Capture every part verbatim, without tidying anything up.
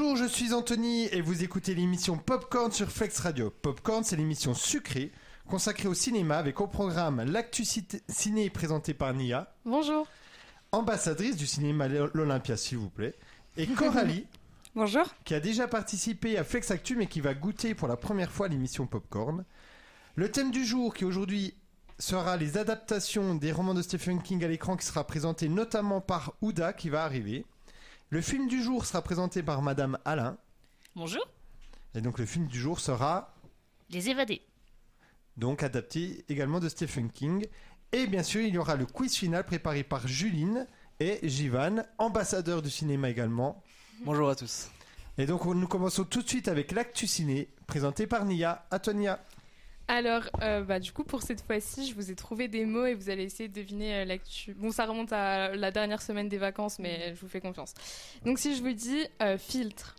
Bonjour, je suis Anthony et vous écoutez l'émission Popcorn sur Flex Radio. Popcorn, c'est l'émission sucrée consacrée au cinéma avec au programme l'actu ciné présentée par Nia. Bonjour. Ambassadrice du cinéma l'Olympia, s'il vous plaît. Et Coralie. Bonjour. Qui a déjà participé à Flex Actu mais qui va goûter pour la première fois l'émission Popcorn. Le thème du jour qui aujourd'hui sera les adaptations des romans de Stephen King à l'écran qui sera présenté notamment par Ouda qui va arriver. Le film du jour sera présenté par Madame Alain. Bonjour. Et donc le film du jour sera... Les Évadés. Donc adapté également de Stephen King. Et bien sûr, il y aura le quiz final préparé par Juline et Jivan, ambassadeur du cinéma également. Bonjour à tous. Et donc nous commençons tout de suite avec l'actu ciné présenté par Nia. À toi Nia. Alors, euh, bah, du coup, pour cette fois-ci, je vous ai trouvé des mots et vous allez essayer de deviner euh, l'actu. Bon, ça remonte à la dernière semaine des vacances, mais je vous fais confiance. Donc, si je vous dis euh, filtre,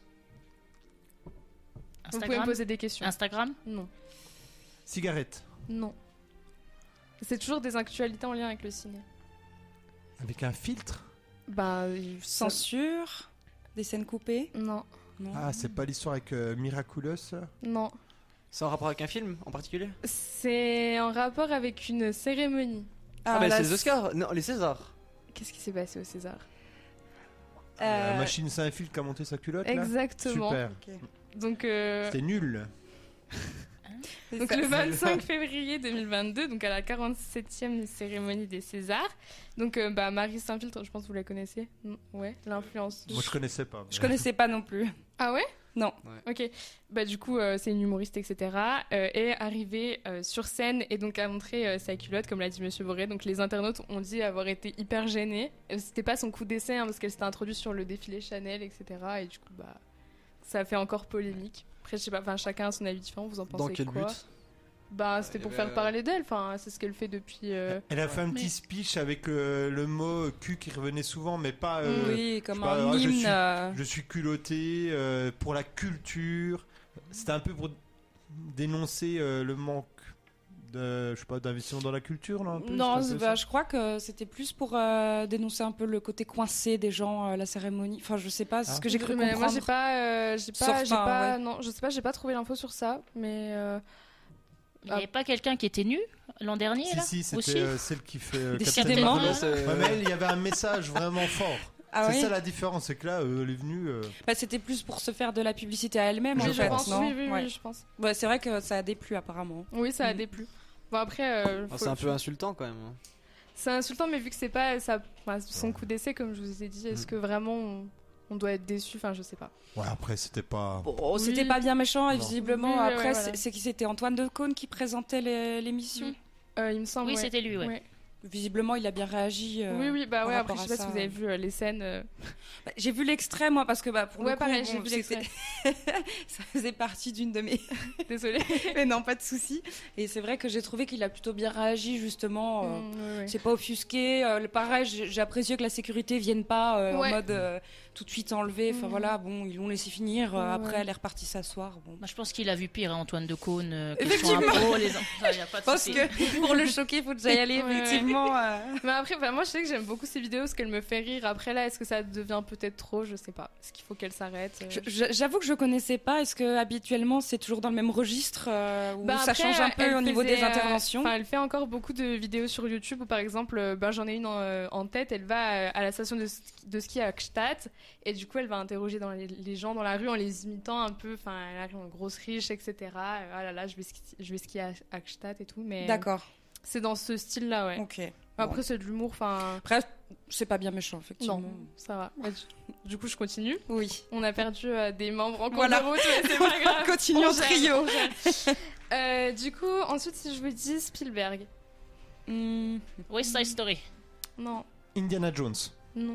Instagram. Vous pouvez me poser des questions. Instagram. Non. Cigarette. Non. C'est toujours des actualités en lien avec le ciné. Avec un filtre. Bah, ça... Censure. Des scènes coupées. Non. Non. Ah, c'est pas l'histoire avec euh, Miraculous. Non. C'est en rapport avec un film en particulier? C'est en rapport avec une cérémonie. Ah, ah bah la... c'est les Oscars. Non, les Césars. Qu'est-ce qui s'est passé au César? La Euh... machine c'est un filtre qui a monté sa culotte. Exactement. Là. Super. Okay. Donc. Euh... C'était nul. Donc ça, le vingt-cinq février deux mille vingt-deux, donc à la quarante-septième cérémonie des Césars. Donc euh, bah, Marie Saint-Filtre, je pense que vous la connaissez. Ouais, l'influence. Moi je connaissais pas. Je connaissais pas non plus. Ah ouais? Non. Ouais. Ok. Bah du coup euh, c'est une humoriste et cetera. Euh, est arrivée euh, sur scène et donc a montré euh, sa culotte comme l'a dit Monsieur Boré. Donc les internautes ont dit avoir été hyper gênés. Euh, c'était pas son coup d'essai hein, parce qu'elle s'était introduite sur le défilé Chanel et cetera. Et du coup bah ça a fait encore polémique. Après je sais pas, enfin chacun a son avis différent. Vous en pensez quoi? Dans quel but? Bah, c'était pour avait, faire euh... parler d'elle, enfin, c'est ce qu'elle fait depuis... Euh... Elle a fait un mais... petit speech avec euh, le mot cul qui revenait souvent, mais pas... Euh, oui, comme pas, un ah, hymne. Je suis, euh... je suis culotté euh, pour la culture. C'était un peu pour dénoncer euh, le manque de, je sais pas, d'investissement dans la culture, là, un peu. Non, bah, je crois que c'était plus pour euh, dénoncer un peu le côté coincé des gens à la cérémonie. Enfin, je sais pas, c'est ah. ce que j'ai cru mais comprendre. Moi, j'ai pas... Euh, j'ai pas, j'ai pas ouais. Non, je sais pas, j'ai pas trouvé l'info sur ça, mais... Euh... Il n'y avait pas quelqu'un qui était nu l'an dernier si, là Si, c'était euh, celle qui fait euh, Décidément. Ouais, mais il y avait un message vraiment fort. Ah c'est oui ça la différence, c'est que là, euh, elle est venue... Euh... Bah, c'était plus pour se faire de la publicité à elle-même, oui, en fait, pense, non oui, oui, ouais. oui, je pense. Ouais, c'est vrai que ça a déplu, apparemment. Oui, ça a mmh. déplu. Bon, après... Euh, oh, c'est un peu insultant, quand même. C'est insultant, mais vu que c'est pas ça, bah, son coup d'essai, comme je vous ai dit, est-ce mmh. que vraiment... On... on doit être déçu, enfin je sais pas. Ouais, après c'était pas... Bon, oh, c'était oui. pas bien méchant, et visiblement, oui, après ouais, voilà. c'est que c'était Antoine Decaune qui présentait l'émission. Mmh. Euh, il me semble, Oui, ouais. c'était lui, ouais. ouais. Visiblement, il a bien réagi. Euh, oui, oui, bah ouais, après je sais pas ça. si vous avez vu euh, les scènes. Euh... Bah, j'ai vu l'extrait, moi, parce que bah, pour ouais, le coup, pareil, bon, j'ai vu l'extrait. ça faisait partie d'une de mes... Désolée. Mais non, pas de souci. Et c'est vrai que j'ai trouvé qu'il a plutôt bien réagi, justement. Euh, mmh, ouais, ouais. C'est pas offusqué. Euh, pareil, j'ai apprécié que la sécurité vienne pas euh, ouais. en mode euh, tout de suite enlevé. Enfin mmh. voilà, bon, ils l'ont laissé finir. Euh, après, ouais. elle est repartie s'asseoir. Bon. Bah, je pense qu'il a vu pire, hein, Antoine Decaune. Euh, Effectivement. Pro, les... enfin, y a pas de parce que pour le choquer, il faut déjà y aller, effectivement. Euh... Mais après, bah, moi, je sais que j'aime beaucoup ces vidéos parce qu'elles me fait rire. Après, là, est-ce que ça devient peut-être trop? Je sais pas. Est-ce qu'il faut qu'elle s'arrête? euh... J'avoue que je connaissais pas. Est-ce que habituellement c'est toujours dans le même registre euh, ou bah, ça après, change un peu au faisait, niveau des interventions? euh, Elle fait encore beaucoup de vidéos sur YouTube où, par exemple, bah, j'en ai une en, en tête. Elle va à la station de ski, de ski à Gstaad et du coup, elle va interroger dans les, les gens dans la rue en les imitant un peu. Enfin, elle arrive en grosse riche, et cetera. Ah là là, je vais skier, je vais skier à, à Gstaad et tout. Mais d'accord. C'est dans ce style-là, ouais. Ok. Après, bon. c'est de l'humour, enfin... Après, c'est pas bien méchant, effectivement. Non, ça va. Du, du coup, je continue. Oui. On a perdu euh, des membres en cours voilà. de route, mais c'est pas grave. Continue en trio. euh, du coup, ensuite, si je vous dis Spielberg. Mmh. West Side Story. Non. Indiana Jones. Non.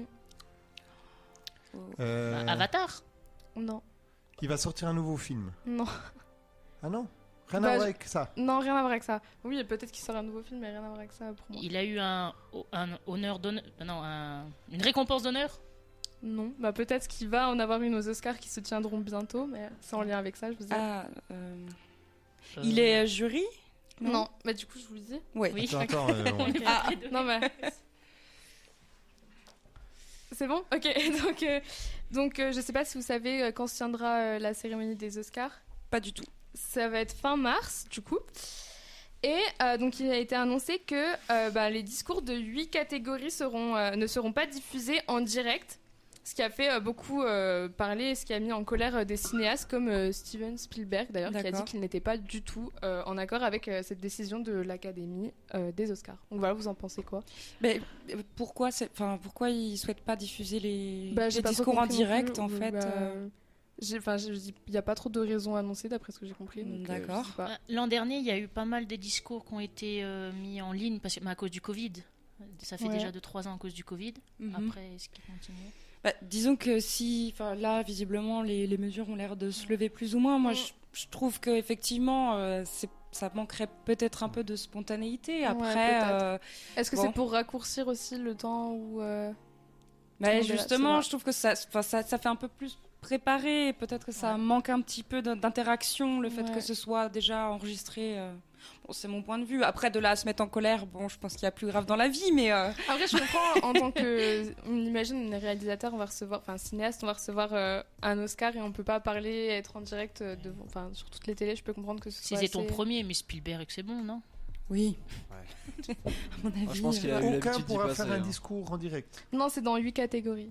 Euh... Avatar. Non. Il va sortir un nouveau film. Non. Ah non? Rien bah, à voir avec ça. Non, rien à voir avec ça. Oui, peut-être qu'il sort un nouveau film, mais rien à voir avec ça pour moi. Il a eu un, un honneur d'honneur. Non, un, une récompense d'honneur? Non, bah peut-être qu'il va en avoir une aux Oscars qui se tiendront bientôt, mais c'est en lien avec ça, je vous dis. Ah, euh... Euh... Il est euh, jury? Non. non, bah du coup, je vous le dis. Ouais. Oui. Attends, attends, euh, on... ah, non, mais. C'est bon? Ok, donc, euh, donc euh, je sais pas si vous savez euh, quand se tiendra euh, la cérémonie des Oscars. Pas du tout. Ça va être fin mars, du coup. Et euh, donc il a été annoncé que euh, bah, les discours de huit catégories seront, euh, ne seront pas diffusés en direct, ce qui a fait euh, beaucoup euh, parler, ce qui a mis en colère euh, des cinéastes comme euh, Steven Spielberg d'ailleurs, qui a dit qu'il n'était pas du tout euh, en accord avec euh, cette décision de l'Académie euh, des Oscars. Donc voilà, vous en pensez quoi? Mais euh, pourquoi, enfin, pourquoi ils ne souhaitent pas diffuser les, bah, les discours en direct plus, en fait bah, euh... Il n'y a pas trop de raisons annoncées d'après ce que j'ai compris. D'accord. Euh, L'an dernier, il y a eu pas mal de discours qui ont été euh, mis en ligne parce que, bah, à cause du Covid. Ça fait ouais. déjà deux trois ans à cause du Covid. Mm-hmm. Après, est-ce qu'il continue? Bah, disons que si, là, visiblement, les, les mesures ont l'air de se lever plus ou moins. Moi, mm. je, je trouve qu'effectivement, euh, ça manquerait peut-être un peu de spontanéité. Après, ouais, euh, est-ce que bon. c'est pour raccourcir aussi le temps où euh... bah, justement, je trouve que ça, ça, ça fait un peu plus préparé. Peut-être que ça ouais. manque un petit peu d'interaction, le fait ouais. que ce soit déjà enregistré. Euh... Bon, c'est mon point de vue. Après, de là à se mettre en colère, bon, je pense qu'il y a plus grave dans la vie, mais... Euh... Après, je comprends, en tant que... On imagine, un réalisateur, on va recevoir... Enfin, un cinéaste, on va recevoir euh, un Oscar et on peut pas parler, être en direct de... Enfin, sur toutes les télés, je peux comprendre que ce soit Si c'est assez... ton premier, mais Spielberg, c'est bon, non? Oui. Ouais. À mon avis, Moi, je pense qu'il a euh... Aucun pourra faire un discours en direct. Non, c'est dans huit catégories.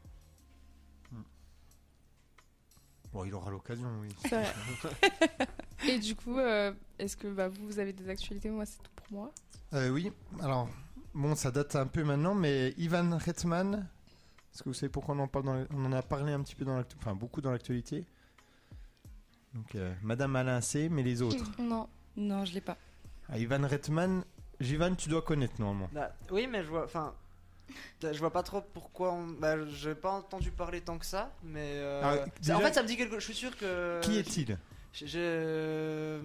Bon, il aura l'occasion, oui. C'est vrai. Et du coup, euh, est-ce que bah, vous, vous avez des actualités? Moi, c'est tout pour moi. Euh, oui, alors, bon, ça date un peu maintenant, mais Ivan Reitman, est-ce que vous savez pourquoi on en parle dans les... On en a parlé un petit peu dans l'actualité, enfin beaucoup dans l'actualité. Donc, euh, Madame Alain C, mais les autres? Non. Non, je l'ai pas. Ah, Ivan Reitman, Jivan, tu dois connaître normalement. Bah, oui, mais je vois, enfin... Je vois pas trop pourquoi on... bah, j'ai pas entendu parler tant que ça, mais euh... ah, déjà... en fait ça me dit quelque chose. Je suis sûr que. Qui est-il? Je...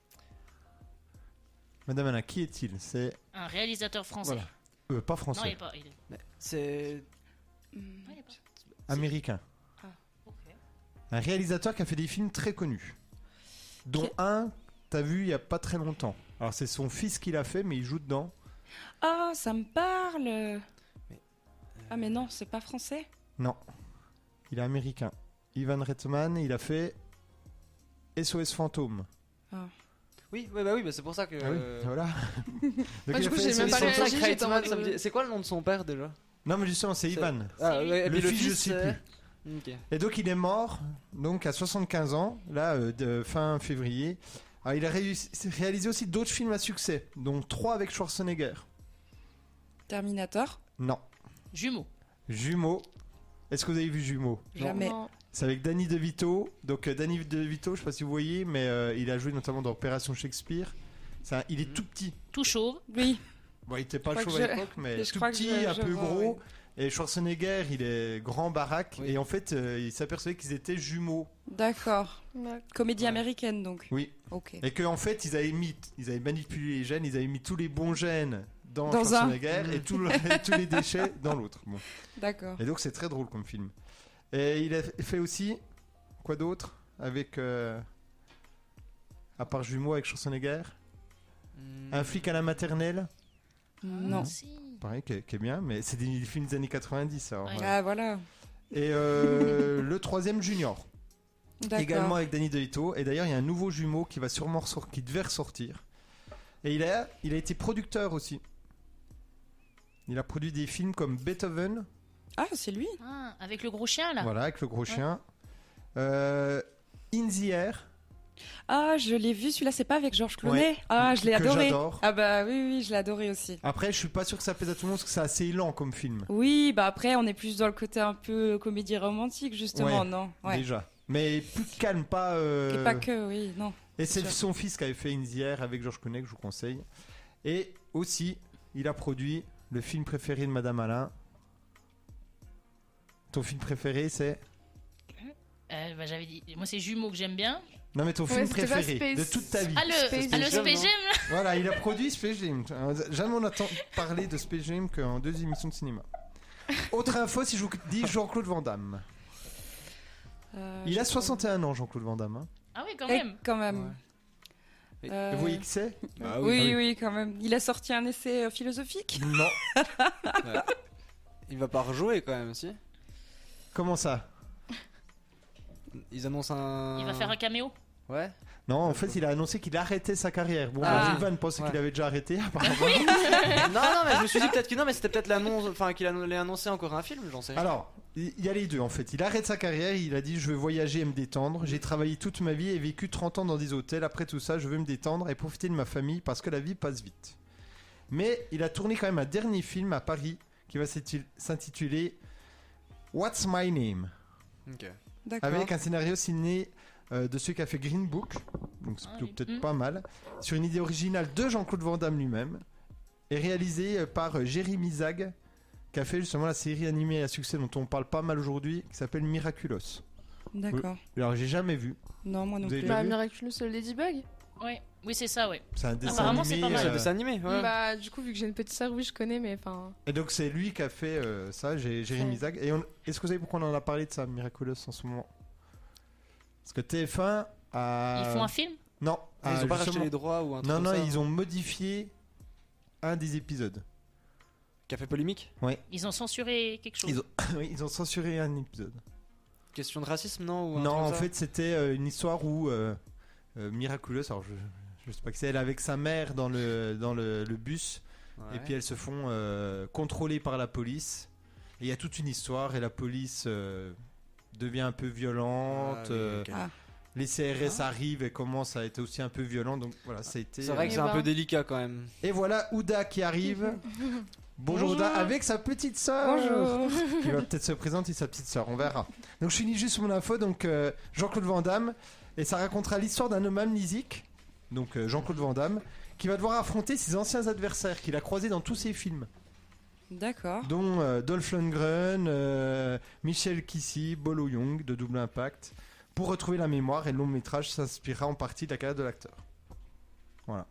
Madame Anna, qui est-il? C'est un réalisateur français. Voilà. Euh, pas français. Non, il est pas. Il est... C'est mmh. non, il est pas... américain. Ah, ok. Un réalisateur qui a fait des films très connus, dont okay. un t'as vu il y a pas très longtemps. Alors c'est son fils qui l'a fait, mais il joue dedans. Ah, ça me parle. Ah mais non, c'est pas français? Non, il est américain. Ivan Reitman, il a fait S O S Fantôme. Ah. Oui, ouais, bah oui, bah c'est pour ça que... Ah oui, voilà. Donc, ah, du coup, j'ai même pas réagi, Reitman, c'est quoi le nom de son père déjà? Non mais justement, c'est Ivan. Ah, ouais, le, le fils, fils, je sais plus. Okay. Et donc il est mort, donc à soixante-quinze ans, là, euh, de fin février. Alors, il a réussi, réalisé aussi d'autres films à succès, dont trois avec Schwarzenegger. Terminator? Non. Jumeaux. Jumeaux. Est-ce que vous avez vu Jumeaux? Jamais. Non. C'est avec Danny DeVito. Donc euh, Danny DeVito, je sais pas si vous voyez, mais euh, il a joué notamment dans Opération Shakespeare. Un, il est mmh. tout petit. Tout chauve. Oui. Bon, il était pas chauve à l'époque, mais je tout petit, je, un je peu vois, gros. Oui. Et Schwarzenegger, il est grand baraque. Oui. Et en fait, euh, il s'apercevait qu'ils étaient jumeaux. D'accord. Comédie ouais. américaine, donc. Oui. Ok. Et qu'en fait, ils avaient mis, ils avaient manipulé les gènes, ils avaient mis tous les bons gènes dans, dans Schwarzenegger un... et tout le, tous les déchets dans l'autre. Bon. D'accord. Et donc c'est très drôle comme film. Et il a fait aussi quoi d'autre avec euh, à part Jumeaux avec Schwarzenegger, mmh. Un flic à la maternelle. Non. Ah, si. Pareil, qui est, qui est bien, mais c'est des films des années quatre-vingt-dix. Alors, ouais. Ah voilà. Et euh, le troisième Junior. D'accord. Également avec Danny DeVito. Et d'ailleurs il y a un nouveau Jumeau qui va sûrement ressort, qui devait ressortir. Et il a, il a été producteur aussi. Il a produit des films comme Beethoven. Ah, c'est lui. Ah, avec le gros chien, là. Voilà, avec le gros ouais. chien. Euh, In the Air. Ah, je l'ai vu, celui-là, c'est pas avec Georges Clooney. Ouais, ah, je l'ai adoré. J'adore. Ah bah oui, oui, je l'ai adoré aussi. Après, je suis pas sûr que ça plaise à tout le monde parce que c'est assez lent comme film. Oui, bah après, on est plus dans le côté un peu comédie romantique, justement, ouais, non ouais. Déjà. Mais plus calme, pas... Euh... Et pas que, oui, non. Et c'est sûr. Son fils qui avait fait In the Air avec Georges Clooney, que je vous conseille. Et aussi, il a produit le film préféré de Madame Alain. Ton film préféré, c'est euh, bah, j'avais dit, moi c'est Jumeaux que j'aime bien. Non mais ton ouais, film préféré de toute ta vie. Ah le Space, ah, le Space Jam. Voilà, il a produit Space Jam. Jamais on a parlé de Space Jam qu'en deux émissions de cinéma. Autre info, si je vous dis Jean-Claude Van Damme. Euh, il a soixante et un ans, Jean-Claude Van Damme. Hein. Ah oui, quand même. Et quand même. Ouais. Euh... Vous voyez qui c'est? Bah, oui, oui, oui, quand même. Il a sorti un essai euh, philosophique. Non. Il va pas rejouer quand même, si? Comment ça? Ils annoncent un. Il va faire un caméo? Ouais. Non, en fait, il a annoncé qu'il arrêtait sa carrière. Bon, ah. Ivan pensait ouais. qu'il avait déjà arrêté, apparemment. non, non, mais je me suis dit peut-être que non, mais c'était peut-être l'annonce, enfin qu'il allait annoncer encore un film, j'en sais rien. Alors, il y a les deux en fait. Il arrête sa carrière, il a dit je veux voyager et me détendre. J'ai travaillé toute ma vie et vécu trente ans dans des hôtels. Après tout ça, je veux me détendre et profiter de ma famille parce que la vie passe vite. Mais il a tourné quand même un dernier film à Paris qui va s'intituler What's My Name. Ok. D'accord. Avec un scénario signé euh, de celui qui a fait Green Book, donc c'est ah, oui. peut-être mmh. pas mal, sur une idée originale de Jean-Claude Van Damme lui-même, et réalisé euh, par euh, Jérémy Zag, qui a fait justement la série animée à succès dont on parle pas mal aujourd'hui, qui s'appelle Miraculous. D'accord. Alors j'ai jamais vu. Non, moi non plus. Bah, Miraculous Ladybug. Ouais. Oui, c'est ça, ouais. C'est un dessin Apparemment, animé. C'est pas mal. Euh... C'est un dessin animé, ouais. Bah, du coup, vu que j'ai une petite sœur, oui, je connais, mais enfin. Et donc, c'est lui qui a fait euh, ça, j'ai Jérémy Zag. Et on... est-ce que vous savez pourquoi on en a parlé de ça, Miraculous, en ce moment? Parce que T F un a. Ils font un film? Non. Ah, ils ont pas racheté les droits ou un truc Non, comme non, ça, ils ont modifié un des épisodes. Qui a fait polémique? Oui. Ils ont censuré quelque chose? Ils ont... oui, ils ont censuré un épisode. Question de racisme, non ou un non, truc en comme ça fait, c'était euh, une histoire où euh, euh, Miraculous, alors je. Je sais pas que c'est, elle avec sa mère dans le, dans le, le bus, ouais. Et puis elles se font euh, contrôler par la police. Et il y a toute une histoire, et la police euh, devient un peu violente. Ah, oui, euh, okay. ah. Les C R S ah. arrivent et commencent à être aussi un peu violents. Donc voilà, ça a été. C'est vrai que c'est ben. un peu délicat quand même. Et voilà Ouda qui arrive. Bonjour, Bonjour Ouda, avec sa petite sœur. Bonjour. Qui va peut-être se présenter sa petite sœur, on verra. Donc je finis juste mon info. Donc euh, Jean-Claude Van Damme, et ça racontera l'histoire d'un homme amnésique. Donc euh, Jean-Claude Van Damme, qui va devoir affronter ses anciens adversaires qu'il a croisés dans tous ses films. D'accord. Dont euh, Dolph Lundgren, euh, Michel Kissy, Bolo Young de Double Impact, pour retrouver la mémoire, et le long métrage s'inspirera en partie de la carrière de l'acteur. Voilà.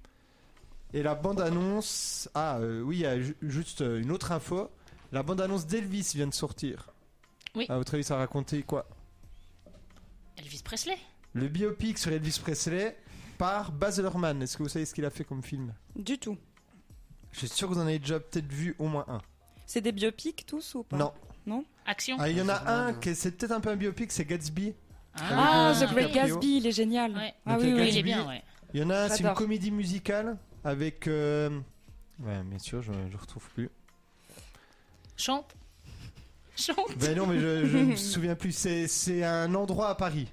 Et la bande-annonce... Ah euh, oui, il y a ju- juste une autre info. La bande-annonce d'Elvis vient de sortir. Oui. À votre avis, ça racontait quoi? Elvis Presley. Le biopic sur Elvis Presley... par Baz Luhrmann. Est-ce que vous savez ce qu'il a fait comme film? Du tout. Je suis sûr que vous en avez déjà peut-être vu au moins un. C'est des biopics tous ou pas? Non. Non. Action. Ah, il y en a un qui est, c'est peut-être un peu un biopic, c'est Gatsby. Ah, The Great Gatsby, il est génial. Ouais. Ah donc, oui, oui, oui, il est bien, ouais. Il y en a un, J'adore. c'est une comédie musicale avec. Euh... Ouais, bien sûr, je ne retrouve plus. Chante. Chante. Ben non, mais je ne me souviens plus. C'est, c'est un endroit à Paris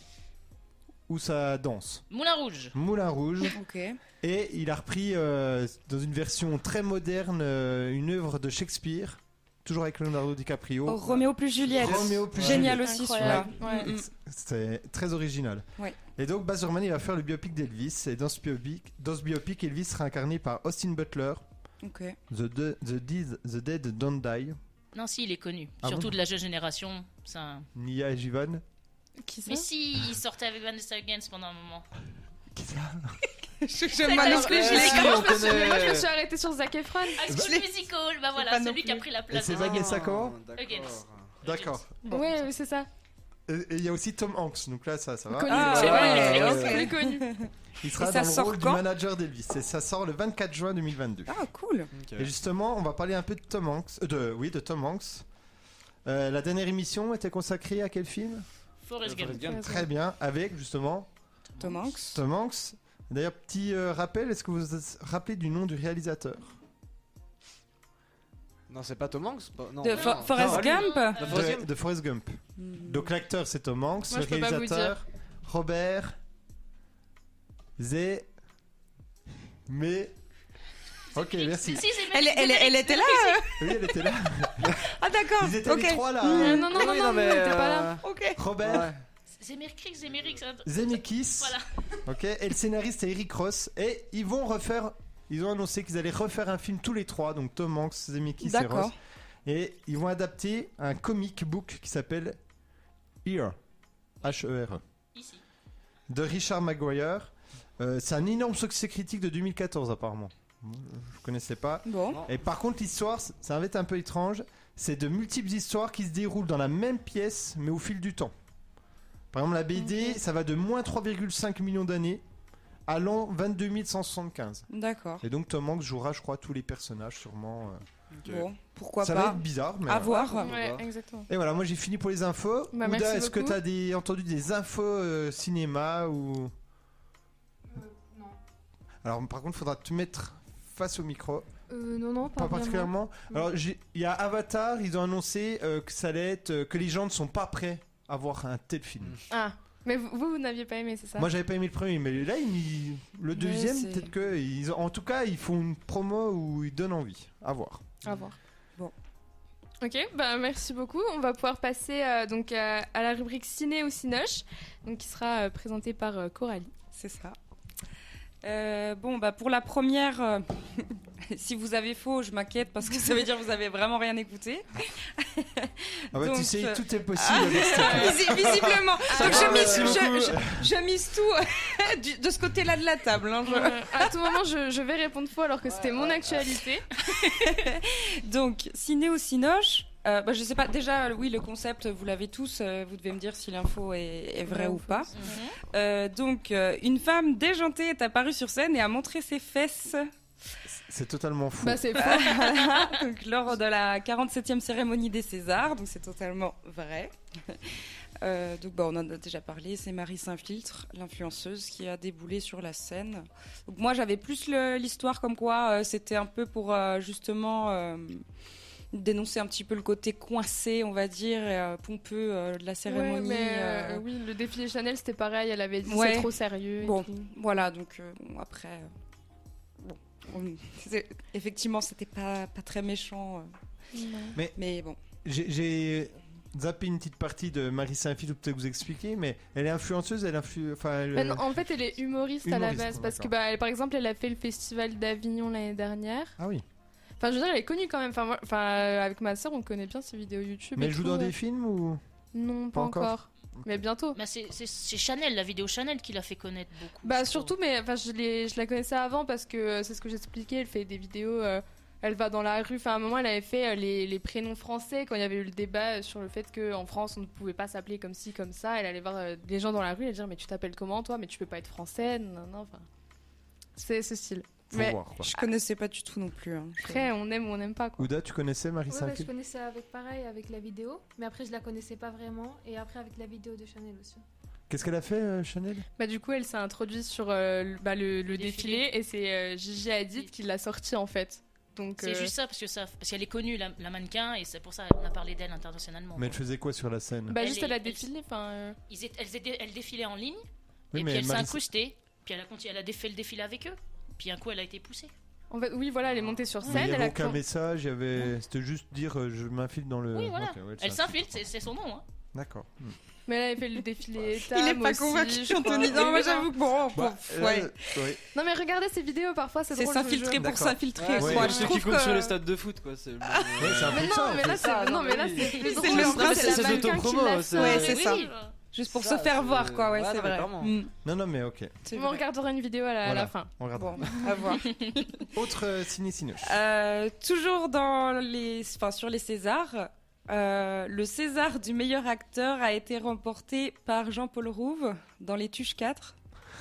où ça danse. Moulin Rouge. Moulin Rouge. Ok. Et il a repris euh, dans une version très moderne euh, une œuvre de Shakespeare, toujours avec Leonardo DiCaprio. Oh, Roméo plus Juliette. Roméo plus Génial Juliette. aussi celui-là. Ouais. Mm, mm. C'était très original. Ouais. Et donc Baz Luhrmann il va faire le biopic d'Elvis, et dans ce biopic, dans ce biopic Elvis sera incarné par Austin Butler. Ok. The, de, the, Dead, the Dead Don't Die. Non, si, il est connu. Ah Surtout bon de la jeune génération. C'est un... Nia et Jivan. Qui ça? Mais si, il sortait avec Vanessa Hudgens pendant un moment. Qui ça? Je, je, C'est moi, High non, School je- Musical. Moi, je me suis- moi, je me suis arrêtée sur Zac Efron. High School Musical, bah voilà, pas non celui qui a plus. pris la Et place. c'est de- Vanessa comment? Hudgens. D'accord. Ouais, oui, c'est ça. Et et il y a aussi Tom Hanks, donc là ça, ça va. Connu. Ah, C'est ouais, vrai, ok. il est connu. Il sera Et ça dans le sort rôle du quand manager d'Elvis. Et ça sort le vingt-quatre juin deux mille vingt-deux. Ah, cool. Et justement, on va parler un peu de Tom Hanks. euh, de, oui, de Tom Hanks. Euh, la dernière émission était consacrée à quel film? Forrest Gump. Très bien, avec justement Tom Hanks. Tom Hanks. D'ailleurs, petit euh, rappel, est-ce que vous vous rappelez du nom du réalisateur? Non, c'est pas Tom Hanks pas... non, De non. For- Forrest Non, Gump. De Forrest de, Gump. de Forrest Gump. Hmm. Donc l'acteur c'est Tom Hanks, Moi, le je peux pas vous réalisateur Robert Zé. Mais. Ok, merci. Si, c'est Elle, Mélix, elle, c'est elle Mélix, était là. Oui, elle était là. Ah d'accord. Ils étaient Ok. les trois là. Euh, hein. non, non, non, Oui, non, mais, non, t'es pas euh, là. Ok. Robert Ouais. Zemeckis, Zemeckis. Zemeckis. Voilà. Ok, et le scénariste est Eric Ross. Et ils vont refaire. Ils ont annoncé qu'ils allaient refaire un film tous les trois, donc Tom Hanks, Zemeckis et D'accord. Ross. Et ils vont adapter un comic book qui s'appelle Here, H E R E, Ici. de Richard Maguire. Euh, c'est un énorme succès critique de deux mille quatorze apparemment. Je connaissais pas. Bon. Non. Et par contre l'histoire, ça va être un peu étrange. C'est de multiples histoires qui se déroulent dans la même pièce, mais au fil du temps. Par exemple, la B D, Ok. ça va de moins trois virgule cinq millions d'années à l'an vingt-deux mille cent soixante-quinze. D'accord. Et donc Tom Hanks jouera, je crois, tous les personnages, sûrement. euh. Okay. Bon, pourquoi ça pas. Ça va être bizarre, mais. À voir. Ouais, exactement. Et voilà, moi j'ai fini pour les infos. Bah, Ouda, est-ce que tu as des, entendu des infos euh, cinéma ou. Euh, non. Alors, par contre, il faudra te mettre face au micro. Euh, non, non, pas, pas particulièrement. Alors, il y a Avatar, ils ont annoncé euh, que ça allait être. Euh, que les gens ne sont pas prêts à voir un tel film. Ah. Mais vous, vous, vous n'aviez pas aimé, c'est ça? Moi, j'avais pas aimé le premier, mais là, il, le deuxième, ouais, peut-être que. Ils, en tout cas, ils font une promo où ils donnent envie. À voir. À voir. Bon. Ok, bah merci beaucoup. On va pouvoir passer euh, donc à, à la rubrique ciné ou cinoche, donc qui sera euh, présentée par euh, Coralie. C'est ça. Euh, bon, bah pour la première, euh, si vous avez faux, je m'inquiète parce que ça veut dire que vous avez vraiment rien écouté. Ah bah, donc, tu sais, euh... tout est possible. Ah, vis- visiblement. Ah, donc je mise, je, je, je mise tout du, de ce côté-là de la table. Hein, je... euh, à tout moment, je, je vais répondre faux alors que ouais, c'était mon ouais, actualité. Donc, ciné ou cinoche. Euh, bah, je sais pas, déjà, oui, le concept, vous l'avez tous, euh, vous devez me dire si l'info est, est vraie ouais, ou pas. Mm-hmm. Euh, donc, euh, une femme déjantée est apparue sur scène et a montré ses fesses. C'est totalement faux. Bah, c'est faux. Donc, lors de la quarante-septième cérémonie des Césars, donc c'est totalement vrai. Euh, donc, bah, on en a déjà parlé, c'est Marie Saint-Filtre, l'influenceuse, qui a déboulé sur la scène. Donc, moi, j'avais plus le, l'histoire comme quoi euh, c'était un peu pour euh, justement... Euh, dénoncer un petit peu le côté coincé, on va dire, euh, pompeux euh, de la cérémonie. Ouais, mais euh, euh... oui, le défilé Chanel, c'était pareil, elle avait dit ouais. c'est trop sérieux. Bon, voilà, donc euh, bon, après, euh, bon, on, effectivement, c'était pas, pas très méchant. Euh, mais, mais bon. J'ai, j'ai zappé une petite partie de Marie Saint-Filtre, peut-être vous expliquer, mais elle est influenceuse, elle influe. Enfin, elle... ben, en fait, elle est humoriste, humoriste à la base, parce que, bah, elle, par exemple, elle a fait le festival d'Avignon l'année dernière. Ah oui. Enfin, je veux dire, elle est connue quand même. Enfin, moi, enfin avec ma sœur, on connaît bien ses vidéos YouTube. Mais elle joue tout, dans ouais. des films ou non, pas, pas encore. encore. Okay. Mais bientôt. Bah c'est, c'est, c'est Chanel, la vidéo Chanel qui l'a fait connaître beaucoup. Bah surtout, mais enfin, je, je la connaissais avant parce que c'est ce que j'expliquais. Elle fait des vidéos. Euh, elle va dans la rue. Enfin, à un moment, elle avait fait euh, les, les prénoms français quand il y avait eu le débat sur le fait qu'en France, on ne pouvait pas s'appeler comme ci, comme ça. Elle allait voir euh, des gens dans la rue et dire mais tu t'appelles comment toi? Mais tu peux pas être français. Non, non. Enfin, c'est ce style. Mais voir, je connaissais pas du tout non plus. Hein. Après, on aime ou on n'aime pas. Quoi. Ouda, tu connaissais Marie Saint-Filtre? Ouais, bah, je connaissais avec pareil, avec la vidéo, mais après je la connaissais pas vraiment, et après avec la vidéo de Chanel aussi. Qu'est-ce qu'elle a fait, euh, Chanel? Bah du coup, elle s'est introduite sur euh, bah, le, le défilé. défilé, et c'est euh, Gigi Hadid qui l'a sortie en fait. Donc, c'est euh... juste ça parce que ça, parce qu'elle est connue la, la mannequin et c'est pour ça qu'on a parlé d'elle internationalement. Mais elle faisait quoi sur la scène? Bah elle juste est, elle a défilé, enfin. Euh... Ils étaient, elles, étaient, elles défilaient en ligne oui, et puis elle Marie... s'est incrustée, puis elle a continué, elle a fait le défilé avec eux, puis un coup elle a été poussée. En fait, oui, voilà, elle est montée sur scène. Mais il n'y avait elle aucun a... message, il y avait... c'était juste dire euh, je m'infiltre dans le. Oui, voilà. Okay, ouais, elle s'infiltre, c'est, c'est son nom. Hein. D'accord. Hmm. Mais elle avait fait le défilé. Il est pas convaincu, Anthony. Non, moi j'avoue que bon. Bah, bon ouais. Euh, ouais. Non, mais regardez ces vidéos parfois, c'est, c'est drôle. C'est s'infiltrer pour s'infiltrer. Ouais, moi, je ceux qui courent sur les stades de foot, quoi. C'est, ah. ouais, c'est un peu mais non, ça, mais là, c'est non, mais là, c'est plus drôle. C'est la autopromo. Ouais, c'est ça. Juste pour ça, se faire c'est... voir, quoi, ouais, ouais c'est non, vrai. Mm. Non, non, mais ok. On regardera une vidéo à la, voilà. à la fin. On regardera. Bon, à voir. Autre euh, ciné-cinoche. Euh, toujours dans les... enfin, sur les Césars, euh, le César du meilleur acteur a été remporté par Jean-Paul Rouve dans Les Tuches quatre.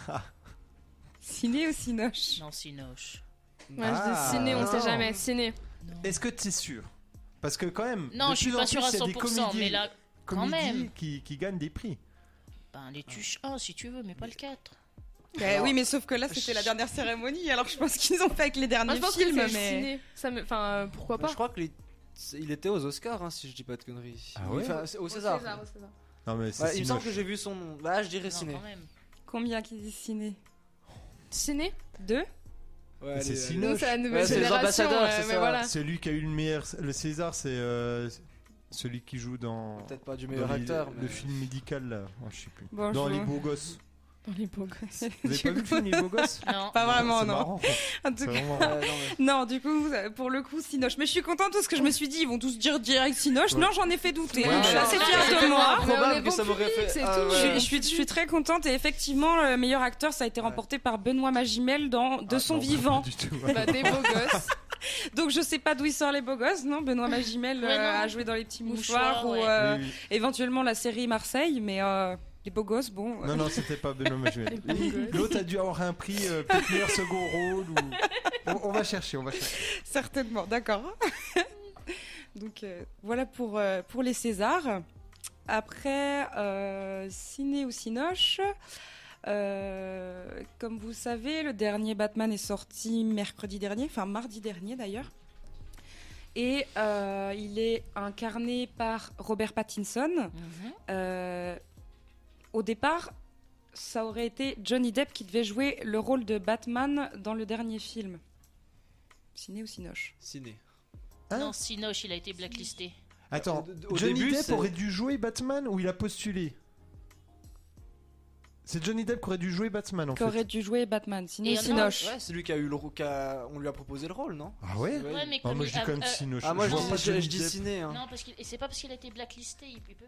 Ciné ou cinoche? Non, cinoche. Moi, ah, je dis ciné, on sait jamais. Ciné. Non. Est-ce que tu es sûr? Parce que quand même, non, je suis pas sûr à cent pour cent, mais là, quand même, qui, qui gagnent des prix. Ben, les tuches un, si tu veux, mais pas le quatre. Bah, oui, mais sauf que là, c'était la dernière cérémonie, alors je pense qu'ils ont fait avec les derniers Moi, je pense films. Que c'est mais ciné. Ça me... Enfin, euh, pourquoi pas? Je crois que les... il était aux Oscars, hein, si je dis pas de conneries. Ah ouais, enfin, au César. Au César, au César. Non, mais c'est ouais, il me semble que j'ai vu son nom. Là, je dirais non, ciné. Combien qui dit ciné? Ciné? Deux? Ouais, c'est ciné. Nous, c'est la nouvelle ouais, génération. C'est les ambassadeurs, ouais, c'est mais ça. Voilà. Celui qui a eu le meilleur. Le César, c'est euh, celui qui joue dans. Peut-être pas du meilleur les, acteur. Le mais... film médical, là. Oh, je sais plus. Bon, dans je... Les Beaux Gosses. Dans Les Beaux Gosses. Vous avez pas vu le film Les Beaux Gosses? Non. Pas vraiment, c'est non. Marrant, en tout c'est cas... vraiment... ouais, non, mais... non, du coup, pour le coup, cinoche. Mais je suis contente parce que je me suis dit, ils vont tous dire direct cinoche. Ouais. Non, j'en ai fait douter. Ouais, donc je suis assez fière de moi. Probable que ça m'aurait fait. Ah, ouais. je, je, suis, je suis très contente et effectivement, le meilleur acteur, ça a été remporté ouais. par Benoît Magimel dans De ah, son non, vivant. Du tout, ouais. Bah, des beaux gosses. Donc je sais pas d'où il sort Les Beaux Gosses, non? Benoît Magimel ouais, euh, a joué dans Les Petits Mouchoirs, Mouchoir, ou euh, oui, oui. éventuellement la série Marseille, mais euh, Les Beaux Gosses, bon. Non, non, c'était pas Benoît Magimel. L'autre a dû avoir un prix, euh, peut-être meilleur second rôle. Ou... On, on va chercher, on va chercher. Certainement, d'accord. Donc euh, voilà pour, euh, pour les Césars. Après, euh, ciné ou cinoche, euh, comme vous savez, le dernier Batman est sorti mercredi dernier, enfin mardi dernier d'ailleurs. Et euh, il est incarné par Robert Pattinson. Mm-hmm. Euh, au départ, ça aurait été Johnny Depp qui devait jouer le rôle de Batman dans le dernier film. Ciné ou cinoche ? Ciné. Hein ? Non, cinoche, il a été blacklisté. Attends, au Johnny début, Depp c'est... aurait dû jouer Batman ou il a postulé ? C'est Johnny Depp qui aurait dû jouer Batman en qui fait. Qui aurait dû jouer Batman, sinon Cinoche. Ouais, c'est lui qui a eu le rôle, on lui a proposé le rôle, non ? Ah ouais, ouais mais ah, moi je dis quand même euh, Cinoche. Ah moi je, je, dis, je, je dis ciné. Hein. Non, parce que c'est pas parce qu'il a été blacklisté, il peut plus.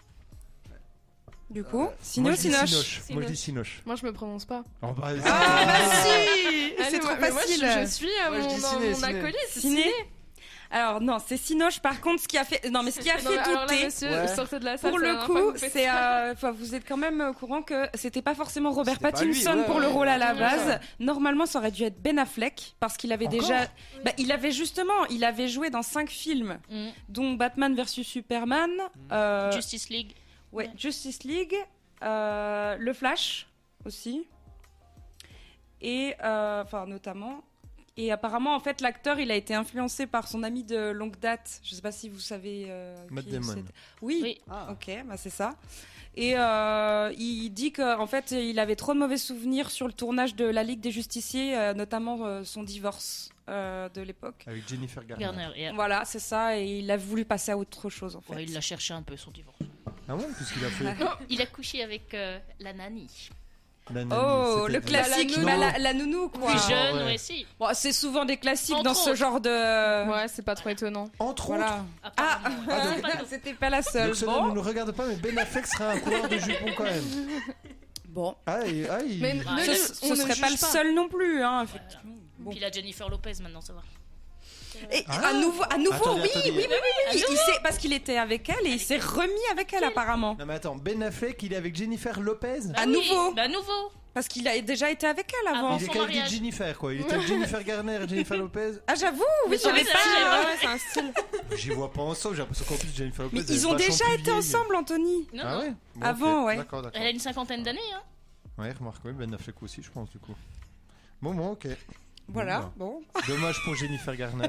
Du coup, euh, Ciné ou Cinoche ? Cinoche. Moi je dis Cinoche. Moi je me prononce pas. Oh, bah, ah bah si. C'est trop moi, facile. Moi, je, je suis à moi, mon, je dans ciné, mon ciné. acolyte. Ciné. ciné. Alors non, c'est Cinoche. Par contre, ce qui a fait, non mais ce qui a non, fait alors douter. Là, monsieur, ouais. sortez de la salle, pour le coup, c'est, enfin, euh, vous êtes quand même au courant que c'était pas forcément Robert c'était Pattinson lui, ouais, pour ouais, le rôle ouais, à la ouais, base. Ouais. Normalement, ça aurait dû être Ben Affleck parce qu'il avait Encore déjà, oui. bah, il avait justement, il avait joué dans cinq films, mm. dont Batman versus Superman, mm. euh, Justice League, ouais, ouais. Justice League, euh, le Flash aussi, et enfin euh, notamment. Et apparemment, en fait, l'acteur, il a été influencé par son ami de longue date. Je ne sais pas si vous savez. Euh, Matt Damon. Oui. oui. Ah. Ok, bah c'est ça. Et euh, il dit qu'en fait, il avait trop de mauvais souvenirs sur le tournage de La Ligue des Justiciers, euh, notamment euh, son divorce euh, de l'époque. Avec Jennifer Garner. Garner yeah. Voilà, c'est ça. Et il a voulu passer à autre chose, en fait. Ouais, il l'a cherché un peu, son divorce. Ah ouais, qu'est-ce qu'il a fait ? Il a couché avec euh, la nanny. La nanny, oh, le classique, la, la, la nounou quoi. Plus jeune, ouais. ouais, si. Bon, c'est souvent des classiques Entre dans autres. ce genre de. Ouais, c'est pas trop étonnant. Entre voilà. autres. Ah, ah donc, c'était pas la seule. Donc, cela bon. ne nous regarde pas, mais Ben Affleck serait un coureur de jupons quand même. Bon. Ah, et, ah, il... Mais ah, ce, ce serait pas le pas. seul non plus, hein, effectivement. Bon. Puis il a Jennifer Lopez maintenant, ça va. Et ah, à nouveau, à nouveau attendez, oui, attendez. oui, oui, oui, oui, il s'est, parce qu'il était avec elle et il s'est remis avec elle apparemment. Non mais attends, Ben Affleck, il est avec Jennifer Lopez. Bah à oui, nouveau. Bah à nouveau. Parce qu'il a déjà été avec elle avant. avant il est qu'avec Jennifer quoi. Il était avec Jennifer Garner et Jennifer Lopez. Ah j'avoue, oui, j'avais pas. Ouais, c'est un style. J'y vois pas ensemble. J'ai l'impression qu'en plus Jennifer Lopez. Mais ils ont déjà été ensemble, Anthony. Non, ah ouais. Bon, avant, okay. ouais. D'accord, d'accord. Elle a une cinquantaine d'années, hein. Ouais, remarque, oui, Ben Affleck aussi, je pense du coup. Bon, bon, ok. Voilà, bon. bon. Dommage pour Jennifer Garner.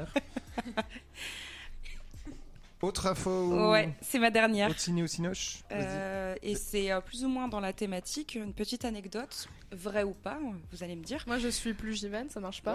Autre info ou... Ouais, c'est ma dernière. Autre ciné ou cinoche euh, Et c'est euh, plus ou moins dans la thématique, une petite anecdote, vraie ou pas, vous allez me dire. Moi je suis plus Jiven, ça marche pas.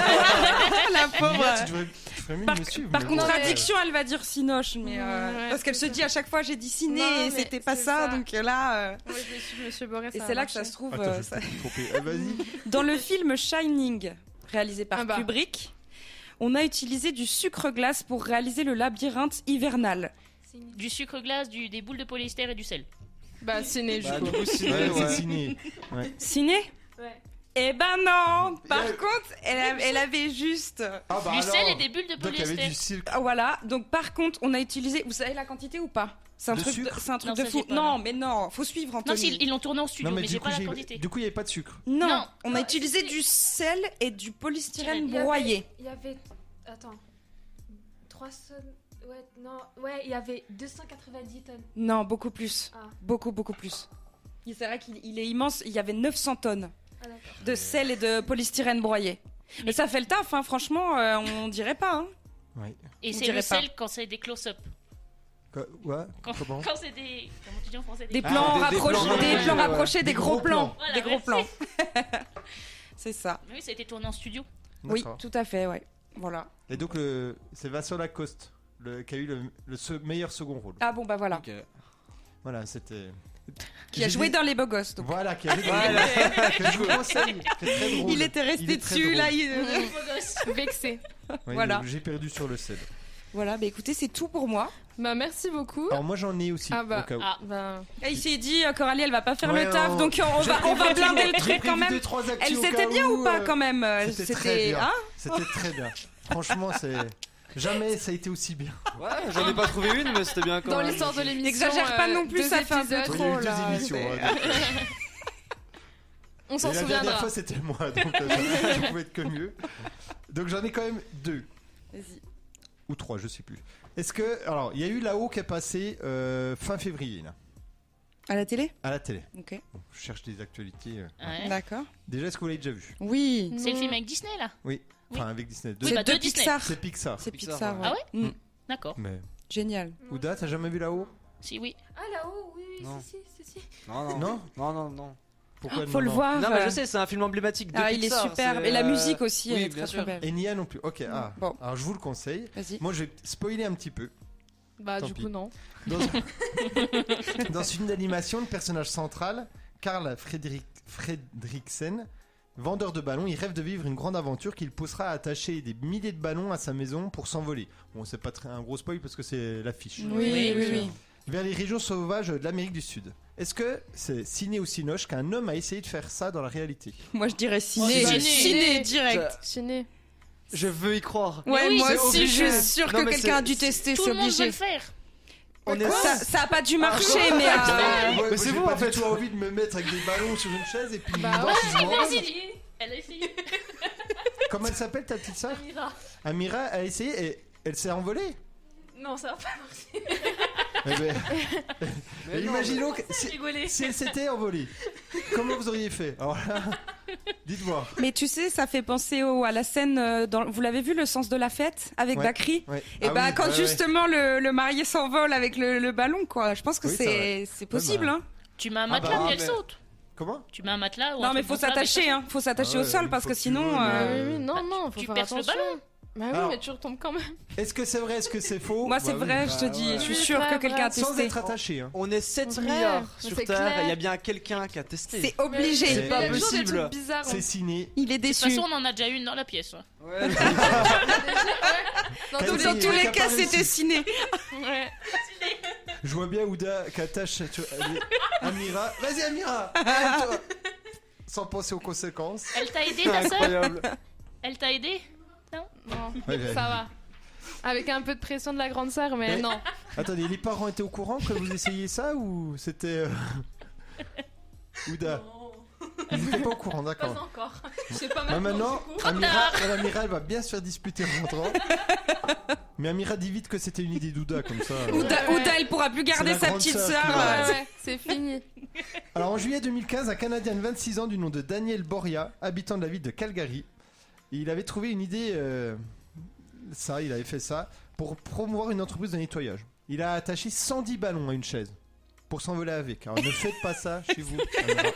La pauvre. Mia, tu devrais, tu ferais mieux par de me suivre, par mais contradiction, bon. elle va dire cinoche, mais euh, ouais, parce qu'elle se dit à chaque fois j'ai dit ciné non, et c'était pas ça, ça, donc là. Euh... Ouais, je suis Monsieur Boré, et c'est là que ça se trouve. Attends, euh, je ça... ah, vas-y. Dans le film Shining, réalisé par ah bah. Kubrick, on a utilisé du sucre glace pour réaliser le labyrinthe hivernal. Du sucre glace, du, des boules de polyester et du sel. Bah ciné, bah, du coup. Ciné, ouais, ouais. Ciné. Ouais. Ciné ? Ouais. Eh ben non. Par yeah. contre, elle, a, elle avait juste ah bah du alors, sel et des bulles de polyester. Donc, avait du sucre. Ah, voilà. Donc par contre, on a utilisé. Vous savez la quantité ou pas ? C'est un de truc, sucre de, c'est un truc non, de fou. Pas, non, non, mais non, faut suivre Anthony. Non, si, ils l'ont tourné en studio, non, mais, mais du j'ai coup, pas j'ai... la quantité. Du coup, il n'y avait pas de sucre. Non, non. on non, a utilisé c'est... du sel et du polystyrène il y avait, broyé. Il y avait, attends, trois cents. Ouais, non, ouais, il y avait deux cent quatre-vingt-dix tonnes. Non, beaucoup plus. Ah. Beaucoup, beaucoup plus. C'est vrai qu'il il est immense. Il y avait neuf cents tonnes ah, de sel et de polystyrène broyé. Mais, Mais ça fait le taf, hein, franchement, euh, on dirait pas. Hein. Ouais. Et on c'est le pas. sel quand c'est des close-up. Quoi, ouais, quand, comment quand c'est des. Comment tu dis en français? Des, des plans ah, rapprochés, des, des, des, plans rapprochés, ouais. des, des gros, gros plans. plans. Voilà, des gros merci. plans. C'est ça. Mais oui, ça a été tourné en studio. Oui, tout à fait, ouais. Voilà. Et donc, le... c'est Vincent Lacoste le... qui a eu le, le se... meilleur second rôle. Ah bon, bah voilà. Okay. Voilà, c'était. Qui a joué dit... dans Les Beaux Gosses. Donc. Voilà, qui a joué dans Les Il était resté il dessus, là. Il... Vexé. Oui, voilà. J'ai perdu sur le sel. Voilà, bah écoutez, c'est tout pour moi. Bah merci beaucoup. Alors moi j'en ai aussi. Ah bah, au cas où. ah, bah... Et il s'est dit, Coralie, elle va pas faire ouais, le taf, on... donc on va, on va blinder le truc quand même. Deux, trois elle c'était bien où, ou pas euh... quand même? C'était, c'était très bien. Hein c'était très bien. Franchement, c'est. Jamais ça a été aussi bien. Ouais, j'en ai pas trouvé une, mais c'était bien quand Dans même. l'histoire de l'émission. N'exagère pas non plus, ça fait un peu trop oui, là. Deux émissions. Hein, on s'en souviendra. La dernière fois c'était moi, donc euh, ça, ça pouvait être que mieux. Donc j'en ai quand même deux. Vas-y. Ou trois, je sais plus. Est-ce que. Alors, il y a eu là-haut qui est passé euh, fin février, là. À la télé ? À la télé. Ok. Bon, je cherche des actualités. Euh, ouais. D'accord. Déjà, est-ce que vous l'avez déjà vu ? Oui. C'est le film avec Disney, là ? Oui. Enfin, oui. avec Disney. Oui, bah, de Disney. Pixar. C'est Pixar. C'est Pixar, Pixar, ouais. ouais. Ah ouais mm. D'accord. Mais. Génial. Ouda, t'as jamais vu là-haut ? Si, oui. Ah là-haut, oui, oui, Non. si, si, si, si. Non, non. Non Non, non, non. Pourquoi Faut non, le non voir. Non, mais je sais, c'est un film emblématique de Ah, Pixar. il est superbe. c'est, Et la euh, musique aussi, oui, elle est bien très sûr. très belle. Et Nia non plus. Ok, ah. Bon. Alors, je vous le conseille. Vas-y. Moi, je vais spoiler un petit peu. Bah, Tant du pis. coup, non. Dans, dans ce film d'animation, le personnage central, Karl Fredrik, Fredriksen, vendeur de ballons, il rêve de vivre une grande aventure qu'il poussera à attacher des milliers de ballons à sa maison pour s'envoler. Bon, c'est pas très, un gros spoil parce que c'est l'affiche. Oui, oui, oui. oui. Vers les régions sauvages de l'Amérique du Sud. Est-ce que c'est ciné ou cinoche qu'un homme a essayé de faire ça dans la réalité ? Moi, je dirais ciné. Oh, ciné. Ciné, direct. Ciné. Je veux y croire. Ouais, oui, moi c'est aussi, obligé. je suis sûre Non, que mais quelqu'un c'est- a dû tester, Tout c'est le monde veut obligé. le faire. On est Ça, ça a pas dû marcher, mais. Ouais, euh, moi, Mais c'est j'ai vous, pas en du fait. tout envie de me mettre avec des ballons sur une chaise et puis Bah voir ouais, si je m'en rends. Elle a essayé. Comment elle s'appelle ta petite sœur ? Amira. Amira a essayé et elle s'est envolée. Non, ça va pas marcher. Eh ben, Mais non, imaginons que si, Rigoler. si elle s'était envolée, comment vous auriez fait ? Alors là, dites-moi. Mais tu sais, ça fait penser au, à la scène. euh, Dans, vous l'avez vu, Le Sens de la Fête avec Ouais. Bakri. Ouais. Et Ah bah oui, quand ouais, ouais. justement le, le marié s'envole avec le, le ballon, quoi. Je pense que Oui, c'est vrai. c'est c'est possible, bah. hein. Tu mets un Ah matelas bah, puis elle mais- saute. Comment ? Tu mets un matelas ou un Non, mais truc faut gonflable, s'attacher, elle hein. Faut s'attacher Ah au ouais, sol il parce faut que que tu sinon. veux, euh, Oui, oui, non, Bah, non, tu- faut tu faire perces le attention. ballon. Bah oui, Alors- mais tu retombes quand même. Est-ce que c'est vrai ? Est-ce que c'est faux ? Moi, c'est Bah oui, vrai, bah je te dis. ouais. Je suis Oui, sûre c'est que vrai, quelqu'un a Sans testé. être attaché. Hein. On est sept Ouais, milliards mais sur c'est Terre, clair. il y a bien quelqu'un qui a testé. C'est Mais obligé. C'est il y pas a toujours des possible. trucs bizarres. C'est ciné. Il est De toute déçu. façon, on en a déjà une dans la pièce. ouais. Ouais. Dans Quel tous est- les- Dans tous les Qui a cas, pas réussi. c'était ciné. Ouais. Je vois bien Ouda qui attache tu vois, elle est- Amira. Vas-y Amira, lève-toi. Sans penser aux conséquences. Elle t'a aidé, ta sœur Incroyable. Elle t'a aidé Bon, Ouais, ouais. ça va. Avec un peu de pression de la grande sœur, mais Mais- non. Attendez, les parents étaient au courant que vous essayiez ça ou c'était euh, Ouda? Ils n'étaient pas au courant, Pas d'accord. encore. Je sais pas Mais maintenant. maintenant, du coup. Amira, elle, Amira, elle va bien se faire disputer en rentrant. Mais Amira dit vite que c'était une idée d'Ouda, comme ça. euh. Ouda, Ouais. Ouda, elle pourra plus garder la sa grande petite sœur sœur. qui euh, va- Ouais, ouais, c'est fini. Alors en juillet deux mille quinze, un Canadien de vingt-six ans du nom de Daniel Boria, habitant de la ville de Calgary, il avait trouvé une idée, euh, ça, il avait fait ça, pour promouvoir une entreprise de nettoyage. Il a attaché cent dix ballons à une chaise pour s'envoler avec. Alors ne faites pas ça chez vous. Amira.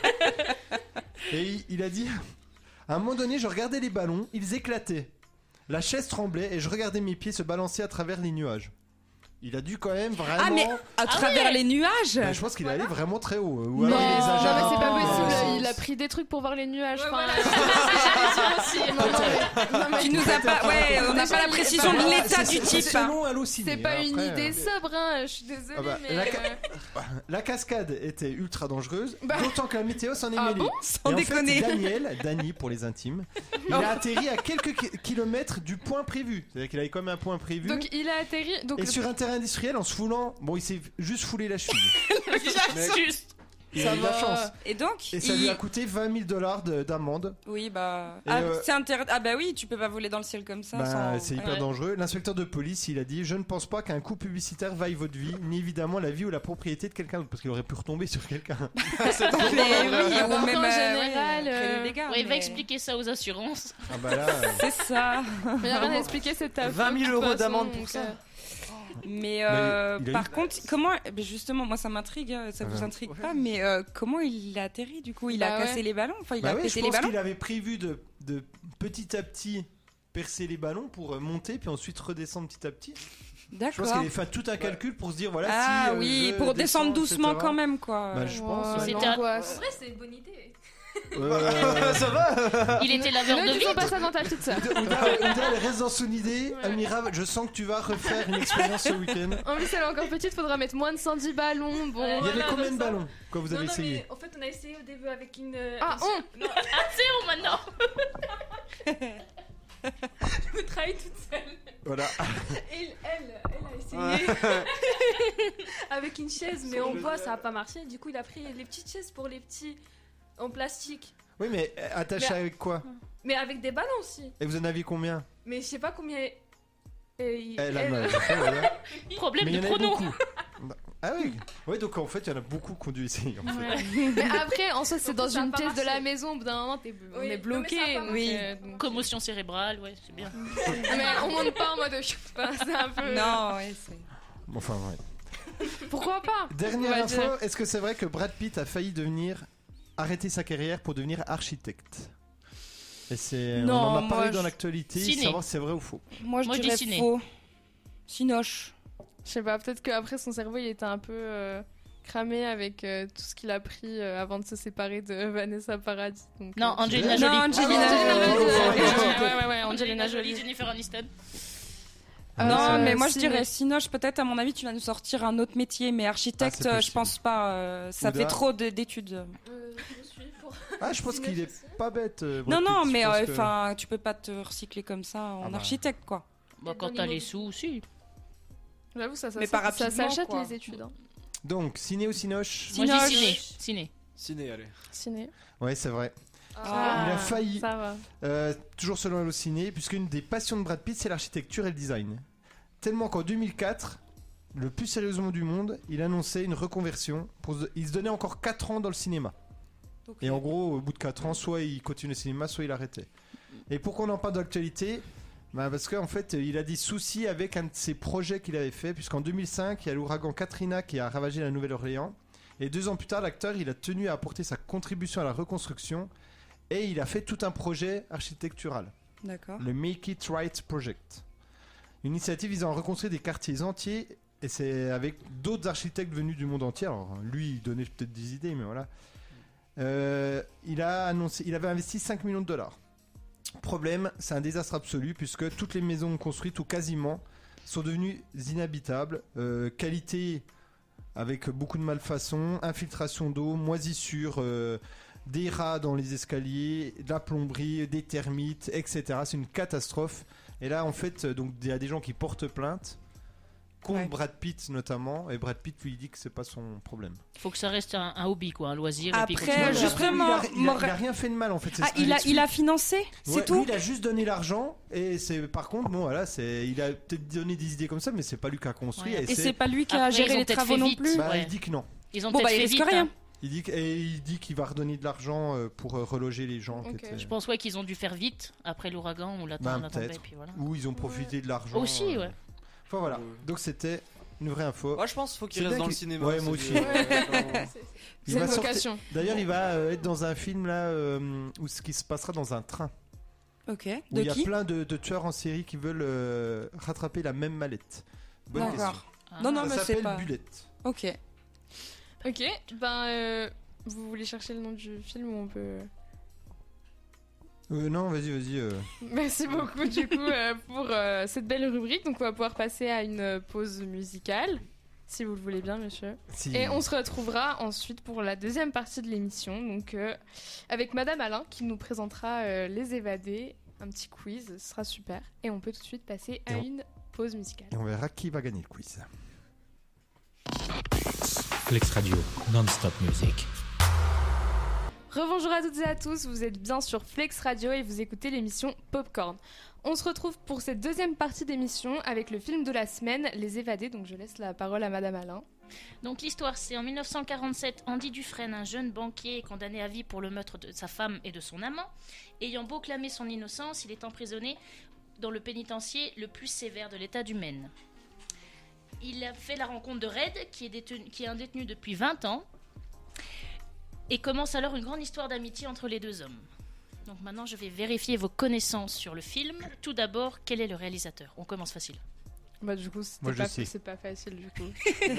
Et il, il a dit, à un moment donné, je regardais les ballons, ils éclataient. La chaise tremblait et je regardais mes pieds se balancer à travers les nuages. Il a dû quand même vraiment... Ah, mais à travers les nuages. Bah, je pense qu'il est allé vraiment très haut. Ou Non, alors il les a non, jamais- mais c'est pas Ouais, possible. c'est- Il a pris des trucs pour voir les nuages. Ouais, enfin, voilà. euh, c'est- c'est- non, non, mais- non, mais Tu nous as pas. Ouais, on n'a pas la précision de l'état du type. C'est long halluciné. C'est pas hein, une après, idée euh, sobre, hein. Je suis désolée, Ah bah, mais. la ca- euh, La cascade était ultra dangereuse, Bah. d'autant que la météo s'en est Ah mêlée. bon Sans Et en déconner. fait, Daniel, Dany pour les intimes, il a atterri à quelques ki- kilomètres du point prévu. C'est-à-dire qu'il avait quand même un point prévu. Donc il a atterri. Donc Et le- sur un terrain industriel, en se foulant, bon, il s'est juste foulé la cheville. Juste. Il Ça a eu de la va. chance. Et donc, Et ça il- lui a coûté vingt mille dollars d'amende. Oui, bah. Et Ah, euh, c'est intéressant. Ah, bah oui, tu peux pas voler dans le ciel comme ça. Bah, sans- c'est hyper Ouais. dangereux. L'inspecteur de police, il a dit: je ne pense pas qu'un coup publicitaire vaille votre vie, ni évidemment la vie ou la propriété de quelqu'un d'autre, parce qu'il aurait pu retomber sur quelqu'un. C'est trop Mais drôle. oui, ou Enfin, même. en euh, général, ouais, créer euh, des dégâts, Ouais, va mais- expliquer ça aux assurances. Ah bah là. euh, C'est ça. Mais y a rien à expliquer, c'est ta vingt mille faute, de toute euros façon, d'amende pour donc, ça. euh, Mais, euh, il a par eu- contre, comment. ben justement, moi ça m'intrigue, hein, ça vous Ouais. intrigue pas, mais euh, comment il a atterri du coup Il Bah a ouais. cassé les ballons Enfin, il Bah a ouais, je pété les pense ballons qu'il avait prévu de, de petit à petit percer les ballons pour euh, monter, puis ensuite redescendre petit à petit. Je pense D'accord. qu'il avait fait tout un calcul pour se dire voilà Ah si. euh, oui, je pour descendre descends, doucement et cetera. quand même, quoi. Bah, je pense. ouais, ouais. C'était l'angoisse. En vrai, c'est une bonne idée. Euh, Ça va. Il était laveur Ne de disons vitre. pas ça dans ta petite sœur. Ouda, Ouda, Ouda, elle reste dans son idée. Ouais. Amira, je sens que tu vas refaire une expérience ce week-end. En plus, elle est encore petite, faudra mettre moins de cent dix ballons. Bon. Il y avait Voilà, combien de donc ça. ballons quand vous Non, avez non, essayé mais en fait, on a essayé au début avec une. euh, Ah, une- on Non, C'est où maintenant je me trahis toute seule. Voilà. Et elle, elle a essayé avec une chaise, mais on voit ça a pas marché. Du coup, il a pris les petites chaises pour les petits en plastique, Oui, mais euh, attaché Mais- avec quoi mais avec des ballons aussi. Et vous en aviez combien Mais je sais pas combien. Et elle, elle, elle... voilà. Problème mais de pronom. Ah oui, ouais, donc en fait il y en a beaucoup qui ont dû essayer. En fait. Ouais. Mais après, en soi, c'est dans une pièce marché. de la maison. Au bout d'un moment, t'es, on oui. est bloqué. Non, oui. Euh, donc... Commotion cérébrale, ouais, c'est bien. Mais on monte pas en mode. C'est un peu. Non, ouais, c'est. Enfin, ouais. Pourquoi pas? Dernière info, dire. Est-ce que c'est vrai que Brad Pitt a failli devenir arrêter sa carrière pour devenir architecte? Et c'est, non, on en a parlé dans je... l'actualité, ciné. Savoir si c'est vrai ou faux. Moi je moi, dirais je faux. Cinoche. Je sais pas, peut-être qu'après son cerveau il était un peu euh, cramé avec euh, tout ce qu'il a pris euh, avant de se séparer de Vanessa Paradis. Donc, non, euh, Angelina Jolie. Non, Angelina Jolie. Ouais, ouais, ouais, Angelina Jolie. Jennifer Aniston. Euh, non, euh, mais moi je dirais Cinoche, peut-être à mon avis tu vas nous sortir un autre métier, mais architecte, ah, je pense pas, euh, ça Ouda. fait trop de, d'études. Euh, je suis pour... Ah, je pense qu'il est pas bête. Euh, non, non, mais enfin, euh, que... tu peux pas te recycler comme ça en ah bah. architecte quoi. Bah, quand t'as les sous aussi. J'avoue, ça, ça, mais ça, ça s'achète quoi. Les études. Hein. Donc, ciné ou cinoche? Moi je dis ciné. Ciné. Ciné, allez. Ciné. Ouais, c'est vrai. Ah, il a failli. Ça va. Euh, toujours selon Allociné, puisqu'une des passions de Brad Pitt, c'est l'architecture et le design. Tellement qu'en deux mille quatre, le plus sérieusement du monde, il annonçait une reconversion. Pour... Il se donnait encore quatre ans dans le cinéma. Okay. Et en gros, au bout de quatre ans, soit il continue le cinéma, soit il arrêtait. Et pourquoi on en parle d'actualité? Bah parce qu'en fait, il a des soucis avec un de ses projets qu'il avait fait, puisqu'en deux mille cinq, il y a l'ouragan Katrina qui a ravagé la Nouvelle-Orléans. Et deux ans plus tard, l'acteur, il a tenu à apporter sa contribution à la reconstruction et il a fait tout un projet architectural. D'accord. Le Make It Right Project. Une initiative visant à reconstruire des quartiers entiers, et c'est avec d'autres architectes venus du monde entier. Alors lui, il donnait peut-être des idées, mais voilà. Euh, il a annoncé, il avait investi cinq millions de dollars. Problème, c'est un désastre absolu puisque toutes les maisons construites ou quasiment sont devenues inhabitables. Euh, qualité avec beaucoup de malfaçons, infiltration d'eau, moisissure, euh, des rats dans les escaliers, de la plomberie, des termites, et cetera. C'est une catastrophe. Et là, en fait, donc il y a des gens qui portent plainte contre ouais. Brad Pitt notamment, et Brad Pitt lui dit que c'est pas son problème. Il faut que ça reste un, un hobby, quoi, un loisir. Après, et puis justement, il a, il, a, il a rien fait de mal en fait. Ah, il a, il a financé, ouais, c'est tout. Lui, il a juste donné l'argent, et c'est par contre, bon voilà, c'est, il a peut-être donné des idées comme ça, mais c'est pas lui qui a construit. Ouais. Et, et c'est... c'est pas lui qui a Après, géré les travaux non plus. Bah, ouais. Il dit que non. Ils ont bon, peut-être bah, fait vite. Rien. Hein. Il dit, que, et il dit qu'il va redonner de l'argent pour reloger les gens. Okay. Qui étaient... Je pense ouais, qu'ils ont dû faire vite après l'ouragan ou la bah, tempête. Puis voilà. Ou ils ont profité ouais. de l'argent. Aussi, euh... ouais. Enfin voilà, donc c'était une vraie info. Moi je pense qu'il faut qu'il reste dans qu'il... le cinéma. Ouais, moi aussi. Ouais. C'est une vocation. D'ailleurs, il va euh, être dans un film là euh, où ce qui se passera dans un train. Ok. Où il y a plein de, de tueurs en série qui veulent euh, rattraper la même mallette. Bonne D'accord. question. Ah. Non, non, ça mais s'appelle c'est pas... Bulette. Ok. Ok, ben euh, vous voulez chercher le nom du film ou on peut... Euh, non, vas-y, vas-y. Euh... Merci beaucoup du coup euh, pour euh, cette belle rubrique. Donc on va pouvoir passer à une pause musicale, si vous le voulez bien, monsieur. Si. Et on se retrouvera ensuite pour la deuxième partie de l'émission, donc euh, avec Madame Alain qui nous présentera euh, Les Évadés, un petit quiz, ce sera super. Et on peut tout de suite passer à on... une pause musicale. Et on verra qui va gagner le quiz. Flex Radio, non-stop music. Rebonjour à toutes et à tous, vous êtes bien sur Flex Radio et vous écoutez l'émission Popcorn. On se retrouve pour cette deuxième partie d'émission avec le film de la semaine, Les Évadés, donc je laisse la parole à Madame Alain. Donc l'histoire, c'est en dix-neuf cent quarante-sept, Andy Dufresne, un jeune banquier condamné à vie pour le meurtre de sa femme et de son amant. Ayant beau clamer son innocence, il est emprisonné dans le pénitencier le plus sévère de l'État du Maine. Il a fait la rencontre de Red, qui est, détenu, qui est un détenu depuis vingt ans, et commence alors une grande histoire d'amitié entre les deux hommes. Donc maintenant, je vais vérifier vos connaissances sur le film. Tout d'abord, quel est le réalisateur ? On commence facile. Bah du coup, Moi, pas, sais. c'est pas facile du coup.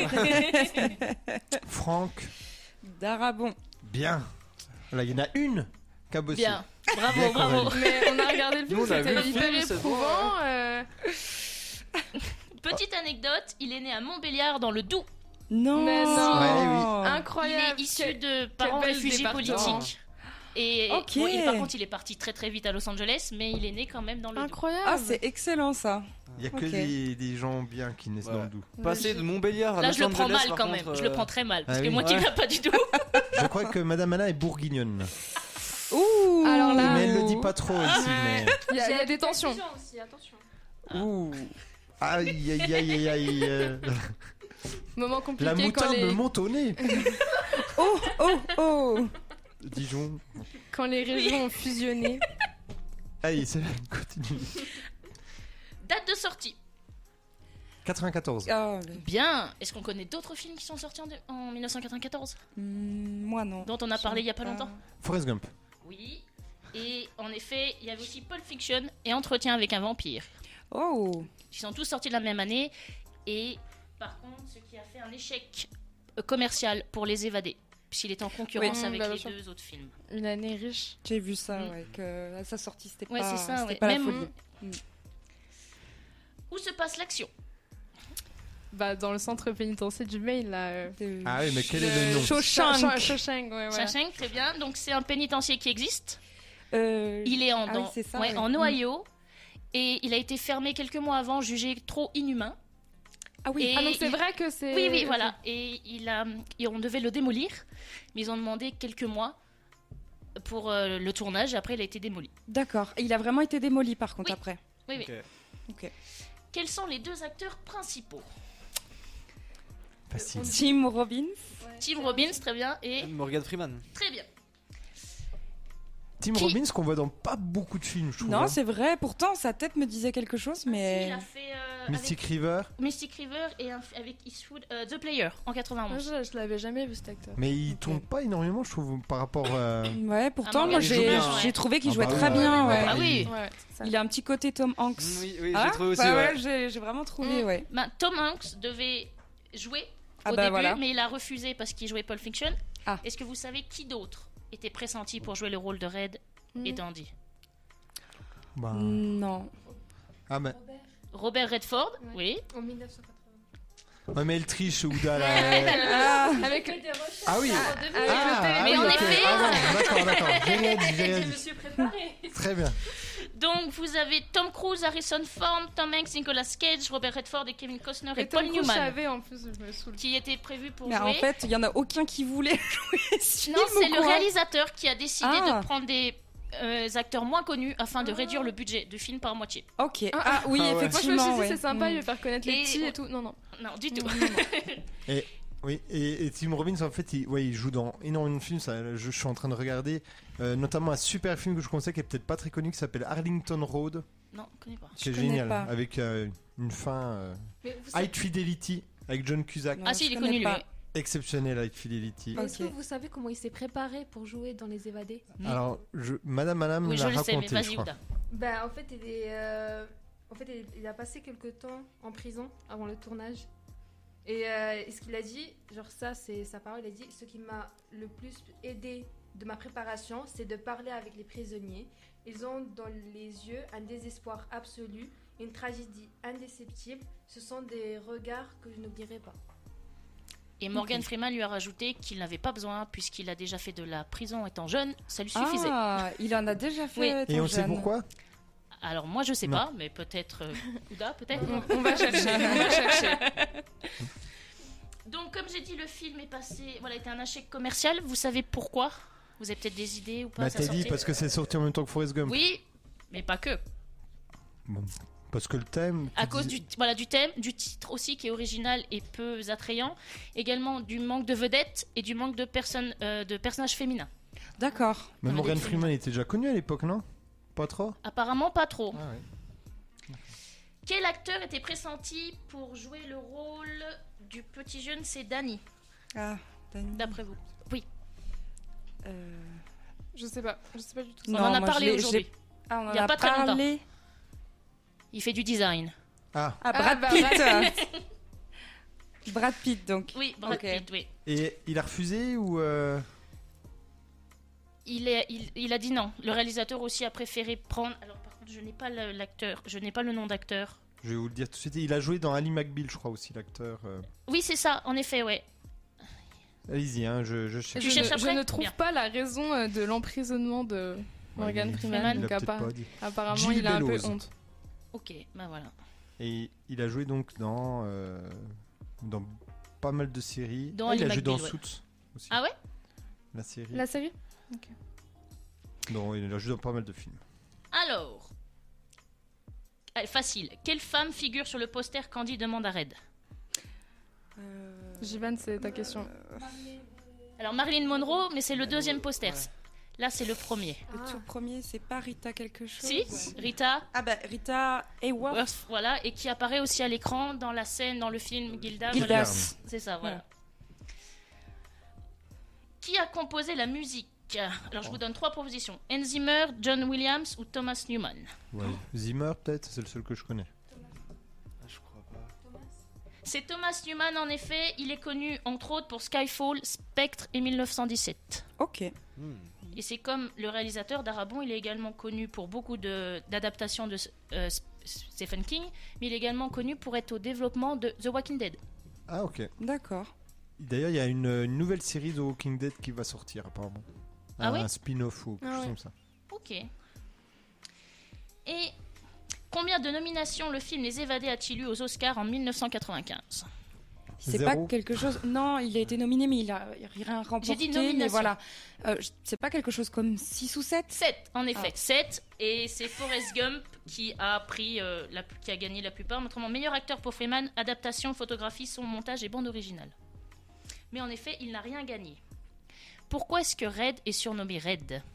Franck Darabont. Bien. Là, il y en a une qui a bossé. Bien. Bravo, Bien bravo. Mais on a regardé le film, Nous, c'était le hyper film, éprouvant. Euh... Petite anecdote, il est né à Montbéliard dans le Doubs. Non. Mais non. Ouais, oui. Incroyable. Il est issu de parents réfugiés politiques. Et okay. bon, et par contre, il est parti très très vite à Los Angeles, mais il est né quand même dans le Incroyable. Ah, c'est excellent ça. Il y a que okay. des, des gens bien qui naissent ouais. dans le Doubs. Passer de Montbéliard à Là, Los je le prends Angeles, mal quand contre, même. Je le prends très mal parce ah, que oui. moi qui ouais. viens pas du tout. Je crois que Madame Anna est bourguignonne. Ouh. Alors là, mais elle le dit pas trop ici. Mais... Il y a, il y a des tensions. Aussi, attention. Ouh. Aïe, aïe, aïe, aïe, aïe. euh. Moment compliqué. La quand moutarde les... me monte au nez. Oh, oh, oh. Dijon. quand les régions ont fusionné. Allez, c'est continue. Date de sortie. quatre-vingt-quatorze. Oh, le- Bien. Est-ce qu'on connaît d'autres films qui sont sortis en, de- en mille neuf cent quatre-vingt-quatorze Hmm, moi non. dont on a parlé il y a pas longtemps? Forrest Gump. Oui. Et en effet, il y avait aussi Pulp Fiction et Entretien avec un vampire. Oh. Ils sont tous sortis de la même année. Et par contre, ce qui a fait un échec euh, commercial pour Les Évadés, puisqu'il était en concurrence Oui, avec bah, bien les sûr. deux autres films. Une année riche. J'ai vu ça, Mm. ouais, que à sa sortie c'était Ouais, pas, c'est ça, c'était ouais. pas la Même- folie. Mm. Où se passe l'action? Bah, dans le centre pénitentiaire du Maine, là. euh, De- Ah oui, mais quel est le nom Shawshank. Sha- Sha- Shawshank, ouais, ouais. Shawshank, très bien. Donc c'est un pénitencier qui existe. Euh, Il est en, ah dans- oui, c'est ça, ouais, ouais. en Mm. Ohio. Et il a été fermé quelques mois avant, jugé trop inhumain. Ah oui. Et Ah, donc c'est il- vrai que c'est. Oui, oui, voilà. Et, il a, et on devait le démolir, mais ils ont demandé quelques mois pour euh, le tournage. Après, il a été démoli. D'accord. Et il a vraiment été démoli par contre Oui. après. Oui, oui. Ok. Ok. Quels sont les deux acteurs principaux? Facile. Tim Robbins. Tim Robbins, très bien, et Morgan Freeman. très bien. Tim Qui- Robbins qu'on voit dans pas beaucoup de films, je trouve. Non, hein. c'est vrai. Pourtant, sa tête me disait quelque chose, Ah, si, mais il a fait euh, Mystic avec River. Mystic River et un f- avec Eastwood, euh, The Player en Moi, quatre-vingt-onze. je, je l'avais jamais vu cet acteur. Mais il Ok. tourne pas énormément, je trouve, par rapport à. ouais. Pourtant, Ah, moi, Morgan j'ai Freeman, j'ai ouais. trouvé qu'il Ah jouait bah très oui, bien. ouais. Ouais. Ah oui. Ouais, c'est ça. Il a un petit côté Tom Hanks. Mm, Oui, oui, Ah, j'ai trouvé aussi. bah ouais. ouais, j'ai j'ai vraiment trouvé, Mm. ouais. Ben, Tom Hanks devait jouer Ah au bah début, voilà. mais il a refusé parce qu'il jouait Pulp Fiction. Ah. Est-ce que vous savez qui d'autre était pressenti pour jouer le rôle de Red et Mm. d'Andy? Bah. Non. Ah, mais. Robert Redford, oui. En mille neuf cent quatre-vingts. Ouais, mais elle triche, Ouda, là. elle- Ah, Avec Fait des recherches. Ah oui. Ah, avec Ah, le mais oui, en ok. effet- Ah, bon, d'accord, d'accord. J'ai rien dit, j'ai rien Je me dit. suis préparée. Très bien. Donc vous avez Tom Cruise, Harrison Ford, Tom Hanks, Nicolas Cage, Robert Redford et Kevin Costner et, Et Paul Tom Cruise, je Newman savais en plus, je me saoule. qui étaient prévus pour mais jouer. en fait, il y en a aucun qui voulait jouer ce non, film c'est ou le quoi réalisateur qui a décidé Ah. de prendre des euh, acteurs moins connus afin de réduire le budget du film par moitié. Ok. Ah, Ah, oui, ah ouais. Moi, je me effectivement. suis dit, ouais. c'est sympa, il Mm. va faire connaître les Et- petits et tout. Non, non. Non, du tout. Oui, et, et Tim Robbins, en fait, il, ouais, il joue dans énormément de films. Ça, je, je suis en train de regarder, euh, notamment un super film que je conseille qui est peut-être pas très connu, qui s'appelle Arlington Road, Non, je connais pas. qui est connais génial, pas. avec euh, une fin euh, Mais vous savez, High Fidelity avec John Cusack. Non, Ah si, je il est connais connu lui. pas. oui. Exceptionnel High Fidelity. mais est-ce que Ok. vous savez comment il s'est préparé pour jouer dans Les Évadés? Mm. Alors, je, Madame, Madame Oui, je l'a le sais, mais raconté, je vas-y, crois. Ouda. Ben, en fait, il est, euh, en fait, il- il a passé quelques temps en prison avant le tournage. Et, euh, et ce qu'il a dit, genre ça, c'est sa parole, il a dit, ce qui m'a le plus aidé de ma préparation, c'est de parler avec les prisonniers. Ils ont dans les yeux un désespoir absolu, une tragédie indescriptible. Ce sont des regards que je n'oublierai pas. Et Morgan Freeman lui a rajouté qu'il n'avait pas besoin puisqu'il a déjà fait de la prison étant jeune, ça lui suffisait. Ah, il en a déjà fait. Oui. étant Et on sait jeune. pourquoi Alors moi je sais Non. pas, mais peut-être euh, Ouda, peut-être. On, on va chercher, on va chercher. Donc comme j'ai dit, le film est passé, voilà, était un échec commercial. Vous savez pourquoi? Vous avez peut-être des idées ou pas? Bah, ça t'as dit sortait parce que c'est sorti en même temps que Forrest Gump. Oui, mais pas que. Bon, parce que le thème. À tu cause disais- du, voilà, du thème, du titre aussi qui est original et peu attrayant. Également du manque de vedettes et du manque de, personnes, euh, de personnages féminins. D'accord. Mais dans Morgan les films. Freeman était déjà connu à l'époque, non? Pas trop Apparemment pas trop. Ah ouais. Quel acteur était pressenti pour jouer le rôle du petit jeune? C'est Danny, Ah, Dani. d'après vous. Euh, Je sais pas, je sais pas du tout. On Non, en a moi, parlé je l'ai- aujourd'hui. Ah, on en Il y a a pas très longtemps. parlé. Il fait du design. Ah, Ah, Ah, Brad bah, Pitt. Brad Brad Pitt, donc. Oui, Brad Ok. Pitt, oui. et il a refusé ou. euh, Il, est, il, il a dit non. Le réalisateur aussi a préféré prendre. Alors par contre, je n'ai pas le- l'acteur, je n'ai pas le nom d'acteur. Je vais vous le dire tout de suite. Il a joué dans Ali McBeal, je crois aussi, l'acteur. euh. Oui, c'est ça, en effet, ouais. Allez-y, hein, je, je cherche. Tu je, cherches ne, je après ne trouve Bien. pas la raison euh, de l'emprisonnement de Morgan il- Freeman. il a Donc peut-être appa- pas dit. apparemment, Jill il a un peu Bellows. honte. Ok, ben voilà. Et il a joué donc dans. euh, dans pas mal de séries. Dans Ah, il a Ali joué dans McBeal, ouais. Suits aussi. Ah ouais? La série. La série? Non, il a joué dans pas mal de films. Alors, Allez, facile. Quelle femme figure sur le poster Candy demande à Red? euh... Jivan, c'est ta question. Euh... Alors Marilyn Monroe, mais c'est le deuxième poster. Ouais. Là, c'est le premier. Le ah. tout premier, c'est pas Rita quelque chose? Si, Rita. Ah bah Rita Hayworth. Voilà, et qui apparaît aussi à l'écran dans la scène, dans le film Gilda. Gilda. C'est ça, voilà. Ouais. Qui a composé la musique? Alors, je vous donne trois propositions. Hans Zimmer, John Williams ou Thomas Newman. Ouais. Zimmer, peut-être, c'est le seul que je connais. Ah, je crois pas. Thomas. C'est Thomas Newman, en effet. Il est connu, entre autres, pour Skyfall, Spectre et mille neuf cent dix-sept. Ok. Hmm. Et c'est comme le réalisateur d'Arabon, il est également connu pour beaucoup de, d'adaptations de euh, Stephen King, mais il est également connu pour être au développement de The Walking Dead. Ah, ok. D'accord. D'ailleurs, il y a une, une nouvelle série de Walking Dead qui va sortir, apparemment. Ah un, oui un spin-off ou quelque ah chose ouais. comme ça. Ok. Et combien de nominations le film Les Évadés a-t-il eu aux Oscars en mille neuf cent quatre-vingt-quinze? C'est Zéro. Pas quelque chose. Non, il a été nominé, mais il a rien remporté. J'ai dit nomination. Mais voilà. Euh, c'est pas quelque chose comme six ou sept? sept, en effet. Ah. sept. Et c'est Forrest Gump qui a pris, euh, la, qui a gagné la plupart. Notamment meilleur acteur pour Freeman, adaptation, photographie, son montage et bande originale. Mais en effet, il n'a rien gagné. Pourquoi est-ce que Red est surnommé Red?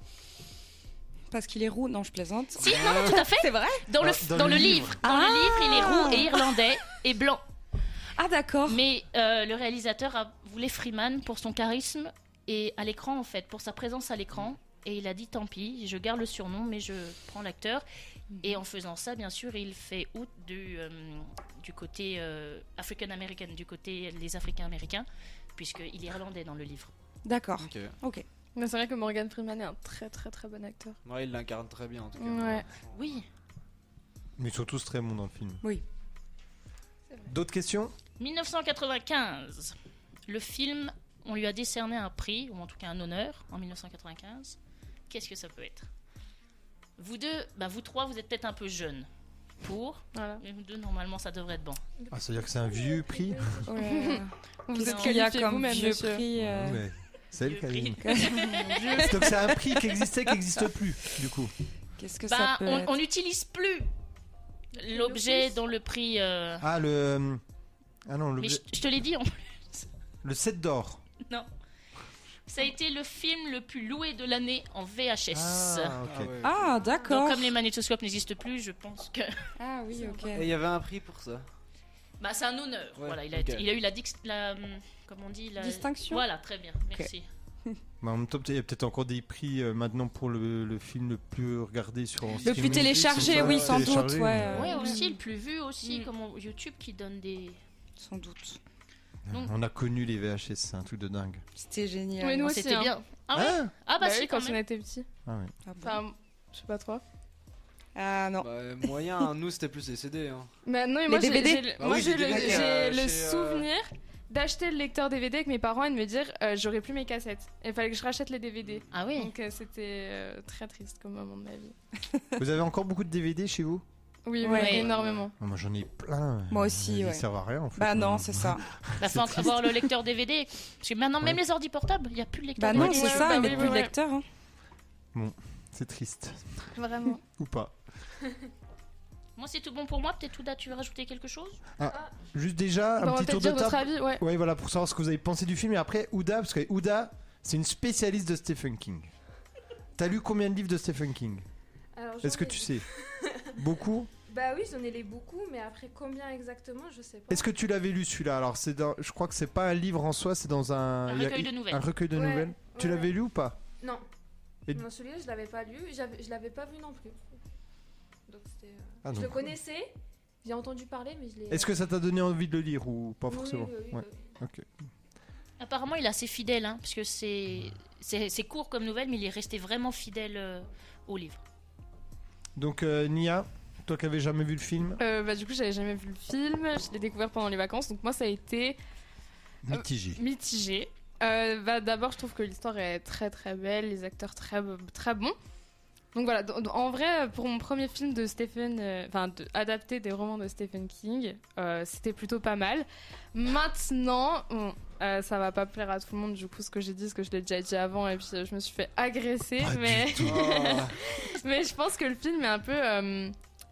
Parce qu'il est roux. Non, je plaisante. Si, non, non, tout à fait. C'est vrai. Dans le, dans dans le, le livre. livre. Dans ah. le livre, il est roux et irlandais et blanc. Ah, d'accord. Mais euh, le réalisateur a voulu Freeman pour son charisme et à l'écran, en fait, pour sa présence à l'écran. Et il a dit, tant pis, je garde le surnom, mais je prends l'acteur. Et en faisant ça, bien sûr, il fait out du, euh, du côté euh, African-American, du côté des Africains-Américains, puisqu'il est irlandais dans le livre. D'accord. Ok. Ok. Mais c'est vrai que Morgan Freeman est un très très très bon acteur. Ouais, il l'incarne très bien en tout cas. Ouais. Oui. Mais ils sont tous très bons dans le film. Oui. D'autres questions? dix-neuf cent quatre-vingt-quinze. Le film, on lui a décerné un prix, ou en tout cas un honneur, en dix-neuf cent quatre-vingt-quinze. Qu'est-ce que ça peut être? Vous deux, bah vous trois, vous êtes peut-être un peu jeunes. Pour, voilà. Mais vous deux, normalement, ça devrait être bon. Ah, ça veut dire que c'est un vieux prix? Ouais. Vous êtes qualifié comme même, vieux monsieur. prix. Euh... Ouais. C'est elle qui a dit. Vieux. Donc c'est un prix qui existait, qui n'existe plus, du coup. Qu'est-ce que bah, ça peut on, être on n'utilise plus l'objet dans le prix. Euh... Ah, le. Ah non, Mais je, je te l'ai dit en plus. Le sept d'or. Non. Ça a été le film le plus loué de l'année en V H S. Ah, okay. Ah, d'accord. Donc, comme les magnétoscopes n'existent plus, je pense que. Ah oui, ok. Et il y avait un prix pour ça. Bah, c'est un honneur. Ouais, voilà, il a, okay. été, il a eu la, dix, la, comment on dit, la distinction. Voilà, très bien, merci. Okay. Bah, en même temps, il y a peut-être encore des prix euh, maintenant pour le, le film le plus regardé sur. Le plus téléchargé, oui, sans doute. Ouais, ouais, aussi le plus vu aussi, mm. comme on, YouTube qui donne des. Sans doute. Donc, on a connu les V H S, c'est un truc de dingue. C'était génial. Oui, nous oh, aussi, c'était hein. bien. Ah, ouais ah, ah bah, bah si, oui, quand, quand on était petits. Ah ouais. Ah bon. Enfin, je sais pas trop. Ah non. Bah, moyen, nous c'était plus les C D. Hein. Bah non, mais moi les j'ai, D V D. j'ai, bah moi oui, j'ai D V D, le, j'ai euh, le chez, souvenir euh... d'acheter le lecteur D V D avec mes parents et de me dire euh, j'aurais plus mes cassettes. Il fallait que je rachète les D V D. Ah oui. Donc euh, c'était euh, très triste comme moment de ma vie. Vous avez encore beaucoup de D V D chez vous? Oui, ouais. oui, énormément. Ah, moi j'en ai plein. Moi aussi, Ils ouais. servent à rien en fait. Bah non, c'est ça. Bah faut encore avoir le lecteur D V D. Parce que maintenant, même ouais. les ordi portables, il n'y a plus de lecteur bah D V D. Bah non, c'est ouais, ça, bah ils oui, mettent oui, plus de ouais. lecteur. Hein. Bon, c'est triste. Vraiment. Ou pas. Moi c'est tout bon pour moi, peut-être Ouda, tu veux rajouter quelque chose? Ah, juste déjà, bah, un petit tour de table. table. Avis, ouais. ouais, voilà, pour savoir ce que vous avez pensé du film. Et après, Ouda, parce que Ouda, c'est une spécialiste de Stephen King. T'as lu combien de livres de Stephen King? Alors, Est-ce que ai... tu sais? Beaucoup? Bah oui, j'en ai lu beaucoup, mais après combien exactement, je sais pas. Est-ce que tu l'avais lu celui-là? Alors, c'est dans... je crois que c'est pas un livre en soi, c'est dans un... Un recueil de nouvelles. Un recueil de ouais, nouvelles. Ouais, tu l'avais ouais. lu ou pas? Non. Et... Non, celui-là, je l'avais pas lu, J'avais... je l'avais pas vu non plus. Donc c'était... Ah, je donc... le connaissais, j'ai entendu parler, mais je l'ai... Est-ce que ça t'a donné envie de le lire ou pas oui, forcément? Oui, oui, ouais. oui. Ok. Apparemment, il est assez fidèle, hein, parce que c'est... C'est... c'est court comme nouvelle, mais il est resté vraiment fidèle euh, au livre. Donc, euh, Nia, toi qui n'avais jamais vu le film? euh, Bah du coup, j'avais jamais vu le film, je l'ai découvert pendant les vacances, donc moi ça a été... Euh, mitigé. Mitigé. Euh, bah, d'abord, je trouve que l'histoire est très très belle, les acteurs très, très bons. Donc voilà, d- en vrai, pour mon premier film de Stephen, enfin euh, adapté des romans de Stephen King, euh, c'était plutôt pas mal. Maintenant, bon, euh, ça va pas plaire à tout le monde du coup ce que j'ai dit, parce que je l'ai déjà dit avant et puis euh, je me suis fait agresser, Pas mais du tout. Oh. mais je pense que le film est un peu, euh,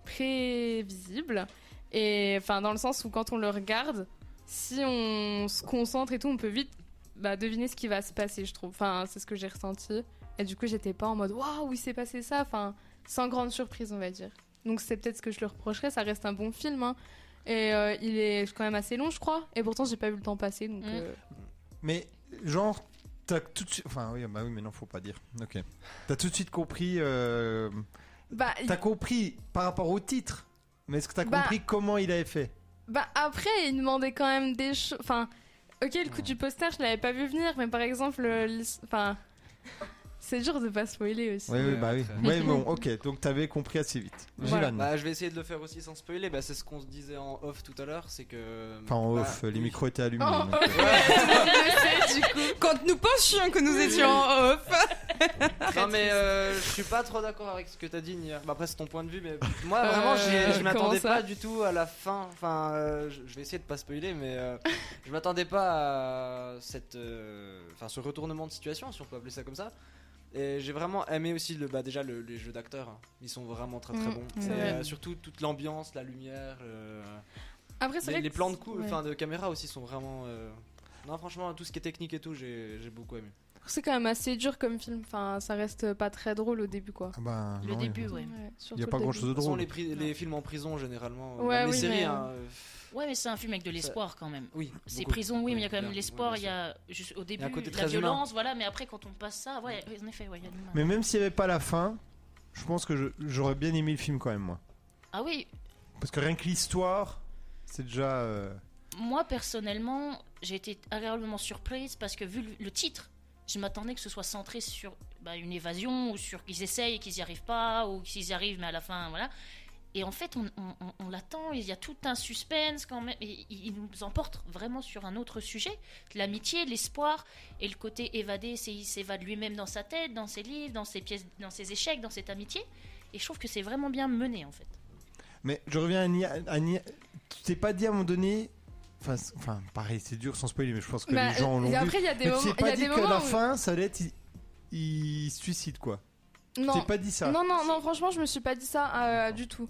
prévisible. Et enfin, dans le sens où quand on le regarde, si on se concentre et tout, on peut vite bah, deviner ce qui va se passer, je trouve. Enfin, c'est ce que j'ai ressenti. Et du coup, j'étais pas en mode waouh, il s'est passé ça. Enfin, sans grande surprise, on va dire. Donc, c'est peut-être ce que je le reprocherais. Ça reste un bon film. Hein. Et euh, il est quand même assez long, je crois. Et pourtant, j'ai pas vu le temps passer. Donc, mmh. euh... Mais, genre, t'as tout de suite. Enfin, oui, bah oui, mais non, faut pas dire. Ok. T'as tout de suite compris. Euh... Bah, t'as compris par rapport au titre. Mais est-ce que t'as bah, compris comment il avait fait? Bah après, il demandait quand même des choses. Enfin, ok, le coup du poster, je l'avais pas vu venir, mais par exemple, le... enfin, c'est dur de pas spoiler aussi. Oui, oui, bah oui. Ouais, bon, ok, donc t'avais compris assez vite. Voilà. Bah, je vais essayer de le faire aussi sans spoiler. Bah, c'est ce qu'on se disait en off tout à l'heure, c'est que. Enfin, en bah, off, oui. Les micros étaient allumés. Oh, donc, euh... ouais. Du coup. Quand nous pensions que nous étions en off. Non mais euh, je suis pas trop d'accord avec ce que t'as dit Nia. Bah, après c'est ton point de vue, mais moi vraiment euh, je m'attendais pas du tout à la fin. Enfin, euh, je vais essayer de pas spoiler, mais euh, je m'attendais pas à cette, enfin euh, ce retournement de situation, si on peut appeler ça comme ça. Et j'ai vraiment aimé aussi le, bah déjà le, les jeux d'acteurs. Hein. Ils sont vraiment très très bons. Mmh, et euh, surtout toute l'ambiance, la lumière. Euh, Après c'est les, vrai les que plans de coups, ouais. enfin de caméra aussi sont vraiment. Euh... Non franchement tout ce qui est technique et tout, j'ai j'ai beaucoup aimé. C'est quand même assez dur comme film, enfin ça reste pas très drôle au début quoi. Ah bah, le non, début, ouais. ouais. Il y a pas grand chose de drôle. Les, pri- les films en prison généralement, ouais, même oui, les séries. mais... Hein, ouais, mais c'est un film avec de l'espoir ça... quand même. Oui. C'est prison, oui, mais il y a quand même l'espoir. Ouais, il y a juste au début la violence, humain. Voilà, mais après quand on passe ça, ouais, en effet, ouais, il y a l'humain. Mais même s'il y avait pas la fin, je pense que je, j'aurais bien aimé le film quand même moi. Ah oui. Parce que rien que l'histoire, c'est déjà. Euh... Moi personnellement, j'ai été agréablement surprise parce que vu le, le titre. Je m'attendais que ce soit centré sur bah, une évasion ou sur qu'ils essayent et qu'ils n'y arrivent pas ou qu'ils y arrivent mais à la fin voilà. Et en fait on, on, on, on l'attend, il y a tout un suspense quand même et il nous emporte vraiment sur un autre sujet, l'amitié, l'espoir et le côté évadé, c'est, il s'évade lui-même dans sa tête, dans ses livres, dans ses pièces, dans ses échecs, dans cette amitié et je trouve que c'est vraiment bien mené en fait. Mais je reviens à Nia, à Nia. Tu t'es pas dit à un moment donné. Enfin, enfin, pareil, c'est dur sans spoiler, mais je pense que bah, les gens l'ont vu. Après, il y a des mais moments. Tu t'es pas dit que la où... fin, ça allait être. Il, il se suicide, quoi. Non. Tu t'es pas dit ça. Non, non, non, franchement, je me suis pas dit ça euh, du tout.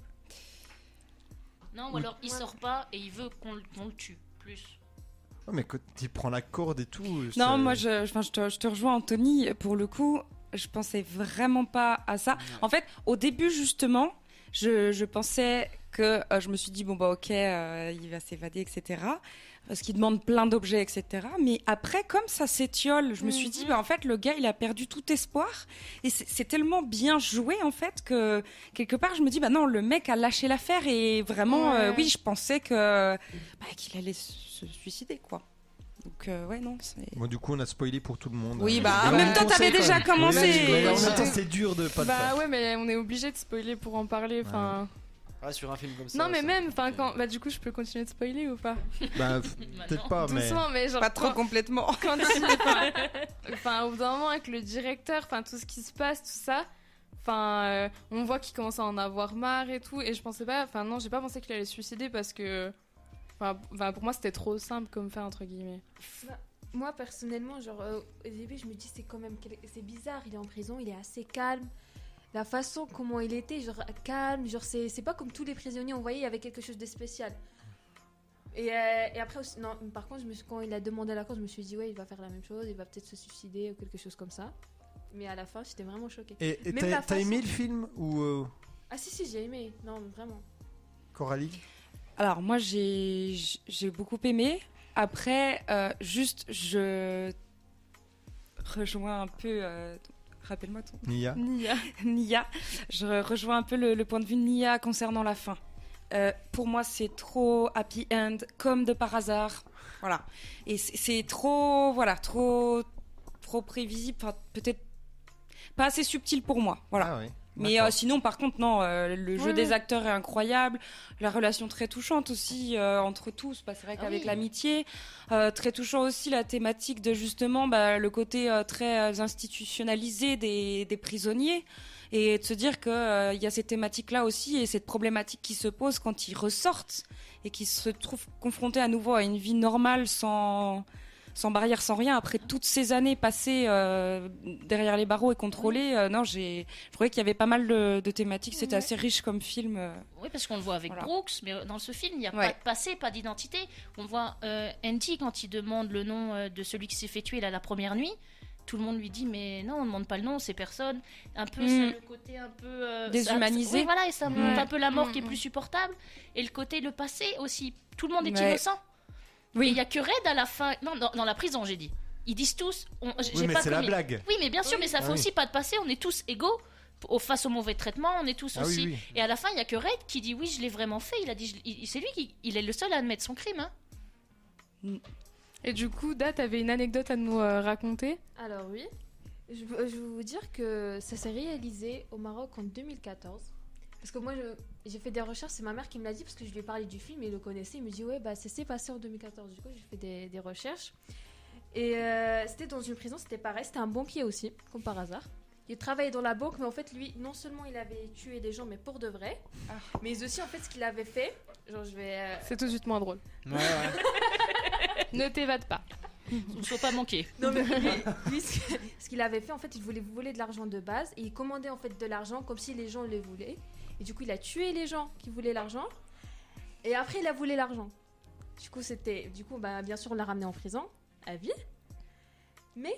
Non, ou alors il ouais. sort pas et il veut qu'on, qu'on le tue, plus. Ouais, mais quand il prend la corde et tout. Non, ça... moi, je, je, te, je te rejoins, Anthony. Pour le coup, je pensais vraiment pas à ça. En fait, au début, justement, je, je pensais. Que euh, je me suis dit bon bah ok euh, il va s'évader etc parce qu'il demande plein d'objets etc mais après comme ça s'étiole je me mm-hmm. suis dit bah en fait le gars il a perdu tout espoir et c'est, c'est tellement bien joué en fait que quelque part je me dis bah non le mec a lâché l'affaire et vraiment ouais. euh, oui je pensais que bah, qu'il allait se suicider quoi. Donc euh, ouais non c'est... Bon du coup on a spoilé pour tout le monde. Oui bah en même temps t'avais déjà commencé. Oui, en même temps c'est dur de pas bah, le faire. Bah ouais mais on est obligé de spoiler pour en parler enfin. Ouais. Ah, sur un film comme ça. Non mais ça même, enfin quand, bah du coup je peux continuer de spoiler ou pas? Bah peut-être pas, mais. Doucement, mais genre pas trop quand, complètement. Quand il, enfin au bout d'un moment avec le directeur, enfin tout ce qui se passe, tout ça, enfin euh, on voit qu'il commence à en avoir marre et tout, et je pensais pas, enfin non j'ai pas pensé qu'il allait se suicider parce que, enfin pour moi c'était trop simple comme fait entre guillemets. Bah, moi personnellement genre euh, au début je me dis c'est quand même c'est bizarre, il est en prison, il est assez calme. La façon comment il était, genre calme, genre c'est, c'est pas comme tous les prisonniers, on voyait il y avait quelque chose de spécial. Et, euh, et après aussi, non, par contre, je me suis, quand il a demandé la cause, je me suis dit ouais, il va faire la même chose, il va peut-être se suicider ou quelque chose comme ça. Mais à la fin, j'étais vraiment choquée. Et, et t'as, t'as façon... aimé le film ou euh... Ah si si, j'ai aimé, non vraiment. Coralie? Alors moi j'ai j'ai beaucoup aimé. Après, euh, juste je rejoins un peu. Euh, Rappelle-moi ton Nia. Nia. Nia. Je rejoins un peu le, le point de vue de Nia concernant la fin. Euh, pour moi, c'est trop happy end, comme de par hasard. Voilà. Et c'est, c'est trop, voilà, trop, trop prévisible. Enfin, peut-être pas assez subtil pour moi. Voilà. Ah oui. Mais euh, sinon, par contre, non, euh, le jeu oui, des oui. acteurs est incroyable, la relation très touchante aussi euh, entre tous, bah, c'est vrai qu'avec ah oui. l'amitié, euh, très touchant aussi la thématique de justement bah, le côté euh, très institutionnalisé des, des prisonniers, et de se dire qu'il euh, y a ces thématiques-là aussi, et cette problématique qui se pose quand ils ressortent, et qu'ils se trouvent confrontés à nouveau à une vie normale sans... sans barrière, sans rien, après toutes ces années passées euh, derrière les barreaux et contrôlées, euh, non, j'ai, je trouvais qu'il y avait pas mal de, de thématiques. C'était assez riche comme film. Euh. Oui, parce qu'on le voit avec voilà. Brooks, mais dans ce film, il n'y a ouais. pas de passé, pas d'identité. On voit euh, Andy quand il demande le nom euh, de celui qui s'est fait tuer là, la première nuit. Tout le monde lui dit mais non, on ne demande pas le nom, c'est personne. Un peu, mm. c'est le côté un peu euh, déshumanisé. Ça, oui, voilà, et ça montre ouais. un peu la mort mm. qui est plus supportable. Et le côté le passé aussi. Tout le monde est ouais. innocent. Oui. Il y a que Red à la fin. Non, dans, dans la prison, j'ai dit. Ils disent tous. On, oui, j'ai mais pas c'est connu. la blague. Oui, mais bien sûr, oui. mais ça fait ah, aussi oui. pas de passé. On est tous égaux. Au, face au mauvais traitement, on est tous ah, aussi. Oui, oui. Et à la fin, il y a que Red qui dit oui, je l'ai vraiment fait. Il a dit, je, il, c'est lui qui, il est le seul à admettre son crime. Hein. Mm. Et du coup, Da, t'avais une anecdote à nous euh, raconter ? Alors oui. Je, je vais vous dire que ça s'est réalisé au Maroc en deux mille quatorze. Parce que moi, je, j'ai fait des recherches, c'est ma mère qui me l'a dit, parce que je lui ai parlé du film, il le connaissait, il me dit ouais, bah, ça s'est passé en deux mille quatorze. Du coup, j'ai fait des, des recherches. Et euh, c'était dans une prison, c'était pareil, c'était un banquier aussi, comme par hasard. Il travaillait dans la banque, mais en fait, lui, non seulement il avait tué des gens, mais pour de vrai, ah. mais aussi, en fait, ce qu'il avait fait, genre, je vais... Euh... C'est tout de suite moins drôle. Ouais, ouais. Ne t'évade pas. Il ne faut pas manquer. Non, mais lui, lui ce, ce qu'il avait fait, en fait, il voulait voler de l'argent de base et il commandait en fait de l'argent comme si les gens le voulaient. Et du coup, il a tué les gens qui voulaient l'argent. Et après, il a volé l'argent. Du coup, c'était, du coup, bah, bien sûr, on l'a ramené en prison à vie. Mais,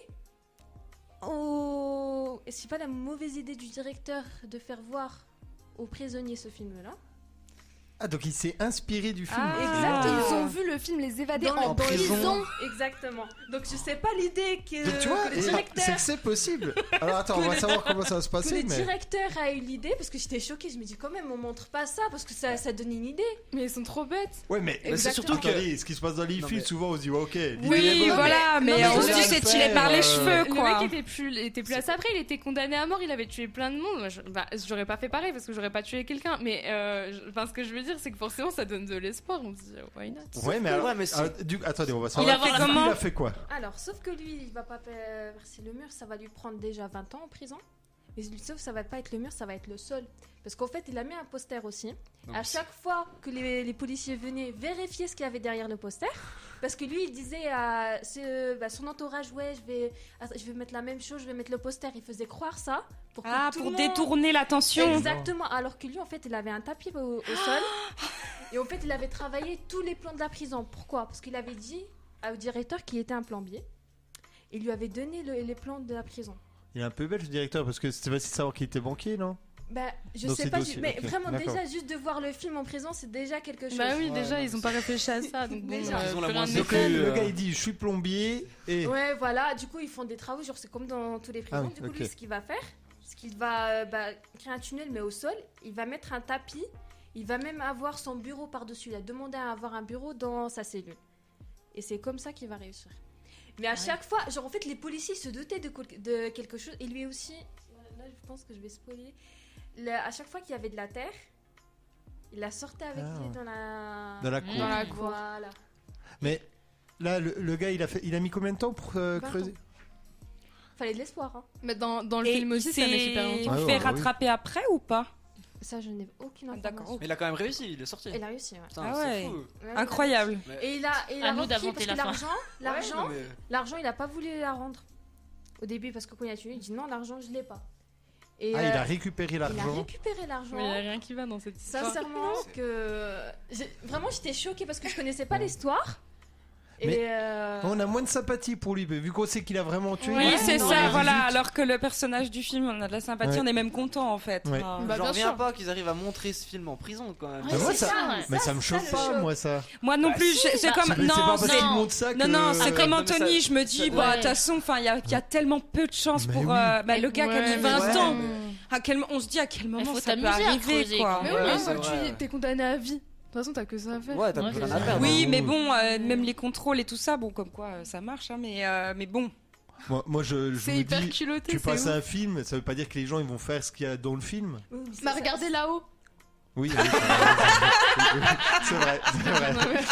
oh, c'est pas la mauvaise idée du directeur de faire voir aux prisonniers ce film-là. Ah, donc il s'est inspiré du film. Ah, exactement. Ils ont vu le film Les Évadés dans, en, en prison. prison. Exactement. Donc je sais pas l'idée que, donc, tu vois, que le directeur... c'est que c'est possible. Alors attends, on va savoir comment ça va se passer. Que le mais... directeur a eu l'idée, parce que j'étais choquée, je me dis quand même, on montre pas ça, parce que ça, ça donne une idée. Mais ils sont trop bêtes. Ouais, mais, mais c'est surtout que ce qui se passe dans les films, mais... souvent on se dit ouais, ok. Oui, voilà, mais, mais on se dit c'est tiré par les cheveux, quoi. Le mec était plus, était plus à sa près, il était condamné à mort, il avait tué plein de monde. Moi, je, bah, j'aurais pas fait pareil parce que j'aurais pas tué quelqu'un, mais euh, je, enfin, ce que je veux dire, c'est que forcément ça donne de l'espoir. On se dit why not. Ouais, mais, alors, ouais, mais alors, du, attendez, on va savoir. Il a fait comment ? Il a fait quoi ? Alors, sauf que lui, il va pas verser le mur, ça va lui prendre déjà vingt ans en prison. Mais sauf que ça va pas être le mur, ça va être le sol. Parce qu'en fait, il a mis un poster aussi. Donc, à chaque fois que les, les policiers venaient vérifier ce qu'il y avait derrière le poster, parce que lui, il disait à ce, bah, son entourage, ouais, je vais, je vais mettre la même chose, je vais mettre le poster. Il faisait croire ça. Pour que ah, tout pour le détourner monde... l'attention. Exactement. Alors que lui, en fait, il avait un tapis au, au sol. Et en fait, il avait travaillé tous les plans de la prison. Pourquoi ? Parce qu'il avait dit au directeur qu'il était un plombier. Il lui avait donné le, les plans de la prison. Il est un peu belge, le directeur, parce que c'était facile de savoir qu'il était banquier, non ? Bah, je dans sais pas, dossiers, mais okay. vraiment, D'accord. déjà, juste de voir le film en prison, c'est déjà quelque chose. Bah oui, ouais, déjà, non, ils ont pas réfléchi à ça. Donc bon, déjà. euh, Ils ont la plus moins rien ne Donc fait. le, euh... le gars il dit je suis plombier et. Ouais, voilà, du coup, ils font des travaux, genre c'est comme dans tous les prisons. Ah oui, du coup, okay. lui, ce qu'il va faire, c'est qu'il va euh, bah, créer un tunnel, mais au sol, il va mettre un tapis, il va même avoir son bureau par-dessus. Il a demandé à avoir un bureau dans sa cellule. Et c'est comme ça qu'il va réussir. Mais à ouais. chaque fois, genre en fait, les policiers se doutaient de, de quelque chose, et lui aussi, là, je pense que je vais spoiler. Le, à chaque fois qu'il y avait de la terre, il la sortait avec ah. lui dans la... dans la cour. Dans la cour. Voilà. Mais là, le, le gars, il a, fait, il a mis combien de temps pour euh, creuser ? Fallait de l'espoir. Hein. Mais dans, dans le Et film aussi, ça met super longtemps. Il Ah, fait ouais, rattraper oui. après ou pas ? Ça, je n'ai aucune information. D'accord. Mais il a quand même réussi, il est sorti. Il a réussi, ouais. Putain, ah c'est ouais. fou. Ouais, Incroyable. Mais... Et il a, et il a à nous repris d'inventer parce la que fin. l'argent, l'argent, ouais, mais... l'argent, il a pas voulu la rendre au début parce que quand il a tué, il dit non, l'argent, je l'ai pas. Et ah, euh, il a récupéré l'argent. Il a récupéré l'argent. Mais il n'y a rien qui va dans cette histoire. Sincèrement, que j'ai... vraiment, j'étais choquée parce que je connaissais pas l'histoire. Mais et euh... on a moins de sympathie pour lui, vu qu'on sait qu'il a vraiment tué. Oui, ouais, c'est non, ça, voilà. Alors que le personnage du film, on a de la sympathie, ouais. on est même content en fait. Ouais. Enfin, bah, J'en reviens sûr. pas qu'ils arrivent à montrer ce film en prison quand même. Ouais, mais moi, ça, ça, ouais. mais ça, ça me ça, choque ça, pas, choque. moi, ça. moi non Bah, plus, si. je- c'est Bah, comme C'est non, pas parce c'est- qu'il montre ça que. non, non, c'est ouais. comme Non, mais ça- Anthony. Je me dis, ça- bah de ouais. toute façon, enfin, il y a, il y a tellement peu de chance Mais pour oui. euh, bah, le gars qui a Ouais, mis mais vingt ouais, ans. mais- À quel, on se dit à quel moment faut ça peut t'amuser à arriver, creuser, quoi. quand Mais Ouais, oui, une c'est fois que vrai. tu es condamné à vie. De toute façon, t'as que ça à faire. Ouais, t'as Ouais, plus rien c'est à ça. perdre. Oui, hein. mais bon, euh, même les contrôles et tout ça, bon, comme quoi euh, ça marche, hein, mais, euh, mais bon. Moi, moi, je, je C'est me hyper dis, culotté. tu c'est passes ouf. un film, ça veut pas dire que les gens ils vont faire ce qu'il y a dans le film. Oui, mais c'est Bah ça. regardez là-haut. Oui, oui, c'est vrai, c'est vrai.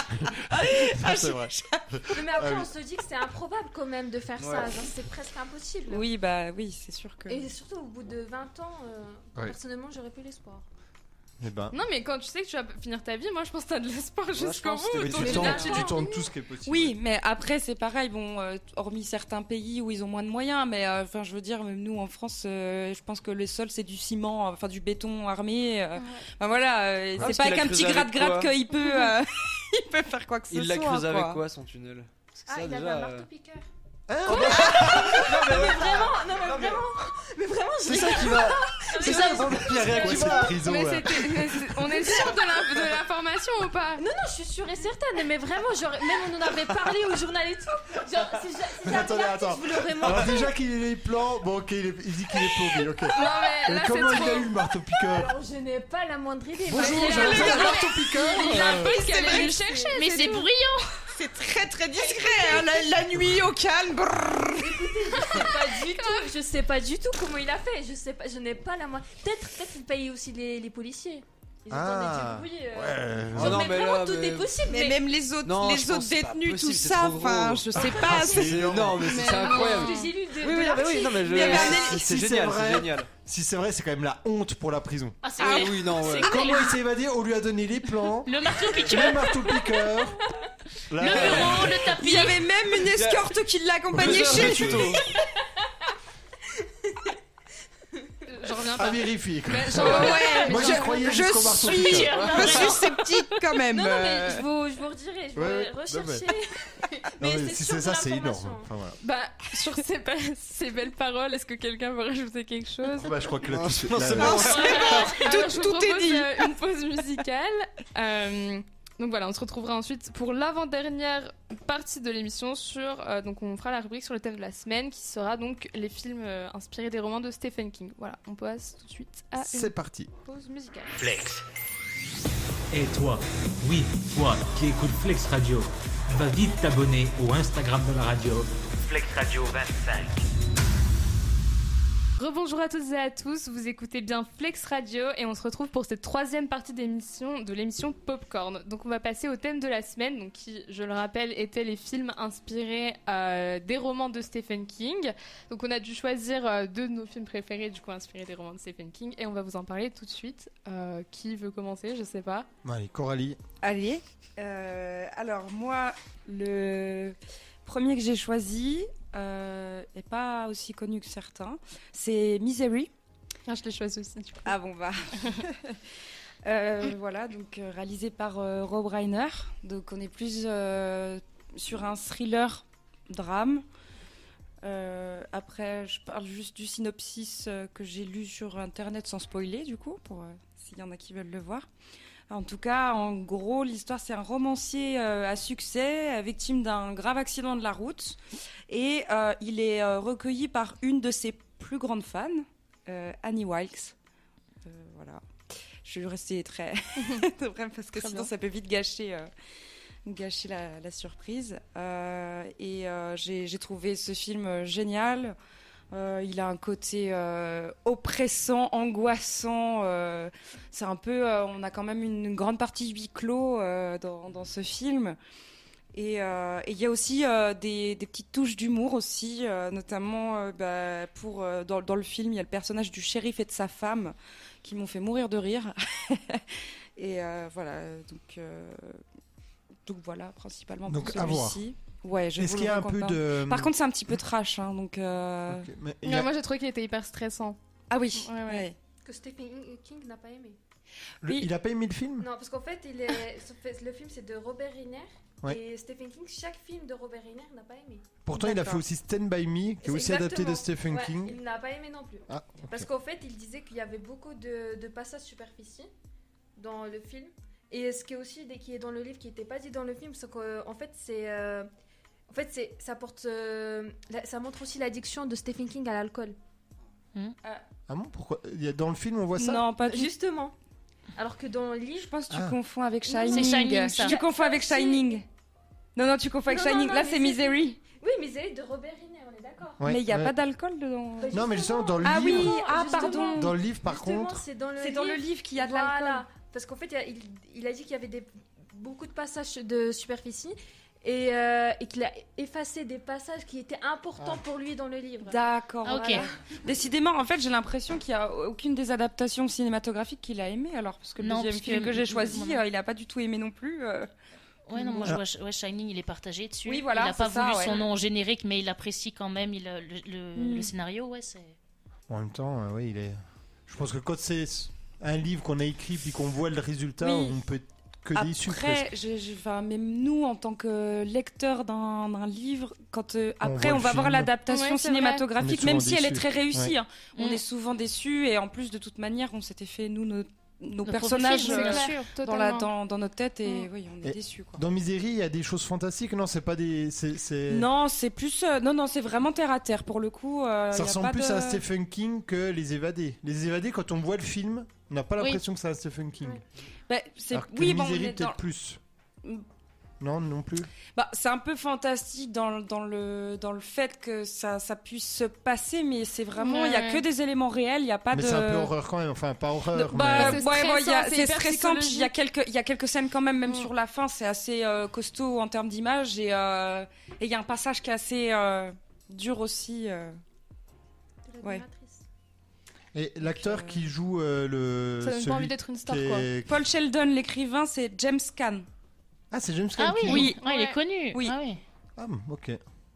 Ça, c'est vrai. Non, mais après, Ah oui. on se dit que c'est improbable quand même de faire Ouais. ça. Genre, c'est presque impossible. Oui, bah oui, c'est sûr que. Et surtout au bout de vingt ans, euh, Ouais. personnellement, j'aurais plus l'espoir. Eh ben. Non, mais quand tu sais que tu vas finir ta vie, moi je pense que t'as de l'espoir Ouais, jusqu'au bout. Mais tu tentes, tu tentes tout ce qui est possible. Oui, mais après c'est pareil. Bon, euh, hormis certains pays où ils ont moins de moyens, mais enfin, euh, je veux dire, même nous en France, euh, je pense que les sols c'est du ciment, enfin du béton armé. Euh, ouais. Enfin, voilà, euh, ah, c'est pas avec un petit gratte-gratte qu'il peut, euh, il peut faire quoi que ce soit. Il l'a creusé avec quoi son tunnel? Ah, il avait un marteau-piqueur. Hein non, mais, non, mais vraiment, non, mais vraiment, mais vraiment, c'est ça qui va. C'est ça, il y a rien qui va. Prison, mais ouais. mais on est sûr de l'information ou pas? Non, non, je suis sûre et certaine, mais vraiment, genre, même on en avait parlé au journal et tout. Genre, si j'avais attendez, attends. je vous l'aurais montré. Alors déjà qu'il est les plans, bon ok, il, est, il dit qu'il est paumé, ok. Non mais là, comment il trop... a eu le marteau-piqueur? Alors, je n'ai pas la moindre idée. Bonjour, j'ai un marteau-piqueur. Il a un pote qui allait le chercher. Mais c'est bruyant. C'est très très discret, hein, la, la nuit au calme. Je sais pas du tout. Je sais pas du tout comment il a fait. Je sais pas. Je n'ai pas la moindre. Peut-être, peut-être qu'il paye aussi les, les policiers. Ils ah, des débrouilles. Euh... Ouais. Genre, Oh non, mais mais vraiment là, tout mais... est possible. Mais, mais... même les autres, non, les autres détenus, possible, tout c'est ça, trop enfin, gros. je sais pas. C'est énorme, mais c'est incroyable. J'ai lu de, Oui, de oui, non, mais oui, non, mais je. Il y avait un C'est si c'est génial, vrai. c'est génial. Si c'est vrai, c'est quand même la honte pour la prison. Ah, c'est Ah vrai. oui, non, ouais. C'est Comment il s'est évadé? On lui a donné les plans, Le marteau-piqueur, le marteau-piqueur, le bureau, le tapis. Il y avait même une escorte qui l'accompagnait chez lui. tuto. J'en reviens à pas. vérifier. quoi. Mais j'en- ouais, Moi mais j'y j'en- croyais Je jusqu'au suis, marteau-piqueur. je suis sceptique quand même. Non, non, mais euh. je vous, je vous redirai. Je Ouais, vais ouais, non, rechercher. Non, mais mais c'est si sûr c'est ça, de c'est énorme. l'information. Enfin, voilà. Bah, sur ces, be- ces belles paroles, est-ce que quelqu'un veut rajouter quelque chose? Bah, je crois que la Non, piste- non, la- c'est la- bon. Alors, Tout- je vous tout est propose, dit. euh, une pause musicale. Euh, donc voilà, on se retrouvera ensuite pour l'avant-dernière partie de l'émission sur. Euh, donc on fera la rubrique sur le thème de la semaine qui sera donc les films euh, inspirés des romans de Stephen King. Voilà, on passe tout de suite à C'est une parti. pause musicale. Flex. Et toi, oui, toi qui écoutes Flex Radio, va vite t'abonner au Instagram de la radio, Flex Radio vingt-cinq. Rebonjour à toutes et à tous, vous écoutez bien Flex Radio et on se retrouve pour cette troisième partie d'émission, de l'émission Popcorn. Donc on va passer au thème de la semaine, donc qui, je le rappelle, étaient les films inspirés euh, des romans de Stephen King. Donc on a dû choisir euh, deux de nos films préférés, du coup inspirés des romans de Stephen King, et on va vous en parler tout de suite. Euh, qui veut commencer? Je sais pas. Allez, Coralie. Allez, euh, alors moi, le premier que j'ai choisi euh, est pas aussi connu que certains. C'est Misery. Ah, je l'ai choisi aussi, du coup. Ah bon, bah. euh, voilà, donc euh, réalisé par euh, Rob Reiner. Donc on est plus euh, sur un thriller drame. Euh, après, je parle juste du synopsis euh, que j'ai lu sur internet sans spoiler, du coup, pour euh, s'il y en a qui veulent le voir. En tout cas, en gros, l'histoire, c'est un romancier euh, à succès, euh, victime d'un grave accident de la route. Et euh, il est euh, recueilli par une de ses plus grandes fans, euh, Annie Wilkes. Euh, voilà. Je vais rester très, très bref parce que Très sinon bien. ça peut vite gâcher, euh, gâcher la, la surprise. Euh, et euh, j'ai, j'ai trouvé ce film euh, génial. Euh, il a un côté euh, oppressant, angoissant. Euh, c'est un peu, euh, on a quand même une, une grande partie huis clos euh, dans, dans ce film. Et euh, et il y a aussi euh, des, des petites touches d'humour aussi, euh, notamment euh, bah, pour euh, dans, dans le film, il y a le personnage du shérif et de sa femme qui m'ont fait mourir de rire. Et euh, voilà, donc euh, donc voilà, principalement Donc, pour à voir. celui-ci. Ouais, je Est-ce vous qu'il y le a un peu recommande. de. Par contre, c'est un petit peu trash, hein, donc. euh, Ok, mais il y Ouais, a- moi j'ai trouvé qu'il était hyper stressant. Ah oui. Ouais, ouais. ouais. Que Stephen King n'a pas aimé. le- oui. il a pas aimé le film? Non, parce qu'en fait, il est... le film c'est de Robert Reiner. Ouais. Et Stephen King, chaque film de Robert Reiner n'a pas aimé. Pourtant, il a D'accord. fait aussi Stand By Me, qui est aussi Exactement. adapté de Stephen Ouais, King. Il n'a pas aimé non plus. Ah, ok. Parce qu'en fait, il disait qu'il y avait beaucoup de, de passages superficiels dans le film. Et ce qui est aussi qui est dans le livre, qui n'était pas dit dans le film, c'est qu'en fait, c'est, euh, en fait, c'est, ça porte, euh, la- ça montre aussi l'addiction de Stephen King à l'alcool. Ah bon, pourquoi? Il y a- Dans le film, on voit ça? Non, pas du tout. Justement. Alors que dans le livre, Je pense que tu Ah. confonds avec Non, Shining. c'est Shining, ça. Tu confonds avec Si. Shining. Non, non, tu confonds avec Non, non, Shining. non, Là, mais c'est c'est- Misery. oui, mais c'est de Robert Reiner, on est d'accord. Ouais, Mais il n'y a ouais. pas d'alcool dedans. Bah, Non, mais justement, dans le Ah oui, livre. ah justement. pardon. Dans le livre, par Justement, contre. c'est dans le C'est dans le livre qu'il y a de Voilà. l'alcool. Parce qu'en fait, il, a- il- il a dit qu'il y avait des, beaucoup de passages de superficie. et, euh, et qu'il a effacé des passages qui étaient importants ah. pour lui dans le livre. D'accord. Ah, ok. Voilà. Décidément, en fait, j'ai l'impression qu'il n'y a aucune des adaptations cinématographiques qu'il a aimé, alors parce que le non, deuxième film que, que j'ai choisi, euh, il n'a pas du tout aimé non plus. Euh... Ouais, non, moi je vois ouais, Shining, il est partagé dessus. Oui, voilà, il n'a pas ça, voulu ouais. son nom en générique, mais il apprécie quand même il, le, le, mm. le scénario, ouais, c'est. En même temps, euh, oui, il est. Je pense que quand c'est un livre qu'on a écrit puis qu'on voit le résultat, oui. on peut être que Après, déçu. Après, même nous, en tant que lecteurs d'un, d'un livre, quand euh, après on, on va film. voir l'adaptation ouais, cinématographique, même si déçus. elle est très réussie, ouais. hein, on mmh. est souvent déçus et en plus de toute manière, on s'était fait nous nos nos personnages film, euh, sûr, dans, la, dans, dans notre tête et mmh. oui, on est déçus. Dans Misery, il y a des choses fantastiques. Non, c'est pas des. C'est, c'est... Non, c'est plus. Euh, non, non, c'est vraiment terre à terre pour le coup. Euh, ça ressemble plus de... à Stephen King que Les Évadés. Les Évadés, quand on voit le film, on n'a pas l'impression oui. que c'est un Stephen King. Oui. Bah, c'est... Alors que oui, Misery, bon, peut-être dans... plus. Non, non plus. Bah, c'est un peu fantastique dans, dans, le, dans le fait que ça, ça puisse se passer, mais c'est vraiment, il ouais. n'y a que des éléments réels, il n'y a pas mais de... Mais c'est un peu horreur quand même, enfin pas horreur, de, bah, mais... C'est stressant, ouais, ouais, y a, c'est, c'est stressant, puis il y a quelques, il y a quelques scènes quand même, même mm. sur la fin, c'est assez euh, costaud en termes d'image, et il euh, et y a un passage qui est assez euh, dur aussi. Euh... Ouais. Et l'acteur euh... qui joue euh, le... Ça donne pas envie d'être une star, est... quoi. Paul Sheldon, l'écrivain, c'est James Caan. Ah, c'est James Caan ah, qui oui, joue. oui, ouais, il est connu. Oui. Ah, oui. Ah, ok.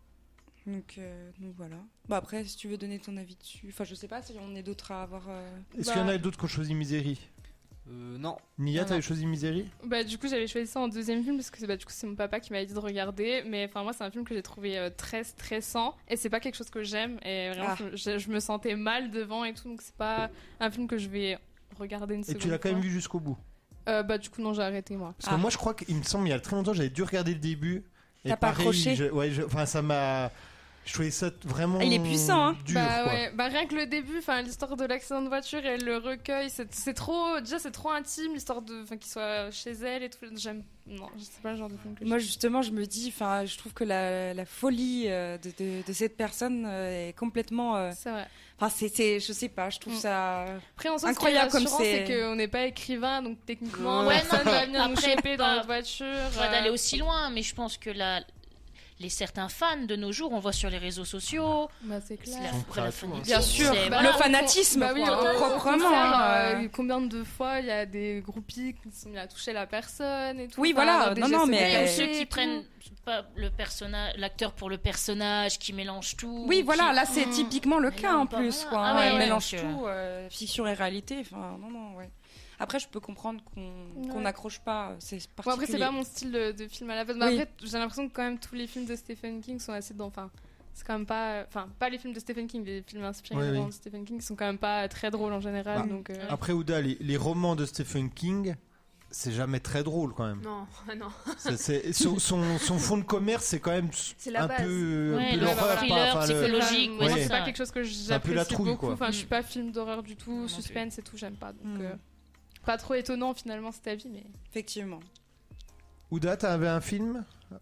Donc, euh, donc voilà. Bah après, si tu veux donner ton avis dessus, enfin je sais pas si on est d'autres à avoir. Euh... Est-ce bah... qu'il y en a d'autres qui ont choisi Misery? Euh, non. Nia, t'avais choisi Misery? Bah du coup j'avais choisi ça en deuxième film parce que bah, du coup c'est mon papa qui m'avait dit de regarder, mais enfin moi c'est un film que j'ai trouvé euh, très stressant et c'est pas quelque chose que j'aime et vraiment ah. je, je me sentais mal devant et tout, donc c'est pas un film que je vais regarder une seconde fois. Et tu l'as quand même vu jusqu'au bout? Euh, bah du coup non, j'ai arrêté moi. Parce ah. que moi je crois qu'il me semble il y a très longtemps j'avais dû regarder le début. T'as pas accroché? je, ouais, je, enfin ça m'a... Je trouvais ça vraiment. Il est puissant, hein. Dur, bah, quoi. Ouais. Bah rien que le début, enfin l'histoire de l'accident de voiture et le recueil, c'est, c'est trop. Déjà c'est trop intime, l'histoire de, enfin qu'il soit chez elle et tout. J'aime. Non, c'est pas le genre de film que moi justement, je me dis, enfin, je trouve que la, la folie euh, de, de, de cette personne euh, est complètement. Euh... C'est vrai. Enfin, c'est, c'est, je sais pas, je trouve mm. ça après, en soi, incroyable ce qui est comme c'est. c'est qu'on n'est pas écrivain, donc techniquement, ouais, personne non, va venir après, nous choper pas, dans notre voiture. Pas euh... d'aller aussi loin, mais je pense que la. Les certains fans de nos jours, on voit sur les réseaux sociaux. Bah c'est clair. La, la fan... Bien sûr, c'est, bah, voilà, le fanatisme, bah oui, quoi, euh, proprement. Euh, euh, combien de fois il y a des groupies qui sont mis à toucher la personne et tout. Oui, voilà. Non, non, mais ceux qui prennent pas le personnage, l'acteur pour le personnage, qui mélange tout. Oui, voilà. Qui... Là, c'est mmh. typiquement le cas en plus, quoi. Ah, ouais, il ouais, mélange donc, tout, euh, fiction et réalité. Enfin, non, non, ouais. Après, je peux comprendre qu'on ouais. qu'on n'accroche pas. C'est particulier. Bon, après, c'est pas mon style de, de film à la base. Mais oui. Après, j'ai l'impression que quand même tous les films de Stephen King sont assez dans. Enfin, c'est quand même pas. Enfin, pas les films de Stephen King, les films inspirés oui, oui. de Stephen King sont quand même pas très drôles en général. Bah, donc, euh... Après, Ouda, les, les romans de Stephen King, c'est jamais très drôle quand même. Non, non. C'est, c'est, son, son, son fond de commerce, c'est quand même c'est un, base. Peu, ouais, un peu l'horreur, pas, enfin, psychologique. Le... Ouais, c'est c'est pas quelque chose que j'apprécie trouille, beaucoup. Enfin, mm. je suis pas film d'horreur du tout, non, suspense okay. et tout, j'aime pas. Donc, mm. euh, pas trop étonnant finalement cet avis, mais. Effectivement. Ouda, t'avais un film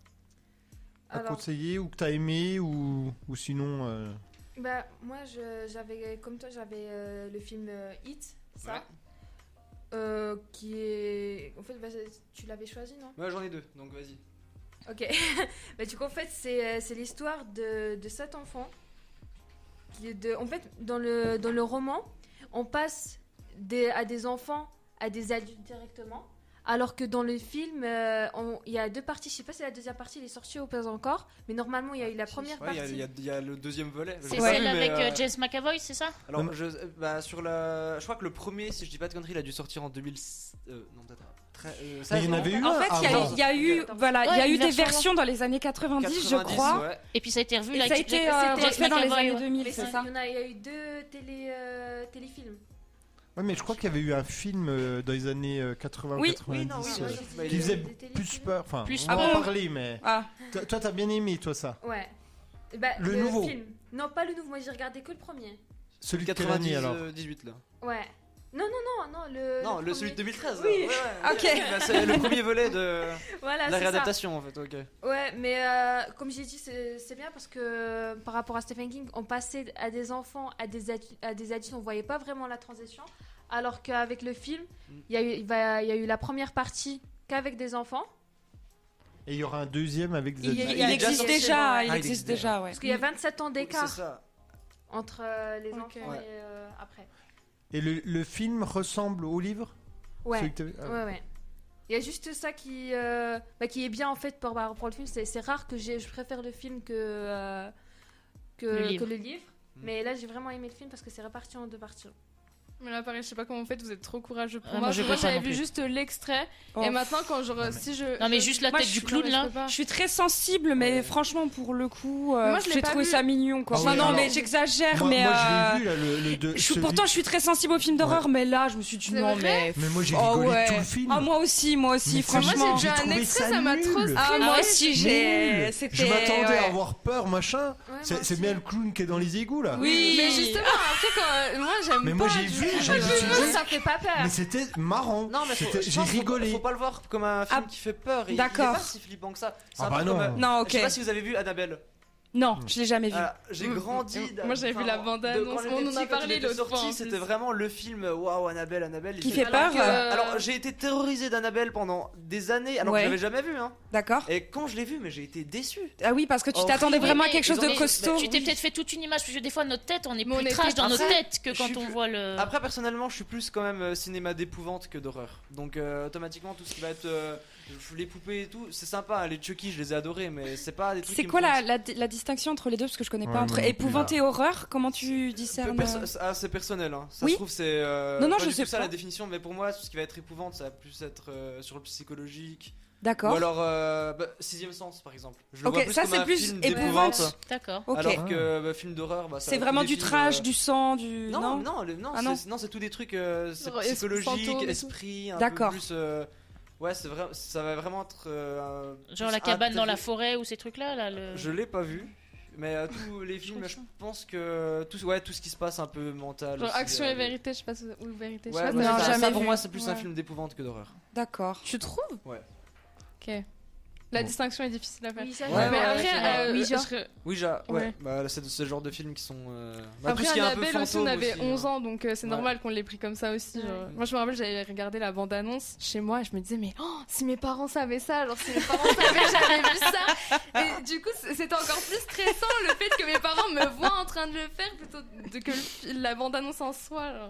à Alors... conseiller ou que t'as aimé ou, ou sinon. Euh... Bah, moi, je, j'avais, comme toi, j'avais euh, le film euh, Hit, ça. Ouais. Euh, qui est. En fait, bah, tu l'avais choisi, non? Ouais, j'en ai deux, donc vas-y. Ok. Bah, du coup, en fait, c'est, c'est l'histoire de, de cet enfant. Qui est de, en fait, dans le, dans le roman, on passe des, à des enfants, à des adultes directement. Alors que dans le film, il euh, y a deux parties. Je sais pas si la deuxième partie elle est sortie ou pas encore, mais normalement il y a eu la première ouais, partie. Il y, y, y a le deuxième volet. C'est ouais. celle avec euh... James McAvoy, c'est ça? Alors, je, bah, sur la, je crois que le premier, si je dis pas de conneries, il a dû sortir en deux mille. Euh, non, peut-être. Très, euh, ça, il y en avait eu. En fait, il y a eu, voilà, il y a eu des versions dans les années quatre-vingt-dix, je crois. Ouais. Et puis ça a été revu. Ça a été refait dans les années deux mille, c'est ça? Il y a eu deux télé, euh, téléfilms. Ouais, mais je crois qu'il y avait eu un film euh, dans les années euh, quatre-vingts oui, quatre-vingt-dix oui, non, oui, euh, oui, oui, qui faisait plus peur. Enfin, plus on va peur. en parler, mais. Ah. Toi, toi, t'as bien aimé, toi, ça? Ouais. Bah, le, le nouveau film. Non, pas le nouveau, moi j'ai regardé que le premier. Celui de quatre-vingt-dix alors dix-huit là. Ouais. Non, non, non, non, le. Non, le, le celui de deux mille treize. Oui. Ouais, ouais, ok. Ouais, bah, c'est le premier volet de voilà, la réadaptation en fait. Ok. Ouais, mais euh, comme j'ai dit, c'est, c'est bien parce que par rapport à Stephen King, on passait à des enfants, à des adultes, à des adultes, on voyait pas vraiment la transition. Alors qu'avec le film, il mm. y, y, y a eu la première partie qu'avec des enfants. Et il y aura un deuxième avec Il, il, il existe déjà, il ah, existe déjà, ouais. Parce qu'il y a vingt-sept ans d'écart c'est ça. entre euh, les okay. enfants ouais. et euh, après. Et le, le film ressemble au livre? Ouais. Ah, ouais, ouais. Il y a juste ça qui, euh, bah, qui est bien en fait pour, bah, pour le film. C'est, c'est rare que j'ai, je préfère le film que, euh, que, le livre. que le livre. Mmh. Mais là, j'ai vraiment aimé le film parce que c'est réparti en deux parties. Mais là, pareil, je sais pas comment vous faites, vous êtes trop courageux pour ah, moi. Moi, je moi j'avais vu juste l'extrait. Oh. Et maintenant, quand je. mais... Si je non, mais je... juste la moi, tête du clown, là. Je suis très sensible, mais ouais. franchement, pour le coup, euh, moi, je j'ai trouvé vu. ça mignon, quoi. Ah, oui, enfin, non, alors... mais j'exagère, moi, mais. Moi, euh... je l'ai vu, là, le, le de, je, celui... Pourtant, je suis très sensible aux films d'horreur, ouais. mais là, je me suis dit c'est non, vrai mais. Mais moi, j'ai rigolé oh, ouais. tout le film. Ah, moi aussi, moi aussi, mais franchement. Moi, j'ai vu un extrait, ça m'a trop Ah, moi aussi, j'ai. Je m'attendais à avoir peur, machin. C'est bien le clown qui est dans les égouts, là. Oui, mais justement, après, quand. Moi, j'aime pas. Mais moi, j'ai vu, j'ai vu. Ça fait pas peur. Mais c'était marrant. Non, mais faut, j'ai rigolé. Faut, faut pas le voir comme un film ah, qui fait peur. Il, d'accord. il est pas si flippant que ça. C'est ah un bah peu non. comme, euh, non, ok. Je sais pas si vous avez vu Annabelle. Non, je l'ai jamais vu. Alors, j'ai grandi. Moi, j'avais vu la bande-annonce. On en a parlé l'autre fois. C'était vraiment le film Waouh, Annabelle, Annabelle. Qui fait peur. Que, euh... Alors, j'ai été terrorisé d'Annabelle pendant des années, alors ouais. que je l'avais jamais vu. Hein. D'accord. Et quand je l'ai vu, mais j'ai été déçu. Ah oui, parce que tu oh, t'attendais oui, vraiment à quelque chose de mais, costaud. Mais, tu t'es peut-être fait toute une image, parce que des fois, notre tête, on est mais plus on trash dans après, notre tête que quand on plus... voit le. Après, personnellement, je suis plus quand même cinéma d'épouvante que d'horreur. Donc, euh, automatiquement, tout ce qui va être. Euh... les poupées et tout, c'est sympa, les Chucky je les ai adorés, mais c'est pas des trucs. C'est quoi la, la, la distinction entre les deux, parce que je connais ouais, pas entre épouvante et horreur? Comment tu discernes? Perso- ah, c'est personnel, hein. Ça oui se trouve c'est. Euh, non non, pas je du sais tout ça pas. La définition, mais pour moi, tout ce qui va être épouvante, ça va plus être euh, sur le psychologique. D'accord. Ou alors euh, bah, Sixième Sens, par exemple. Je le okay, vois plus ça comme c'est un plus film épouvante. d'épouvante. D'accord. Okay. Alors que bah, film d'horreur, bah, ça c'est vraiment du films, trash, euh... du sang, du. Non, non, non, le, non, ah, c'est, non, c'est tout des trucs euh, c'est genre, psychologique, esprit, un D'accord. peu plus. Euh, Ouais, c'est vrai, ça va vraiment être. Euh, Genre la cabane dans la forêt ou ces trucs-là là, le... Je l'ai pas vu, mais euh, tous les films, je pense que tout, ouais, tout ce qui se passe un peu mental. Genre aussi, Action euh, et Vérité, je sais pas si... ou Vérité, ouais, je sais moi, pas. ça, jamais ça, vu. pour moi, c'est plus ouais. un film d'épouvante que d'horreur. D'accord. Tu trouves? Ouais. Ok. La bon. distinction est difficile à faire. Oui, ça, ouais, ouais, mais ouais, après, euh, oui, genre. Oui, ja, ouais. ouais. Bah, c'est ce genre de films qui sont. Euh... Bah, après, Annabelle aussi, on avait aussi, onze hein. ans, donc euh, c'est ouais. normal qu'on l'ait pris comme ça aussi. Genre. Ouais. Moi, je me rappelle, j'avais regardé la bande-annonce chez moi et je me disais, mais oh, si mes parents savaient ça, alors si mes parents savaient que j'avais vu ça. Et du coup, c'était encore plus stressant le fait que mes parents me voient en train de le faire plutôt que le, la bande-annonce en soi. Genre.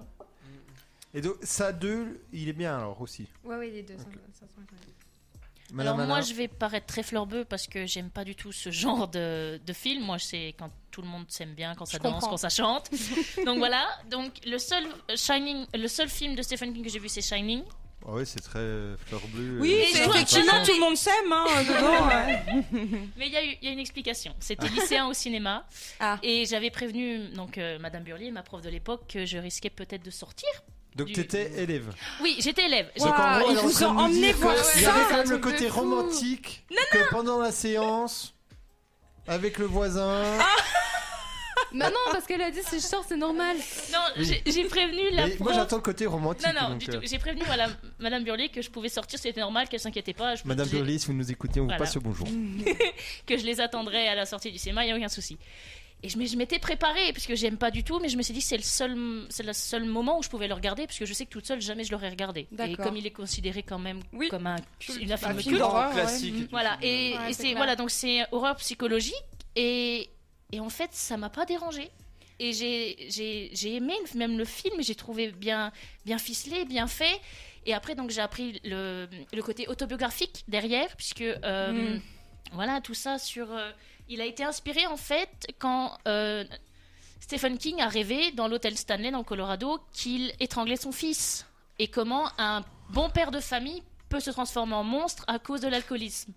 Et donc, ça deux, il est bien alors aussi. Ouais, ouais, les deux. Okay. Ça, ça, ça, ça, Alors moi je vais paraître très fleurbeux parce que j'aime pas du tout ce genre de, de film. Moi c'est quand tout le monde s'aime bien, quand ça je danse, comprends. Quand ça chante. Donc voilà, donc le seul Shining, le seul film de Stephen King que j'ai vu c'est Shining. Oh oui, c'est très fleur bleue. Oui, c'est effectivement tout le monde s'aime hein, dedans, ouais. Mais il y a eu il y a une explication. C'était lycéen au cinéma ah. et j'avais prévenu donc euh, Madame Burlier, ma prof de l'époque, que je risquais peut-être de sortir. Donc du... t'étais élève. Oui, j'étais élève. Donc en gros, ils vous ont emmené voir ça. Il y avait quand même le côté romantique non, non. que pendant la séance, avec le voisin. Ah non, non, parce qu'elle a dit si je sors, c'est normal. Non, oui. j'ai, j'ai prévenu la prof. Moi, j'attends le côté romantique. Non, non, donc, du euh... tout. J'ai prévenu Madame, Madame Burlier que je pouvais sortir, c'était normal, qu'elle s'inquiétait pas. Je Madame j'ai... Burlier, si vous nous écoutez, on vous voilà. passe le bonjour. Que je les attendrais à la sortie du cinéma, il n'y a aucun souci. Et je, je m'étais préparée, puisque j'aime pas du tout, mais je me suis dit c'est le seul, c'est le seul moment où je pouvais le regarder, puisque je sais que toute seule, jamais je l'aurais regardé. D'accord. Et comme il est considéré quand même oui. comme un, une un film, film d'horreur classique. Ouais. Voilà, et, ouais, et c'est, c'est voilà, donc c'est horreur psychologique, et, et en fait, ça m'a pas dérangée. Et j'ai, j'ai, j'ai aimé même le film, j'ai trouvé bien, bien ficelé, bien fait. Et après, donc, j'ai appris le, le côté autobiographique derrière, puisque euh, mm. voilà, tout ça sur... Euh, il a été inspiré en fait quand euh, Stephen King a rêvé dans l'hôtel Stanley dans le Colorado qu'il étranglait son fils. Et comment un bon père de famille peut se transformer en monstre à cause de l'alcoolisme.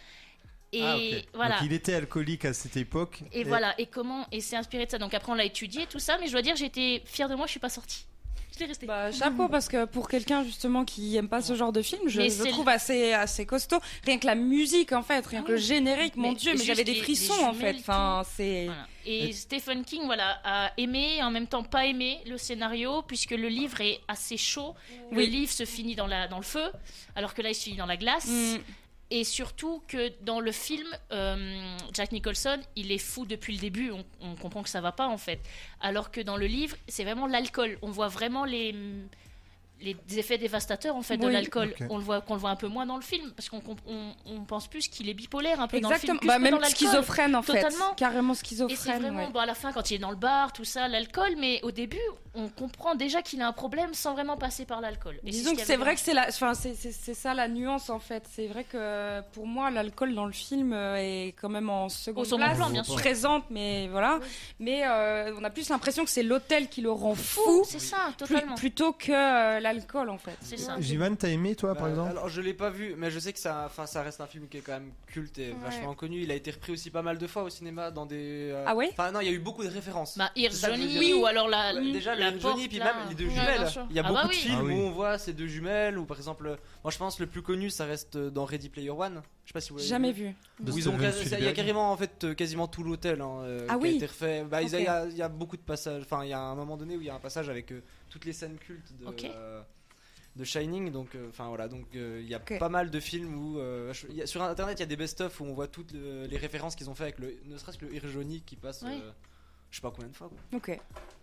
Et ah, okay. voilà. Donc il était alcoolique à cette époque. Et, et voilà, et comment, et c'est inspiré de ça. Donc après on l'a étudié tout ça, mais je dois dire j'étais fière de moi, je suis pas sortie. J'étais restée. Bah, chapeau, parce que pour quelqu'un justement qui aime pas ce genre de film, je, je trouve assez assez costaud. Rien que la musique en fait, rien ah, que le générique, mon mais, Dieu, mais j'avais des frissons en fait. Enfin, c'est. Voilà. Et, et Stephen King, voilà, a aimé et en même temps pas aimé le scénario, puisque le livre est assez chaud. Oui. Le livre se finit dans la dans le feu, alors que là il se finit dans la glace. Mm. Et surtout que dans le film, euh, Jack Nicholson, il est fou depuis le début, on, on comprend que ça va pas en fait. Alors que dans le livre, c'est vraiment l'alcool. On voit vraiment les, les effets dévastateurs en fait de Oui. l'alcool. Okay. On le voit, qu'on le voit un peu moins dans le film parce qu'on on, on pense plus qu'il est bipolaire un peu Exactement. dans le film. Bah, plus même que dans l'alcool. schizophrène en fait. Totalement. Carrément Et c'est schizophrène. vraiment ouais. bon, à la fin quand il est dans le bar, tout ça, l'alcool, mais au début on comprend déjà qu'il a un problème sans vraiment passer par l'alcool. Et Disons ce que qui c'est avait- vrai que c'est la, enfin c'est c'est c'est ça la nuance en fait. C'est vrai que pour moi l'alcool dans le film euh, est quand même en seconde Au second place, plan, bien sûr. présente, mais voilà. Mais euh, on a plus l'impression que c'est l'hôtel qui le rend fou, fou, c'est ça, plus- totalement. plutôt que euh, l'alcool en fait. C'est ça. Jivan, t'as aimé toi par Bah, exemple? Alors je l'ai pas vu, mais je sais que ça, enfin ça reste un film qui est quand même culte et Ouais. vachement connu. Il a été repris aussi pas mal de fois au cinéma dans des. euh, Ah ouais Enfin non, il y a eu beaucoup de références. Bah, Here's C'est ça que je veux Johnny dire. ou alors la, Ouais, déjà la le porte, Johnny, puis là. même les deux Ouais, jumelles. bien sûr. Il y a Ah beaucoup bah de oui. films Ah oui. où on voit ces deux jumelles, ou par exemple, moi je pense le plus connu, ça reste dans Ready Player One. Je sais pas si vous l'avez Jamais vu. vu. De Où ils ont Steven quasi- il y a Spielberg. carrément en fait euh, quasiment tout l'hôtel hein, euh, Ah qui oui. a été refait. Bah, il y a- Ok. il y, a- il y a beaucoup de passages. Enfin, il y a un moment donné où il y a un passage avec euh, toutes les scènes cultes de, Ok. euh, de Shining. Donc, euh, enfin voilà. Donc euh, il y a Ok. pas mal de films où euh, je- il y a- sur internet il y a des best-of où on voit toutes le- les références qu'ils ont fait avec le, ne serait-ce que le Here's Johnny qui passe. Ouais. euh, je sais pas combien de fois. Quoi. Ok.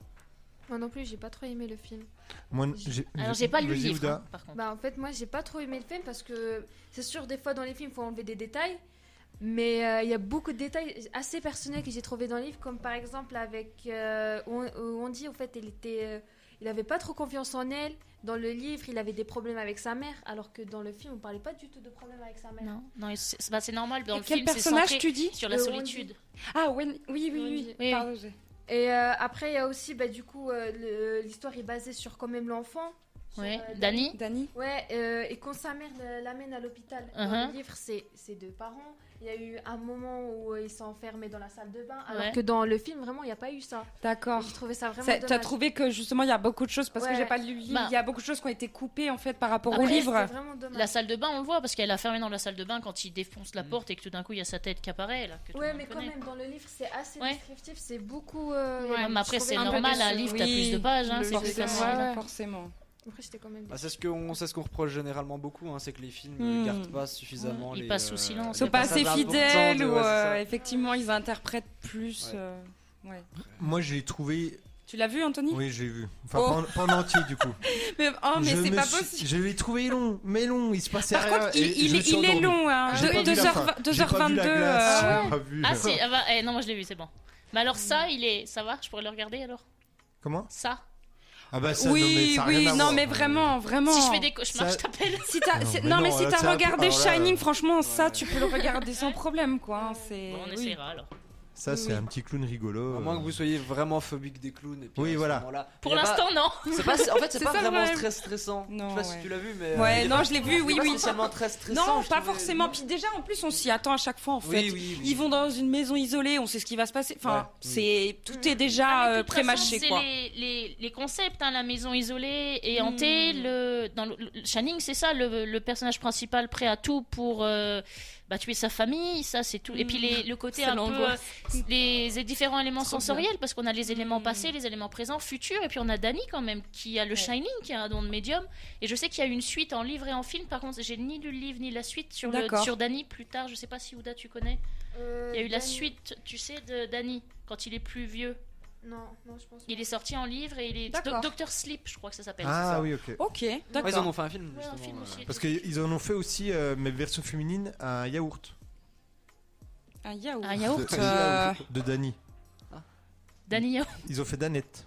Moi non plus, j'ai pas trop aimé le film. Moi, j'ai, Alors j'ai pas lu le vas-y, livre Ouda. hein, par contre. Bah en fait, moi j'ai pas trop aimé le film parce que c'est sûr, des fois dans les films, il faut enlever des détails. Mais euh, il y a beaucoup de détails assez personnels que j'ai trouvé dans le livre, comme par exemple avec euh, où on, où on dit en fait, il était, euh, il avait pas trop confiance en elle. Dans le livre, il avait des problèmes avec sa mère, alors que dans le film, on parlait pas du tout de problèmes avec sa mère. Non, non, c'est c'est- bah, c'est normal dans Et le quel film. c'est personnage centré tu dis? sur la Euh, solitude. Ah ouais, oui oui oui. Wendy. Oui. Pardon, j'ai- Et euh, après, il y a aussi, bah, du coup, euh, le- l'histoire est basée sur quand même l'enfant. sur, Ouais, euh, Dani. Dani. Ouais, euh, et quand sa mère euh, l'amène à l'hôpital, dans Uh-huh. le livre, c'est ses deux parents. Il y a eu un moment où euh, ils sont enfermés dans la salle de bain, alors Ouais. que dans le film, vraiment, il n'y a pas eu ça. D'accord. J'ai trouvé ça vraiment Ça- dommage. T'as trouvé que justement il y a beaucoup de choses parce que Ouais. j'ai pas lu le livre, Bah. il y a beaucoup de choses qui ont été coupées en fait par rapport Après, au Ouais, livre. c'était vraiment dommage. La salle de bain, on le voit parce qu'elle a fermé dans la salle de bain quand il défonce la porte et que tout d'un coup il y a sa tête qui apparaît là. Que tout le Ouais, monde mais quand connaît. même, dans le livre, c'est assez Ouais. descriptif, c'est beaucoup... euh, Ouais, Ouais, mais après je c'est trouvais un peu normal, un déçu. livre t'as plus de pages, hein, le c'est livre, plus c'est facile. vrai, Ouais. forcément. Après, j'étais quand même Bah, déçue. c'est ce qu'on c'est ce qu'on reproche généralement beaucoup, hein, c'est que les films Hmm. ne gardent pas suffisamment. Ouais, ils les, passent sous euh, silence. Ils sont les pas assez passages importants fidèles de- ou ouais, c'est euh, ça. effectivement ils interprètent plus. Ouais. euh, ouais. Moi, j'ai trouvé. Tu l'as vu Anthony? Oui, j'ai vu. Enfin, Oh. pas, en, pas en entier du coup. Mais, oh mais Je c'est me pas suis- possible. Je l'ai trouvé long, mais long. Il se passait Par rien. contre, et il, il je me est, suis il est endormi. long, hein. J'ai pas vu la fin. deux J'ai heures pas vu la vingt-deux. glace, euh, j'ai pas vu. Ah si, ah bah, eh, non moi je l'ai vu, c'est bon. Mais alors ça, il est, ça va, je pourrais le regarder alors. Comment? Ça. Ah bah ça, non, mais Oui, ça a oui, rien à non voir. mais vraiment, vraiment. Si je fais des cauchemars, Ça- je t'appelle. Si t'as- Non, c'est- mais non, mais non, si là, t'as c'est un peu- regardé alors là, Shining, euh, franchement, ça, ouais. tu peux le regarder sans problème, quoi. hein, C'est. Bon, on oui. essaiera alors. Ça, c'est Oui. un petit clown rigolo. À moins que vous soyez vraiment phobique des clowns. Et puis Oui, à ce voilà. moment-là- Pour il y a pas- l'instant, non. C'est pas, en fait, c'est C'est pas ça, le vraiment problème. très stressant. Non, je sais pas si ouais. tu l'as vu, mais. Ouais, il est non, pas- je l'ai vu, oui, il est pas oui. spécialement très stressant. Non, je pas trouvais. forcément. Puis déjà, en plus, on s'y attend à chaque fois, en fait. Oui, oui, oui. Ils vont dans une maison isolée, on sait ce qui va se passer. Enfin, Ouais. c'est tout est Ah, déjà mais euh, de toute façon, prémâché, c'est quoi. Les, les, les concepts, hein, la maison isolée et hantée. Mm. Le, dans le, le- Shining, c'est ça, le, le personnage principal prêt à tout pour euh, bah, tuer sa famille, ça c'est tout. Et puis les, le côté C'est un peu l'angoisse. euh, les, les différents éléments Trop sensoriels, parce qu'on a les éléments Mm. passés, les éléments présents, futurs, et puis on a Danny quand même qui a le Ouais. Shining, qui a un don de médium. Et je sais qu'il y a une suite en livre et en film. Par contre, j'ai ni lu le livre ni la suite sur le D'accord. sur Danny plus tard. Je sais pas si Ouda tu connais. Euh, Il y a eu la Danny- suite, tu sais, de Danny quand il est plus vieux. Non, non, je pense Il est sorti en livre et il est D'accord. Docteur Sleep, je crois que ça s'appelle. Ah ça. oui, ok. Ok, Ouais, ils en d'accord. ont fait un film. Ouais, un justement, film euh. aussi. Parce qu'ils en ont fait aussi, euh, mais version féminine, un yaourt. Un yaourt. Un yaourt. De, Euh, de Dany. Danny Yaourt. Ils ont fait Danette.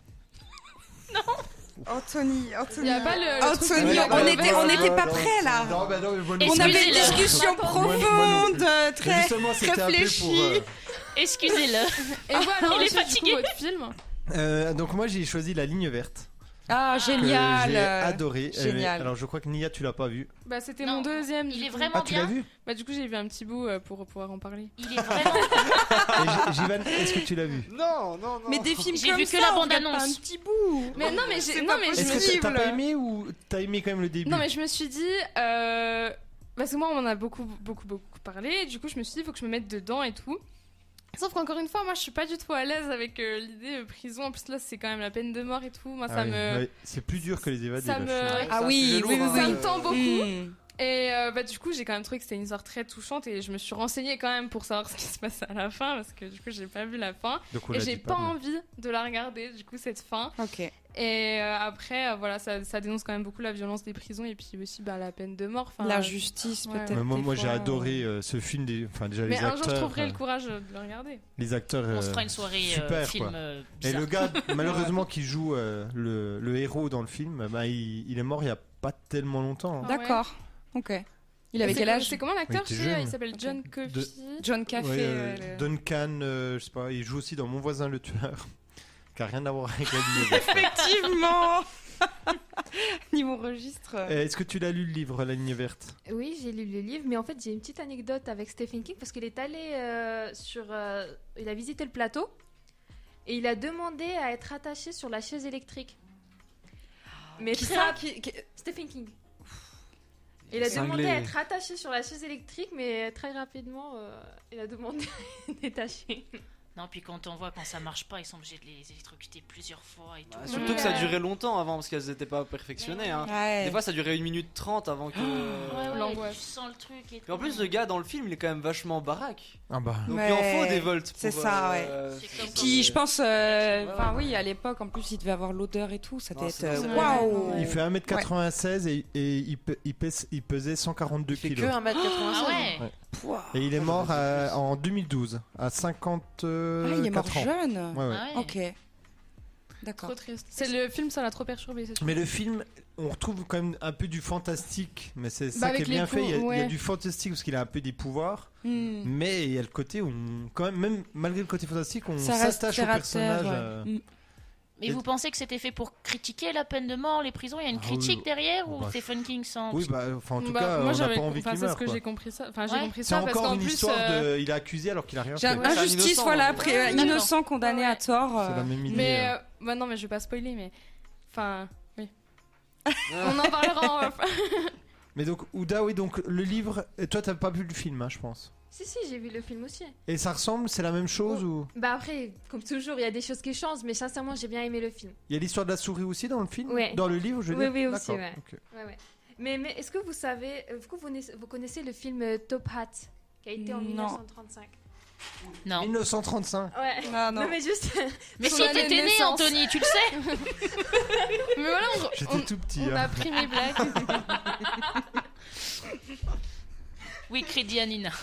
Anthony, Il Anthony. n'y a pas le, le truc Anthony, de- on de- était, on était pas prêts là. Non, bah non, mais moi, Et On Excusez-le. avait une discussion Moi, moi non plus. profonde, euh, Mais très. justement, c'était un peu réfléchi. pour. euh, Et Excusez-le. voilà, Il est ensuite, du coup, fatigué. votre film. euh, donc moi, j'ai choisi La Ligne Verte. Ah, que génial. J'ai euh, adoré. Euh, génial. alors, je crois que Nia, tu l'as pas vu. Bah, c'était Non, mon deuxième. il du est coup. vraiment Ah, tu l'as bien. vu Bah, du coup, j'ai vu un petit bout euh, pour pouvoir en parler. Il est vraiment. Et J- Jivan, est-ce que tu l'as vu? Non, non, non. Mais des films J'ai comme vu que ça, la on bande-annonce. regarde pas un petit bout. Mais non, mais j'ai. C'est Non, pas mais je Est-ce me que dis. t'as possible. pas aimé ou t'as aimé quand même le début? Non, mais je me suis dit. euh, Parce que moi, on en a beaucoup, beaucoup, beaucoup parlé. Et du coup, je me suis dit, il faut que je me mette dedans et tout. Sauf qu'encore une fois, moi, je suis pas du tout à l'aise avec euh, l'idée euh, prison. En plus, là, c'est quand même la peine de mort et tout. Moi, Ah ça oui, me. ouais. C'est plus dur que les évadés. Ça là, me- je trouve. Ouais. Ah C'est un oui, sujet oui, lourd, oui, hein, oui. Ça euh, me tend beaucoup. Hmm. Et euh, bah, du coup, j'ai quand même trouvé que c'était une histoire très touchante. Et je me suis renseignée quand même pour savoir ce qui se passe à la fin. Parce que du coup, j'ai pas vu la fin. Donc, on Et l'a j'ai dit pas mais- envie de la regarder, du coup, cette fin. Ok. Et euh, après, euh, voilà, ça, ça dénonce quand même beaucoup la violence des prisons et puis aussi bah, la peine de mort. La justice, ouais. peut-être. Moi, moi j'ai adoré euh, ce film. Des... Enfin, déjà, mais les un acteurs, jour, je trouverai euh... le courage de le regarder. Les acteurs. Euh... On se fera une soirée super, euh, film. Euh, et le gars, malheureusement, qui joue euh, le, le héros dans le film, bah, il, il est mort il n'y a pas tellement longtemps. Ah, d'accord. Ouais. Ok. Il avait quel âge? C'est comment l'acteur? Il, il s'appelle John okay. Coffey. De... John Coffey. Ouais, euh, le... Duncan, euh, je sais pas. Il joue aussi dans Mon voisin le tueur. Qui n'a rien à voir avec la ligne. Effectivement. Niveau registre. Euh, est-ce que tu l'as lu le livre La ligne verte? Oui, j'ai lu le livre, mais en fait j'ai une petite anecdote avec Stephen King parce qu'il est allé euh, sur, euh, il a visité le plateau et il a demandé à être attaché sur la chaise électrique. Mais qui très ça rap... qui, qui... Stephen King. Il a Cinglé. demandé à être attaché sur la chaise électrique, mais très rapidement, euh, il a demandé à être détaché. Non, puis quand on voit quand ça marche pas, ils sont obligés de les électrocuter plusieurs fois et tout. Bah, surtout ouais. que ça durait longtemps avant parce qu'elles n'étaient pas perfectionnées. Hein. Ouais. Des fois, ça durait une minute trente avant que. Ouais, ouais, l'angoisse. Tu sens le truc et tout. Et en plus, le gars dans le film, il est quand même vachement baraque. Ah bah. Donc ouais. il en faut des volts. C'est ça, euh, ouais. C'est qui, je pense, enfin euh, ouais, ouais. oui, à l'époque, en plus, il devait avoir l'odeur et tout. Ça devait être. Waouh! Il fait un mètre quatre-vingt-seize ouais. et, et il, pe- il, pèse, il pesait cent quarante-deux kilos. Il fait que un mètre quatre-vingt-seize. Ah ouais. Ouais. Et il est mort à, en deux mille douze, à cinquante-quatre ah, il est mort ans. Jeune. Ouais, ouais. Ah ouais. Ok. D'accord. Trop triste. C'est le film, ça l'a trop perturbé. C'est mais le film, on retrouve quand même un peu du fantastique, mais c'est ça bah qui est bien fait. Il y, a, ouais. il y a du fantastique parce qu'il a un peu des pouvoirs, mm. mais il y a le côté où, on, quand même, même malgré le côté fantastique, on ça s'attache au personnage. Terre, ouais. euh... mm. Mais et vous pensez que c'était fait pour critiquer la peine de mort, les prisons? Il y a une ah, critique oui. derrière ou bah, Stephen King sans? Oui, bah, enfin, en tout bah, cas, moi, on n'a pas envie enfin, qu'il meure. C'est ce que j'ai compris ça. Enfin, j'ai ouais. compris c'est ça encore parce qu'en une plus, histoire euh... de. Il est accusé alors qu'il a rien j'ai fait. Ouais, injustice, innocent, voilà, après euh, innocent condamné ouais. à tort. C'est la même idée. Mais euh, bah non, mais je vais pas spoiler, mais enfin, oui. On en parlera en off. Mais donc, Ouda, oui, donc le livre. Et toi, t'as pas vu le film, hein, je pense. Si, si, j'ai vu le film aussi. Et ça ressemble, c'est la même chose oh. ou? Bah après, comme toujours, il y a des choses qui changent, mais sincèrement, j'ai bien aimé le film. Il y a l'histoire de la souris aussi dans le film? Ouais. Dans le livre, je veux oui, dire? Oui, oui, aussi, ouais. Okay. ouais, ouais. Mais, mais est-ce que vous savez, est-ce que vous connaissez, vous connaissez le film Top Hat, qui a été en non. dix-neuf cent trente-cinq? Non. dix-neuf cent trente-cinq. Ouais. Ah, non. non, mais juste. Mais si t'étais né, Anthony, tu le sais. Mais voilà, on, j'étais on, tout petit. On hein. a pris mes blagues. Oui, crédit à Nina.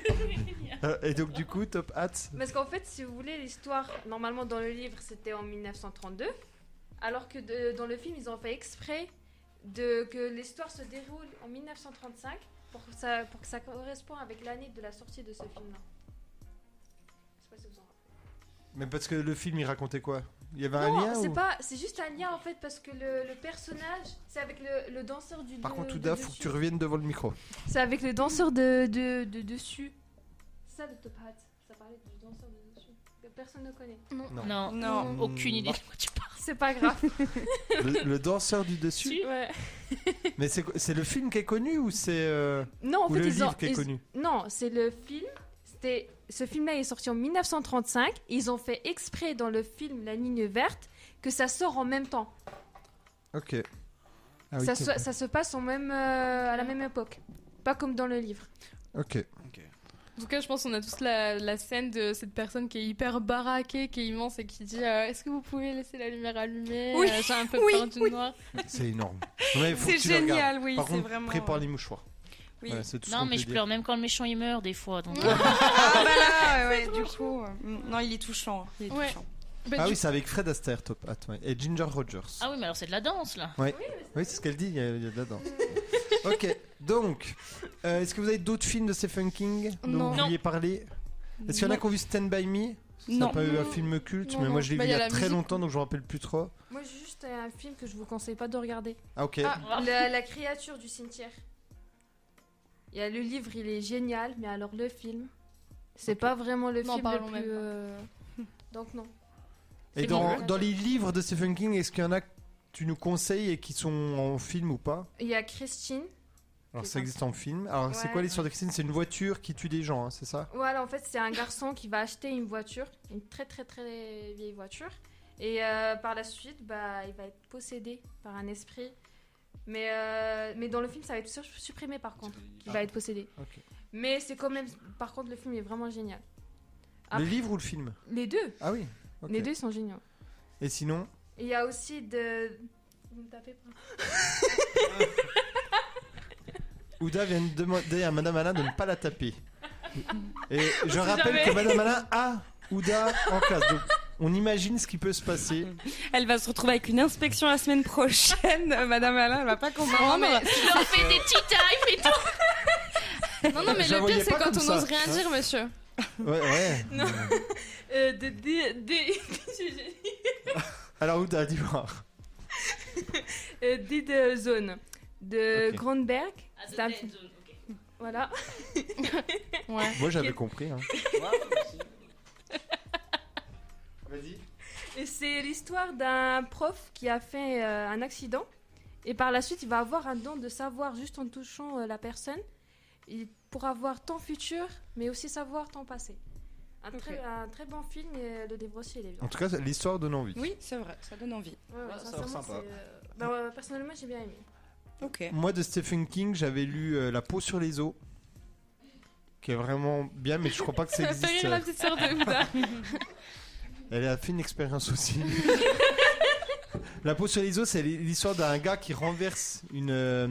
euh, et donc du coup, Top Hat. Parce qu'en fait, si vous voulez, l'histoire, normalement dans le livre, c'était en dix-neuf cent trente-deux, alors que de, dans le film, ils ont fait exprès de, que l'histoire se déroule en dix-neuf cent trente-cinq pour que ça, pour que ça corresponde avec l'année de la sortie de ce film-là. Je sais pas si vous en rappelez. Mais parce que le film, il racontait quoi? Il y avait non, un lien c'est ou... pas, c'est juste un lien en fait parce que le, le personnage, c'est avec le, le danseur du. Par de, contre, de Ouda, faut que tu reviennes devant le micro. C'est avec le danseur de, de, de dessus. C'est ça le Top Hat. Ça parlait du danseur de dessus. Que personne ne connaît. Non. Non, non, non. Aucune idée de quoi tu parles. C'est pas grave. le, le danseur du dessus. Ouais. Mais c'est, c'est le film qui est connu ou c'est euh... non en ou fait le ils livre ont, qui est ils... connu? Non, c'est le film. C'était ce film-là est sorti en dix-neuf cent trente-cinq. Ils ont fait exprès dans le film La Ligne Verte que ça sort en même temps. Ok. Ah, oui, ça, se, ça se passe en même, euh, à la même époque. Pas comme dans le livre. Ok. okay. En tout cas, je pense qu'on a tous la, la scène de cette personne qui est hyper baraquée, qui est immense et qui dit euh, est-ce que vous pouvez laisser la lumière allumée? Oui. euh, J'ai un peu oui, peur du oui. noir. C'est énorme. Ouais, c'est génial, oui. Par c'est contre, vraiment... prépare les mouchoirs. Oui. Voilà, c'est tout non, ce mais je dire. pleure même quand le méchant il meurt des fois. Donc... ah bah là, ouais, ouais, du coup, euh, non, il est touchant. Il est ouais. touchant. Bah, ah du... oui, c'est avec Fred Astaire, Top Hat, ouais. Et Ginger Rogers. Ah oui, mais alors c'est de la danse là. Ouais. Oui, oui, c'est ce qu'elle dit, il y a, il y a de la danse. Ok, donc, euh, est-ce que vous avez d'autres films de Stephen King dont non. vous vouliez parler? Est-ce qu'il y en a qui ont vu Stand By Me? C'est non. pas eu un film culte, non, mais non. moi je l'ai bah, vu il y a, a très musique. longtemps, donc je me rappelle plus trop. Moi, j'ai juste un film que je vous conseille pas de regarder. Ah ok. Ah, la, la créature du cimetière. Il y a le livre, il est génial, mais alors le film, c'est okay. pas vraiment le non, film le plus. plus. Euh... Donc non. Et dans, dans les livres de Stephen King, est-ce qu'il y en a que tu nous conseilles et qui sont en film ou pas? Il y a Christine. Alors ça existe en film. Alors ouais. C'est quoi l'histoire de Christine? C'est une voiture qui tue des gens, hein, c'est ça? Voilà, en fait c'est un garçon qui va acheter une voiture, une très très très vieille voiture, et euh, par la suite, bah, il va être possédé par un esprit. Mais, euh, mais dans le film, ça va être supprimé par contre, il va être possédé. Okay. Mais c'est quand même, par contre, le film est vraiment génial. Après, le livre ou le film? Les deux. Ah oui. Okay. Les deux sont géniaux. Et sinon? Il y a aussi de... Vous me tapez pas. Ouda vient de demander à Madame Alain de ne pas la taper. Et je rappelle jamais. que Madame Alain a Ouda en classe. Donc on imagine ce qui peut se passer. Elle va se retrouver avec une inspection la semaine prochaine. Madame Alain, elle va pas comprendre. Non, mais Tu leur fais des petits tarifs et tout. non, non, mais Je la le voyais pire, c'est pas quand comme on ça. n'ose rien dire, monsieur. Ouais, ouais. Non. Euh, de... de, de... Alors Ouda, dis-moi. euh, Dead euh, Zone de Ok. Grandberg. Ah, C'est un film. Voilà. Ouais. Moi j'avais compris. Hein. Ouais, merci. Vas-y. Et c'est l'histoire d'un prof qui a fait euh, un accident. Et par la suite, il va avoir un don de savoir juste en touchant euh, la personne. Il pourra voir ton futur, mais aussi savoir ton passé. Un, Ok. très, un très bon film et le livre aussi, il est bien. En tout cas, l'histoire donne envie. Oui, c'est vrai, ça donne envie. Ouais, ouais, Ouais, ça a sincèrement, l'air sympa. c'est, euh, bah, ouais, personnellement, j'ai bien aimé. Ok. Moi de Stephen King, j'avais lu euh, La peau sur les os, qui est vraiment bien, mais je crois pas que ça Ça fait existe. rire la petite sœur de Ouda. Elle a fait une expérience aussi. La peau sur les os, c'est l'histoire d'un gars qui renverse une, euh,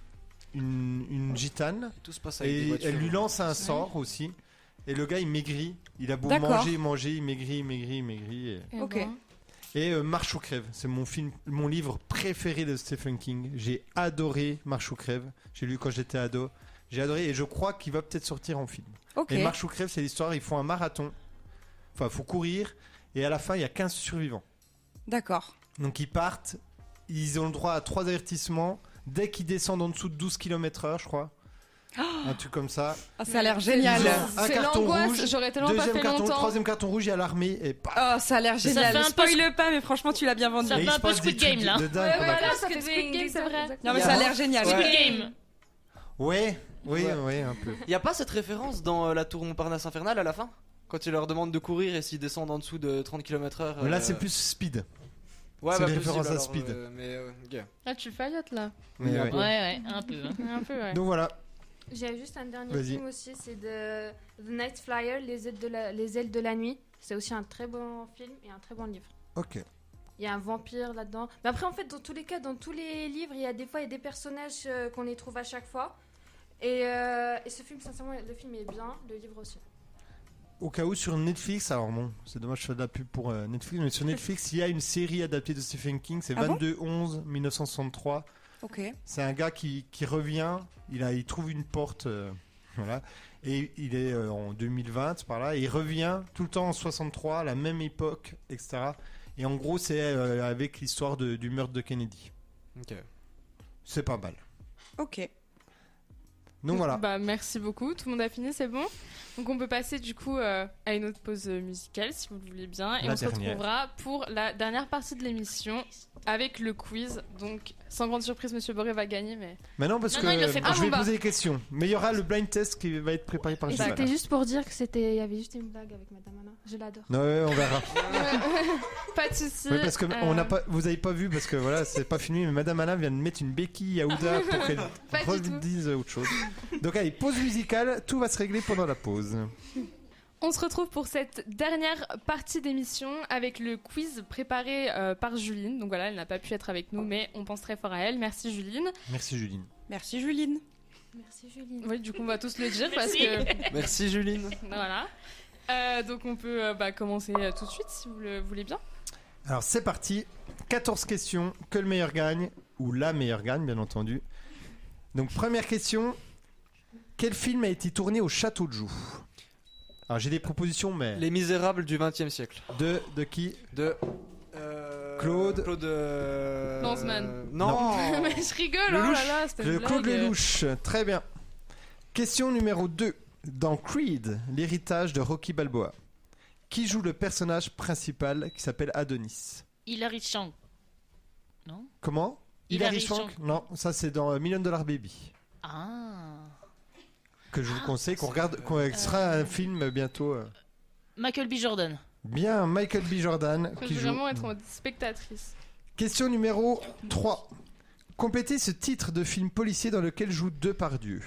une, une gitane Tout se passe avec des et voitures. elle lui lance un sort aussi. Et le gars il maigrit, il a beau D'accord. manger, manger, il maigrit, il maigrit, il maigrit. Et, Eh Ok. ben. et euh, Marche ou crève, c'est mon film, mon livre préféré de Stephen King. J'ai adoré Marche ou crève. J'ai lu quand j'étais ado. J'ai adoré et je crois qu'il va peut-être sortir en film. Ok. Et Marche ou crève, c'est l'histoire, ils font un marathon. Enfin, faut courir et à la fin il y a quinze survivants. D'accord. Donc ils partent, ils ont le droit à trois avertissements dès qu'ils descendent en dessous de douze kilomètres heure, je crois. Un truc comme ça. Ah, ça a l'air génial. Ils ont un C'est carton l'angoisse, rouge, j'aurais tellement pas deuxième fait carton, longtemps. troisième carton rouge, il y a l'armée et paf. Oh, ça a l'air fait génial. un peu Spoil pas, mais franchement, tu l'as bien vendu. Ça Et fait il un se peu passe Squid des trucs Game, là. de dingue Ouais, pendant- voilà, ça fait Squid Squid Game, Game, c'est vrai. exactement. Non, mais ça a l'air génial. Ouais. Squid Game. Ouais, oui, Ouais. ouais, un peu. Y a pas cette référence dans euh, la tour Montparnasse infernale à la fin? Quand il leur demande de courir et s'ils descendent en dessous de trente kilomètres heure. Mais là, euh, c'est plus speed. Ouais, c'est bah, des possible, références à alors, Speed. euh, mais euh, ok. Ah, tu faillotes là. Mais un ouais. peu. Ouais, ouais, un peu. hein. Un peu, ouais. Donc voilà. J'ai juste un dernier Vas-y. film aussi, c'est de The Night Flyer, Les ailes de la, Les ailes de la nuit. C'est aussi un très bon film et un très bon livre. Ok. Il y a un vampire là-dedans. Mais après, en fait, dans tous les cas, dans tous les livres, il y a des fois il y a des personnages euh, qu'on les trouve à chaque fois. Et, euh, et ce film, sincèrement, le film est bien, le livre aussi. Au cas où sur Netflix, alors bon, c'est dommage que je fais de la pub pour euh, Netflix, mais sur Netflix, il y a une série adaptée de Stephen King, c'est Ah bon vingt-deux onze mille neuf cent soixante-trois. Ok. C'est un gars qui, qui revient, il, a, il trouve une porte, euh, voilà, et il est euh, en deux mille vingt par là, et il revient tout le temps en soixante-trois, à la même époque, et cetera. Et en gros, c'est euh, avec l'histoire de- du meurtre de Kennedy. Ok. C'est pas mal. Ok. Donc voilà. Bah, merci beaucoup. Tout le monde a fini, c'est bon. Donc on peut passer du coup euh, à une autre pause euh, musicale si vous le voulez bien. Et La on se dernière. retrouvera pour la dernière partie de l'émission avec le quiz. Donc sans grande surprise, Monsieur Boré va gagner. Mais Maintenant, parce Non, que non, il le fait euh, pas. je Ah, vais bon, poser des questions, mais il y aura le blind test qui va être préparé par Et Gilles. c'était juste pour dire que c'était, il y avait juste une blague avec Madame Anna. Je l'adore. Non, ouais, on verra. pas de souci. Oui, parce que Euh, on n'a pas, vous avez pas vu parce que voilà, c'est pas fini. Mais Madame Alain vient de mettre une béquille à Ouda pour qu'elle Pas du tout. redise autre chose. Donc allez, pause musicale. Tout va se régler pendant la pause. On se retrouve pour cette dernière partie d'émission avec le quiz préparé euh, par Juline. Donc voilà, elle n'a pas pu être avec nous, mais on pense très fort à elle. Merci Juline. Merci Juline. Merci Juline. Merci Julie. Oui, du coup on va tous le dire parce Merci. que Merci Juline. voilà. Euh, donc on peut euh, bah, commencer euh, tout de suite si vous le voulez bien. Alors c'est parti. quatorze questions. Que le meilleur gagne ou la meilleure gagne, bien entendu. Donc première question. Quel film a été tourné au Château de Joux? Alors j'ai des propositions, mais Les Misérables du vingtième siècle. de de qui? De. euh, Claude- Claude. euh, Lanzmann. Non. mais je rigole, oh Lelouch. là là, c'était une Le Claude blague. Lelouch, très bien. Question numéro deux. Dans Creed, l'héritage de Rocky Balboa, qui joue le personnage principal qui s'appelle Adonis? Hilary Swank. Non? Comment? Hilary Hilary Swank? Swank. Non, ça c'est dans euh, Million Dollar Baby. Ah. Que je vous Ah, conseille, qu'on c'est- regarde, qu'on ce sera un film bientôt. euh. Michael B. Jordan. Bien, Michael B. Jordan Je qui veux joue. vraiment être en mode spectatrice. Question numéro trois. Complétez ce titre de film policier dans lequel jouent Depardieu.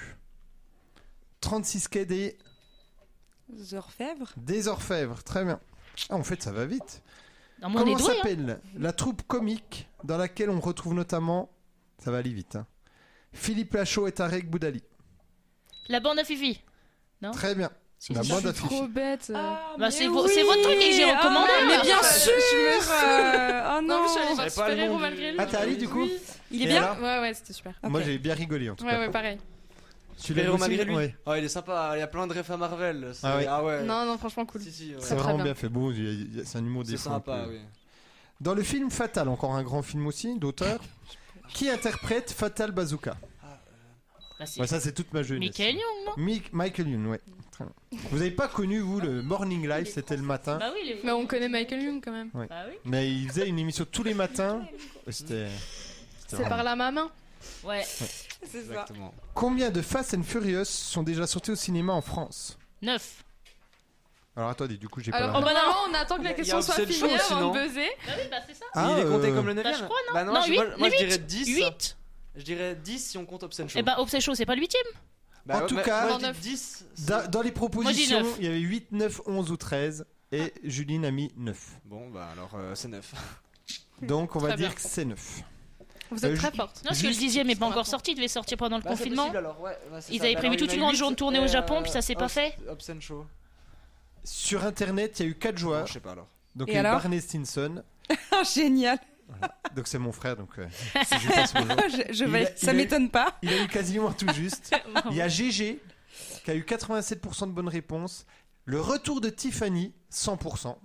trente-six quai des... The Orfèvres. des Orfèvres, très bien. Ah, en fait, ça va vite. Comment s'appelle hein. la troupe comique dans laquelle on retrouve notamment, ça va aller vite, hein, Philippe Lachaud et Tarek Boudali? La bande à Fifi. Non. Très bien. La je bande à suis Fifi. trop bête. Ah, bah c'est, oui. vo- c'est votre truc que j'ai recommandé. Ah, mais bien Ah, sûr. Euh... Oh non. non je suis allée voir J'avais Super pas le Héros nom malgré du- lui. Ah, t'as allé du coup? Oui. Il est Et bien. alors Ouais ouais c'était super. Moi Ok. j'ai bien rigolé en tout Ouais cas. ouais pareil. Tu Super Héros malgré lui. Ouais. Oh, il est sympa, il y a plein de refs à Marvel. C'est... Ah ouais. Ah ouais. Non non franchement cool. Si, si, ouais. C'est Très, très vraiment bien. bien fait. Bon, il y a- il y a- c'est un humour des C'est fois un sympa, peu. oui. Dans le film Fatal, encore un grand film aussi d'auteur, qui interprète Fatal Bazooka? Bah, c'est Ouais, ça c'est toute ma jeunesse. Michael Young, non? Mi- Michael Youn, ouais. Très bien. Vous avez pas connu vous le Morning Live, c'était le matin. Bah oui, les... Mais on connaît Michael Young quand même. Ouais. Bah oui. Mais il faisait une émission tous les matins. Et C'était. c'était C'est vraiment- par la main. Ouais. C'est ça. Exactement. Combien de Fast and Furious sont déjà sortis au cinéma en France? neuf. Alors attendez, du coup j'ai pas Alors la- Oh, bah normalement on attend que Il y la a- question il y a soit Obscene finie Show, avant de sinon. buzzer. Bah oui, bah c'est ça. Ah, il est compté euh, comme le Bah neuvième. je crois, non? Bah non, non, je, huit, moi, moi, je huit, dirais dix. huit. Je dirais dix si on compte Obscene Show. Et bah Obscene Show, c'est pas le huitième? Bah, En ouais, tout moi- cas, moi, je neuf. dis dix. c'est- Da- dans les propositions, neuf. il y avait huit, neuf, onze ou treize. Et Juline a mis neuf. Bon, bah alors euh, c'est neuf. Donc on va Très dire bien. que c'est neuf. Vous êtes Euh, très ju- forte. Non, parce que le Juste- dixième est pas encore sorti, il devait sortir pendant le Bah, c'est confinement. possible, alors, ouais, ouais, c'est Ils ça. avaient Bah, prévu alors, toute il y une en a grande huit, journée tournée au et, Japon, euh, puis ça s'est pas Obs- fait. Obscene Show. Sur internet, il y a eu quatre Bon, joueurs. je sais pas alors. Donc Et il y a eu alors Barney Stinson. Ah, génial. Donc c'est mon frère. Donc euh, si je passe bonjour. Je, je Il vais. a- il Ça a- m'étonne pas. Il a eu quasiment tout juste. Il y a G G qui a eu quatre-vingt-sept pour cent de bonnes réponses. Le retour de Tiffany, cent pour cent.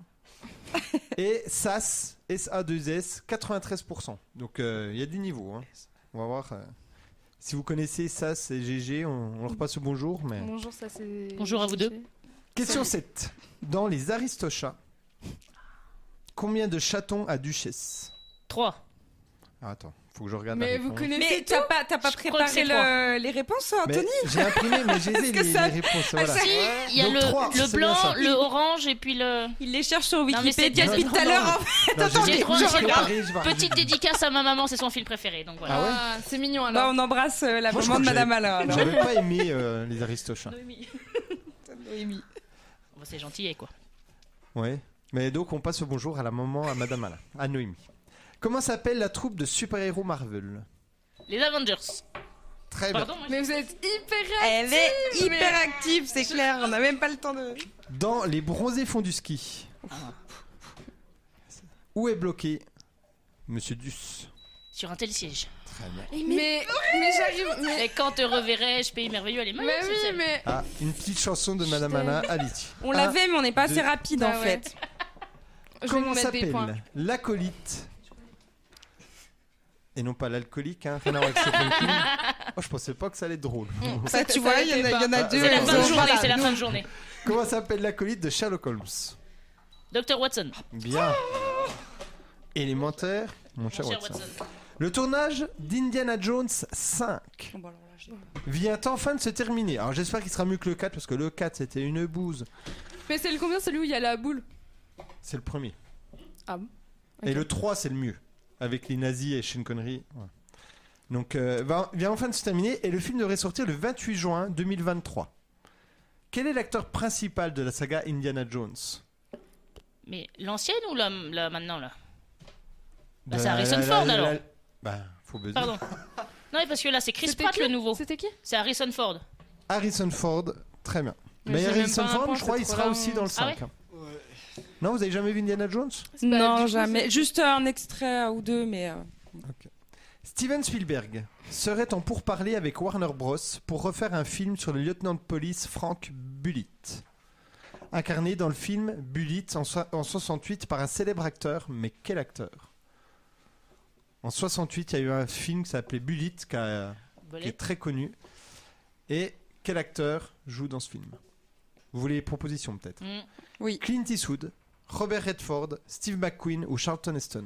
Et Sas, S A deux S, quatre-vingt-treize pour cent. Donc euh, il y a du niveau. Hein. On va voir. euh, si vous connaissez Sas et G G, on, on leur passe le bonjour. Mais... Bonjour ça c'est. Bonjour à vous deux. Question sept. Dans les Aristochats, combien de chatons a Duchesse? trois. Ah, attends, faut que je regarde Mais la vous réponse. connaissez Mais t'as pas, t'as pas Je crois préparé que c'est le- les réponses, Mais Anthony? j'ai imprimé, mais j'ai les, que les ça- réponses. Voilà. ça- Si, il y a Donc le, trois, le c'est bien blanc, ça. le orange et puis le. Il les cherche sur mais c'est Wikipédia bien- depuis Non, tout à non, l'heure. non. en fait. Non, Attendez, j'ai- J'ai trop- j'ai j'ai trop- préparé, je vais Petite dédicace à ma maman, c'est son film préféré, donc voilà. Ah ouais Ah, c'est mignon Bah, alors. on embrasse euh, la Moi, je maman de crois que Madame Alain. alors. J'avais pas aimé euh, les Aristochats. Noémie. Bon, c'est gentil, quoi. Ouais. Mais donc on passe au bonjour à la maman, à Madame Alain, à Noémie. Comment s'appelle la troupe de super-héros Marvel? Les Avengers. Très bien. Pardon, moi, Mais vous êtes hyper Elle est réactive, hyper mais- active, c'est clair. On n'a même pas le temps de. Dans les bronzés fonds du ski, où est bloqué Monsieur Duss? sur un tel siège. Très bien. Mais mais j'arrive. Mais, Et quand te reverrai-je, pays merveilleux, elle est mais magnifique. oui celle. mais. Ah, une petite chanson de Madame t'aime. Alain, allez-y. On Un, l'avait, mais on n'est pas assez deux. rapide Ah en ouais. fait. Je vais Comment nous mettre des points. s'appelle l'acolyte? Et non pas l'alcoolique, hein, rien à voir avec Stephen King. Oh, je pensais pas que ça allait être drôle. Ça, tu ça vois, il y, en a- été il y en a pas. deux. C'est la Euh, fin de euh, journée, voilà, c'est la nous- fin de journée. Comment s'appelle l'acolyte de Sherlock Holmes? Docteur Watson. Bien. Élémentaire, mon cher Mon cher Watson. Watson. Le tournage d'Indiana Jones cinq Bon, bah, alors là, j'ai- vient enfin de se terminer. Alors j'espère qu'il sera mieux que le quatre parce que le quatre c'était une bouse. Mais c'est le combien celui où il y a la boule? C'est le premier. Ah bon? Et Ok. le trois c'est le mieux. Avec les nazis et Sean Connery. Ouais. Donc euh, va- vient enfin de se terminer et le film devrait sortir le vingt-huit juin deux mille vingt-trois. Quel est l'acteur principal de la saga Indiana Jones? Mais l'ancienne ou la, la maintenant là? Bah, De c'est la- Harrison la- Ford, la- alors. la- Bah, faut buzzer. Pardon. Non, mais parce que là, c'est Chris C'était Pratt qui le nouveau. C'était qui? C'est Harrison Ford. Harrison Ford, très bien. Mais Mais, j'ai même Harrison pas un Ford, point, je crois, c'est il trop sera long. aussi dans le Ah ouais cinq. hein. Non, vous avez jamais vu Indiana Jones? Bah, du Non, coup, jamais. c'est- Juste un extrait ou deux, mais. euh, Steven Spielberg serait en pourparlers avec Warner Bros. Pour refaire un film sur le lieutenant de police Frank Bullitt. Incarné dans le film Bullitt en, so- en soixante-huit par un célèbre acteur, mais quel acteur? En soixante-huit, il y a eu un film qui s'appelait Bullitt, qui, a- qui est très connu. Et quel acteur joue dans ce film? Vous voulez les propositions peut-être? Mm. Oui. Clint Eastwood, Robert Redford, Steve McQueen ou Charlton Heston?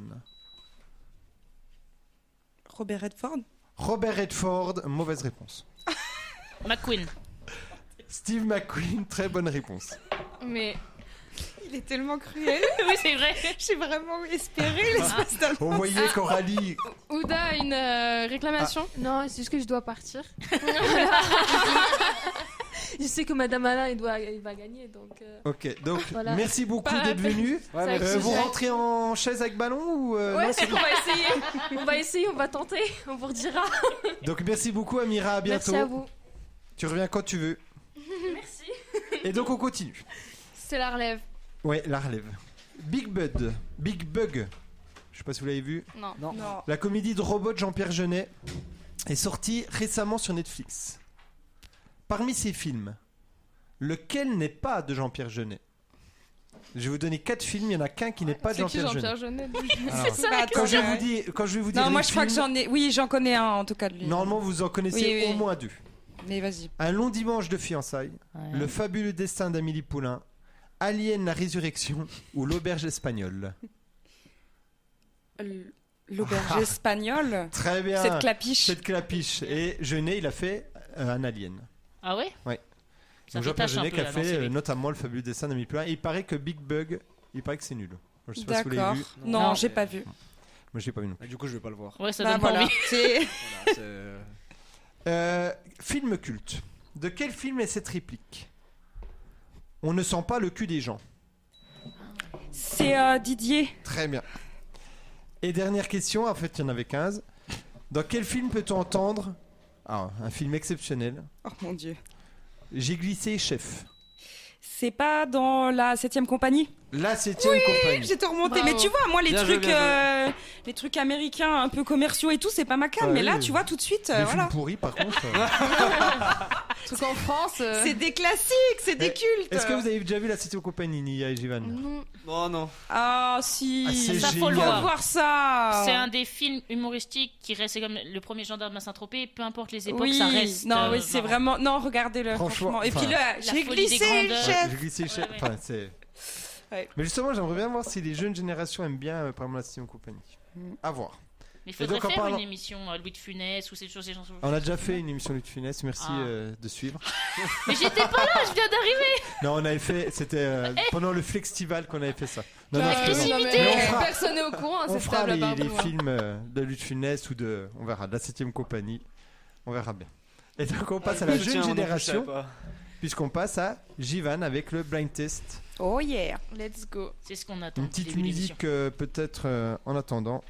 Robert Redford. Robert Redford, mauvaise réponse. McQueen. Steve McQueen, très bonne réponse. Mais Il est tellement cruel. Oui, c'est vrai. J'ai vraiment espéré l'espèce d'un. On voyait qu'Aurélie... Ouda a une euh, réclamation. Non, c'est juste que je dois partir. je sais que Madame Alain, il, doit, il va gagner. Donc, euh... Ok, donc voilà. merci beaucoup d'être venu. Ouais, euh, vous rentrez en chaise avec ballon ou euh, ouais, non, c'est on va essayer. On va essayer, on va tenter. On vous redira. Donc merci beaucoup Amira, à bientôt. Merci à vous. Tu reviens quand tu veux. Merci. Et donc on continue. C'est la relève. Ouais, la relève. Big Bud, Big Bug. Je sais pas si vous l'avez vu. Non. Non. Non. La comédie de robot de Jean-Pierre Jeunet est sortie récemment sur Netflix. Parmi ces films, lequel n'est pas de Jean-Pierre Jeunet? Je vais vous donner quatre films, il y en a qu'un qui n'est pas de C'est qui Jean-Pierre Jeunet. Jean-Pierre Jeunet Alors, C'est ça la quand je question. vous dis, quand je vais vous dire Non, moi les je crois que films, j'en ai. Oui, j'en connais un en tout cas de lui. normalement vous en connaissez Oui, oui. au moins deux. Mais vas-y. Un long dimanche de fiançailles, Ouais. Le fabuleux destin d'Amélie Poulain, Alien la résurrection ou L'auberge espagnole. L- L'auberge espagnole. Très bien. Cette clapiche. Cette clapiche. Et Jeunet, il a fait euh, un Alien. Ah ouais Ouais. Ça Donc fait Jean-Pierre tâche un Jeunet peu, qui a là, dans le fait C V. euh, notamment Le fabuleux destin d'Amélie Poulain. Et il paraît que Big Bug, il paraît que c'est nul. Je sais pas si vous D'accord. l'avez vu. Non, Non, j'ai mais- pas vu. Moi, j'ai pas vu non plus. Ah, du coup, je vais pas le voir. Ouais, ça Bah donne voilà. pas envie. C'est- Voilà, c'est- Euh, film culte. De quel film est cette réplique? On ne sent pas le cul des gens. C'est euh, Didier. Très bien. Et dernière question, en fait il y en avait quinze. Dans quel film peut-on entendre, ah, un film exceptionnel, Oh mon dieu. J'ai glissé chef? C'est pas dans la septième compagnie? La septième compagnie. J'ai tout remonté. Bravo. Mais tu vois, moi, les Bien joué, trucs, bien euh, les trucs américains un peu commerciaux et tout, c'est pas ma cam. Ouais, mais là, oui. tu vois, tout de suite, Les euh, films voilà. pourris par contre. euh. Truc en France. euh, C'est des classiques, c'est des Eh, cultes. Est-ce que vous avez déjà vu la septième compagnie, Nia et Jivan? Non. Non, non. Ah, si. Ah, c'est Ça, faut le génial. voir. voir ça. C'est un des films humoristiques qui reste c'est comme le premier gendarme à Saint-Tropez. Peu importe les époques, Oui, ça reste. non, euh, oui, c'est marrant. vraiment. Non, regardez-le, Franchement, franchement. Et puis enfin, là, La j'ai folie des glissé, grandeurs. chef. J'ai glissé chef. Ouais, ouais. Enfin, c'est... Ouais. Mais justement, j'aimerais bien voir si les jeunes générations aiment bien, euh, par exemple, la septième compagnie. À voir. Mais il faudrait donc, en faire parlant- une émission euh, Louis de Funès ou ces choses. Ces choses. On a déjà fait une émission Lutte Funès, merci Ah. euh, de suivre. Mais j'étais pas là, je viens d'arriver. Non, on avait fait, c'était euh, pendant le Flextival qu'on avait fait ça. Non, non, Bah, je plaisante. oui, non, mais Mais on fera- personne n'est au courant, hein, On c'est fera stable les, à part les nous, hein. films euh, de Lutte Funès ou de, on verra, de la septième compagnie. On verra bien. Et donc on passe à la Je jeune tiens, moi non plus, je génération, savais pas. puisqu'on passe à Jivan avec le blind test. Oh yeah. Let's go. C'est ce qu'on attend. Une au petite début de l'émission. musique euh, peut-être euh, en attendant.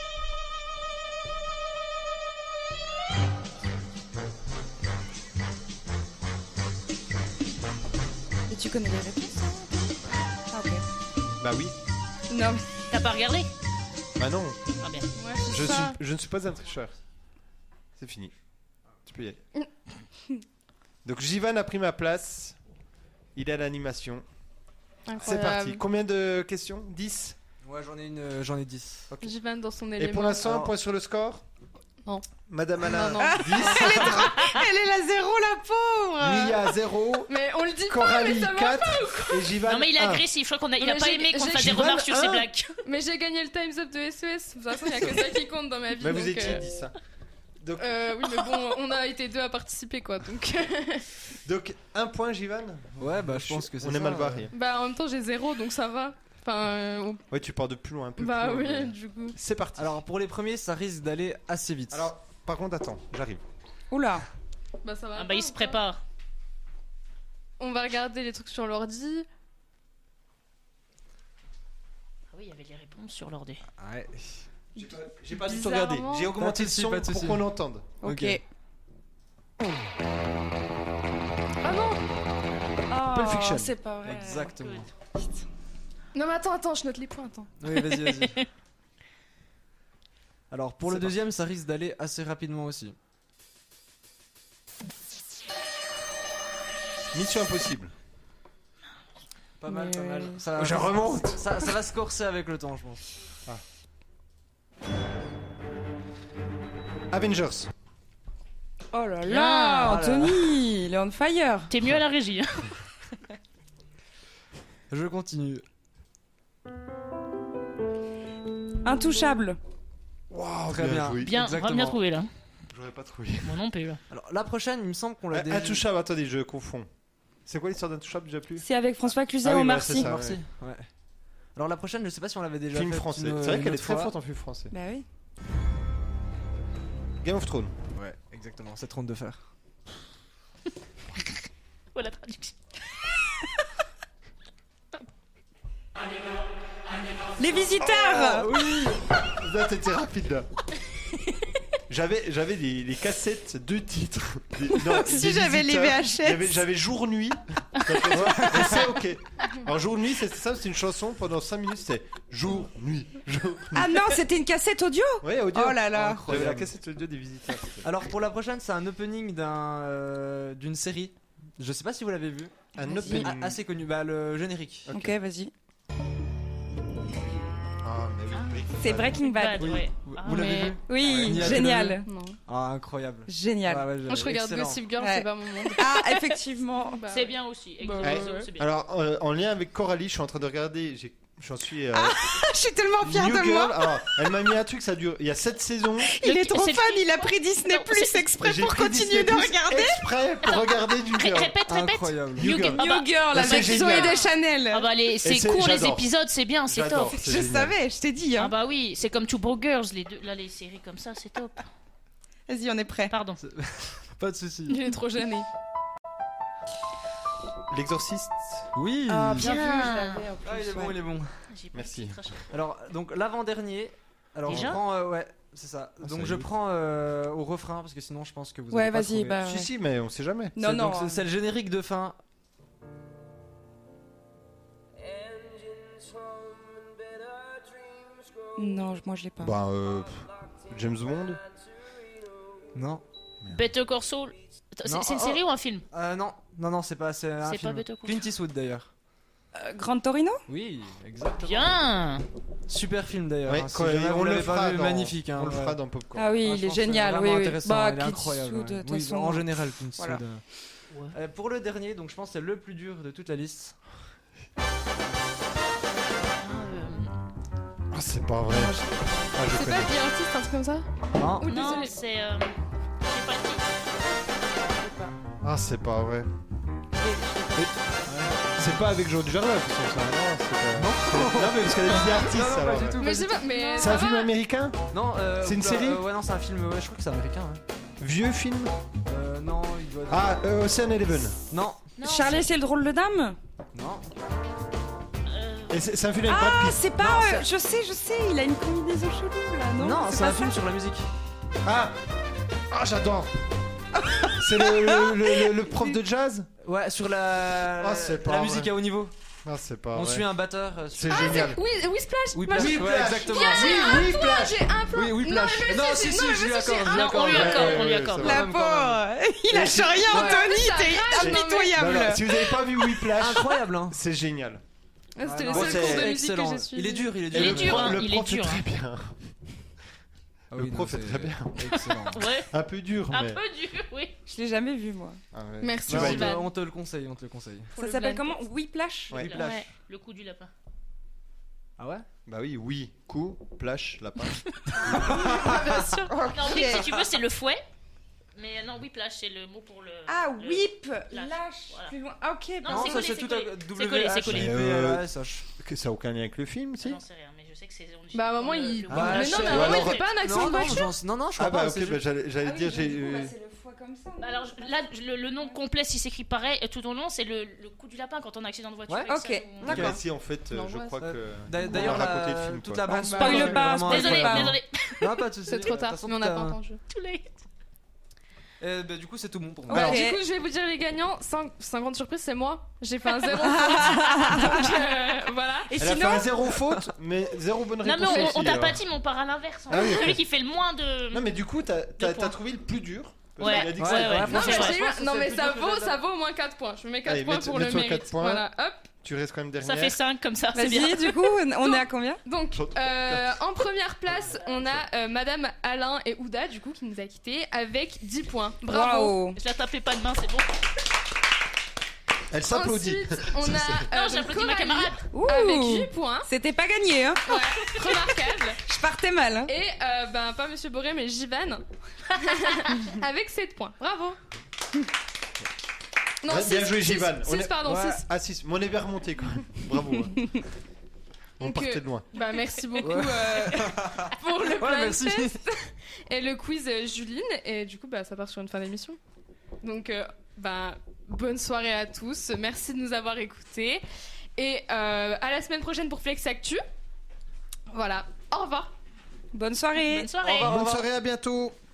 Et tu connais les réponses, hein? Ah, ok. Bah oui. Non, mais. T'as pas regardé? Bah non. Ah bien. Ouais, c'est Je, suis, ça. je ne suis pas un tricheur. C'est fini. Tu peux y aller. Donc Jivan a pris ma place. Il est à l'animation. C'est Incroyable. parti. Combien de questions? dix. Ouais, j'en ai une, euh, j'en ai dix. Ok. Jivan dans son Et élément. pour l'instant, un Alors- point sur le score? Non. Madame Alain, Non, non. dix. Elle est la zéro, la pauvre. Nia, zéro. Mais on le dit pas, Coralie, mais ça va. quatre. Et Jivan, Non mais il est un. agressif. Je crois qu'on a. Il Mais a pas j'ai- aimé qu'on j'ai- fasse des Jivan, remarques sur ses un. blagues. Mais j'ai gagné le Times Up de S E S. De toute façon, il n'y a que ça qui compte dans ma vie. Bah, vous donc, étiez euh, dix. Hein. Donc, euh, oui, mais bon, on a été deux à participer, quoi. Donc, donc, un point, Jivan. Ouais, bah, je pense que c'est On ça, est mal euh. barré. bah, en même temps, j'ai zéro, donc ça va. Enfin, euh, on- Ouais, tu pars de plus loin, un peu bah plus loin, oui, mais- du coup. C'est parti. Alors, pour les premiers, ça risque d'aller assez vite. Alors, par contre, attends, j'arrive. Oula. Bah, ça va. Ah pas, bah il se ou pas prépare. On va regarder les trucs sur l'ordi. Ah oui, il y avait les réponses sur l'ordi. Ouais. J'ai pas du tout Bizarrement. regardé. J'ai augmenté Pas de le souci, son pas de pour souci. qu'on l'entende. Ok. Ok. Ah non Oh, Pulp Fiction. c'est pas vrai. Exactement. Non, mais attends, attends, je note les points, attends. Oui, vas-y, vas-y. Alors, pour le deuxième, ça risque d'aller assez rapidement aussi. Mission impossible. Pas mal, pas Mais- mal. Ça, Je remonte. ça, ça va se corser avec le temps, je pense. Avengers. Oh là Bien. là, Anthony, il est on fire. T'es mieux à la régie. hein. Je continue. Intouchable. Wow, Très bien. joué. Bien, Exactement. bien trouvé là. J'aurais pas trouvé. Moi non plus. Là. Alors, la prochaine, il me semble qu'on l'a Euh, déjà. Intouchable, attendez, je confonds. C'est quoi l'histoire d'Intouchable déjà plus? C'est avec François Cluzet Ah oui, et voilà, Omar c'est Sy. ça. Merci. Ouais. Alors, la prochaine, je sais pas si on l'avait déjà Film fait français. une- C'est vrai une qu'elle est autre très fois. forte en film français. Bah oui. Game of Thrones. Ouais, exactement. C'est trône de fer. quoi la traduction? Les visiteurs. Oh, oui. Ça, t'étais rapide là. J'avais, j'avais des, des cassettes de titres. Des, non, si des j'avais les V H S. J'avais, j'avais jour-nuit. C'est ok. Alors jour-nuit, c'est ça, c'est une chanson pendant cinq minutes, c'est jour-nuit. Jour ah non, c'était une cassette audio. Ouais, audio. Oh là là. J'avais la cassette audio des visiteurs. Alors pour la prochaine, c'est un opening d'un, euh, d'une série. Je sais pas si vous l'avez vu. Un opening. A- assez connu. Bah le générique. Ok, okay, vas-y. Ah, mais oui, c'est Breaking Bad. Oui. Ouais. Vous, Ah, vous l'avez mais... vu? Oui, ouais, génial. Ah, incroyable. Génial. Ah, ouais, Moi, je regarde excellent. Gossip Girl, ouais. c'est pas mon monde. Ah, effectivement. Bah, c'est bien aussi. Bah, ouais, ouais, c'est, ouais. c'est bien. Alors, euh, en lien avec Coralie, je suis en train de regarder. J'ai... J'en suis. Euh, ah, je suis tellement fière New de Girl. moi. Alors, elle m'a mis un truc, ça dure. Il y a sept saisons. Il Le- est trop c'est fan, le- il a pris Disney Non, Plus c'est- exprès J'ai pour pris continuer Disney de Plus regarder. Exprès pour regarder New Ré- Girl. répète, répète. Incroyable. New New Girl. Girl. Ah New bah, Girl Là, avec c'est Zoé génial. Deschanel. Ah bah les, c'est, c'est- court les j'adore. épisodes, c'est bien, c'est J'adore. top. C'est Je génial. savais, je t'ai dit. Hein. Ah bah oui, c'est comme Two Broke Girls, les deux, là les séries comme ça, c'est top. Vas-y, on est prêt. Pardon. Pas de soucis. Il est trop gêné. L'exorciste. Oui. Ah, bien vu, Bien. je l'avais en plus. Ah, il est bon, ouais. il est bon. J'ai pas Merci. de titre. Alors, donc l'avant-dernier. Alors, Déjà je prends. euh, ouais, c'est ça. Ah, donc, ça je y est. prends euh, au refrain parce que sinon, je pense que vous. Ouais, allez pas vas-y, trouver. bah. Si, ouais. si, mais on sait jamais. Non, C'est- non. donc, c'est, c'est le générique de fin. Non, moi je l'ai pas. Bah, euh, James Bond. Non. Better Call Saul. C'est, Non, c'est une oh, série ou un film? Euh, non, non, non, c'est pas. C'est un C'est film. pas Better Call Clint Eastwood d'ailleurs. Euh, Grand Torino. Oui, exactement. Bien. Super film d'ailleurs. Ouais, hein, si quand- jamais vous on le l'avez pas fera vu, dans, magnifique. Hein, on le ouais. fera dans Popcorn. Ah oui, il est Franchement, c'est génial. vraiment Oui, oui. intéressant, Bah, il est Clint incroyable. Eastwood, de ouais. toute Oui, façon. en général, Clint Eastwood. Voilà. euh. Euh, pour le dernier, donc je pense que c'est le plus dur de toute la liste. Ah, euh, Ah, c'est pas vrai. Ah, je C'est connais. pas The Artist, un truc comme ça? Non. Ou non, désolé. c'est. Euh... J'ai pas le titre. Ah, c'est pas vrai. C'est pas avec Jean Dujardin, de toute façon, ça. Non, c'est pas. Non, non mais parce qu'elle a dit The Artist, Non, non, pas alors. du ouais. tout. Mais pas je sais du pas, mais. C'est ça un film va. américain? Non, euh, C'est une bah, série euh, Ouais, non, c'est un film. Ouais, je crois que c'est américain. Ouais. Vieux film? Euh, non, il doit. Ah, euh, Ocean Eleven. Non, Non, Charlie, c'est le drôle de dame. non. euh, Et c'est, c'est un film avec Brad Ah, Pitt. c'est pas. Non, euh, je sais, je sais. Il a une combinaison chelou là, non? Non, c'est pas un film sur la musique. Ah! Ah, j'adore! C'est le, le, le- le prof de jazz? Ouais, sur la. Ah, c'est pas la vrai. musique à haut niveau. Ah, c'est pas On vrai. suit un batteur. euh, sur- C'est génial. Oui, oui, Splash. Oui, Moi, Plash, j'ai- ouais, Whiplash. exactement. Oui, oui, Flash. J'ai un point. Oui, oui, Non, Plash. mais Non, monsieur, si, c'est- si, non, je lui mais monsieur, accorde. c'est je lui un- accorde. on lui Ouais, accorde, ouais, on lui ouais, accorde. ça va. La Quand même, quand même. pauvre. Il Et lâche rien, ouais. Anthony. Ça T'es rage, non, mais- impitoyable. Non, non, si vous avez pas vu Whiplash, Incroyable, hein. c'est génial. Ah, C'était Ah, le non, seul c'est cours de musique que excellent. j'ai suivi. Il est dur, il est dur. Il Et est le dur, prof- hein, Le il est prof est dur, très hein. bien. Ah Le oui, prof non, est c'est très bien. Excellent. Ouais, Un peu dur, un mais. peu dur, oui. Je l'ai jamais vu moi. Ah ouais. Merci, Tu Non, vas on, y te, Jivan. on te le conseille, on te le conseille. Pour Ça le s'appelle blind comment? test. Whiplash. Ouais. Whiplash. Ouais, le coup du lapin. Ah ouais? Bah oui, oui, coup, plash, lapin. Bien sûr. Non, oui, si tu veux, c'est le fouet. Mais non, whiplash, c'est le mot pour le. Ah, le- whip, Lâche, lâche, voilà. plus loin. Ah, ok. Non, Non, c'est ça collé, c'est c'est tout collé. à C'est collé, c'est W collé. H I P L A S H. Que ça a aucun lien avec le film, si? J'en sais rien, mais je sais que c'est. on- Bah, à un moment, le- il. le Bah, Mais non, je mais sais. à un moment, Ou il alors- fait pas un accident Non, de non, voiture. j'en- non, non, je crois Ah bah pas. ok, c'est bah, juste- j'allais, j'allais dire, j'ai. du coup, bah, euh, c'est le foie comme ça. Bah alors je- là, le, le nom complet, s'il s'écrit pareil, tout au long, c'est le, le coup du lapin quand on a un accident de voiture. Ouais. et que Ok, ça nous- d'accord. bah, si, en fait, euh, je L'angoisse. crois que. D'a- on D'ailleurs, va raconter la- le film, toute quoi. la bande Bah, spoil son est pas, vraiment spoil Désolé, pas. incroyable. désolé. Non, pas de soucis. C'est trop De toute tard, façon, mais on n'a t'as- pas entendu. Too late. Euh, bah, du coup, c'est tout bon pour moi. Ouais. Alors, Ok. du coup, je vais vous dire les gagnants. Sans, sans grande surprise, c'est moi. J'ai fait un zéro faute. Donc, euh, voilà. Et Elle a fait sinon, un zéro faute, mais zéro bonne Non, réponse. mais on, aussi, on t'a alors. pas dit, mais on part à l'inverse. hein. Ah oui, ok. Celui qui fait le moins de. Non, mais du coup, t'as, t'as, points. t'as trouvé le plus dur. Parce Ouais, qu'il a dit que ouais, c'était ouais, pas ouais, Non, dur. mais, franchement, j'ai je eu- pense que non, c'est mais plus ça dur que vaut, la- ça vaut au moins quatre points. Je mets quatre Allez, points mets- pour le mets-toi mérite. quatre points. Voilà, hop. Tu restes quand même dernière. Ça fait cinq comme ça, c'est bien. vas-y, du coup, on est à combien? Donc, J'entends. euh, en première place, on a euh, Madame Alain et Ouda, du coup, qui nous a quittés avec dix points. Bravo. Waouh. Je la tapais pas de main, c'est bon. Elle s'applaudit. Ensuite, on a Ça, euh, Non, j'applaudis ma Coralie camarade. Ouh. avec huit points. C'était pas gagné, hein. Ouais, remarquable. Je partais mal, hein. Et euh, ben pas Monsieur Boré mais Jivan avec sept points. Bravo. Non, Ouais, bien six, joué, six, Jivan. On six, est- pardon, Ouais. six. Ah, six. Mais on est bien remonté quand même. Bravo. ouais. On Donc, partait euh, de loin. Bah merci beaucoup Ouais. euh, pour le Ouais, blind merci. test et le quiz euh, Juline et du coup bah ça part sur une fin d'émission. Donc euh, bah bonne soirée à tous. Merci de nous avoir écoutés. Et euh, à la semaine prochaine pour Flex Actu. Voilà. Au revoir. Bonne soirée. Bonne soirée. Bonne soirée, à bientôt.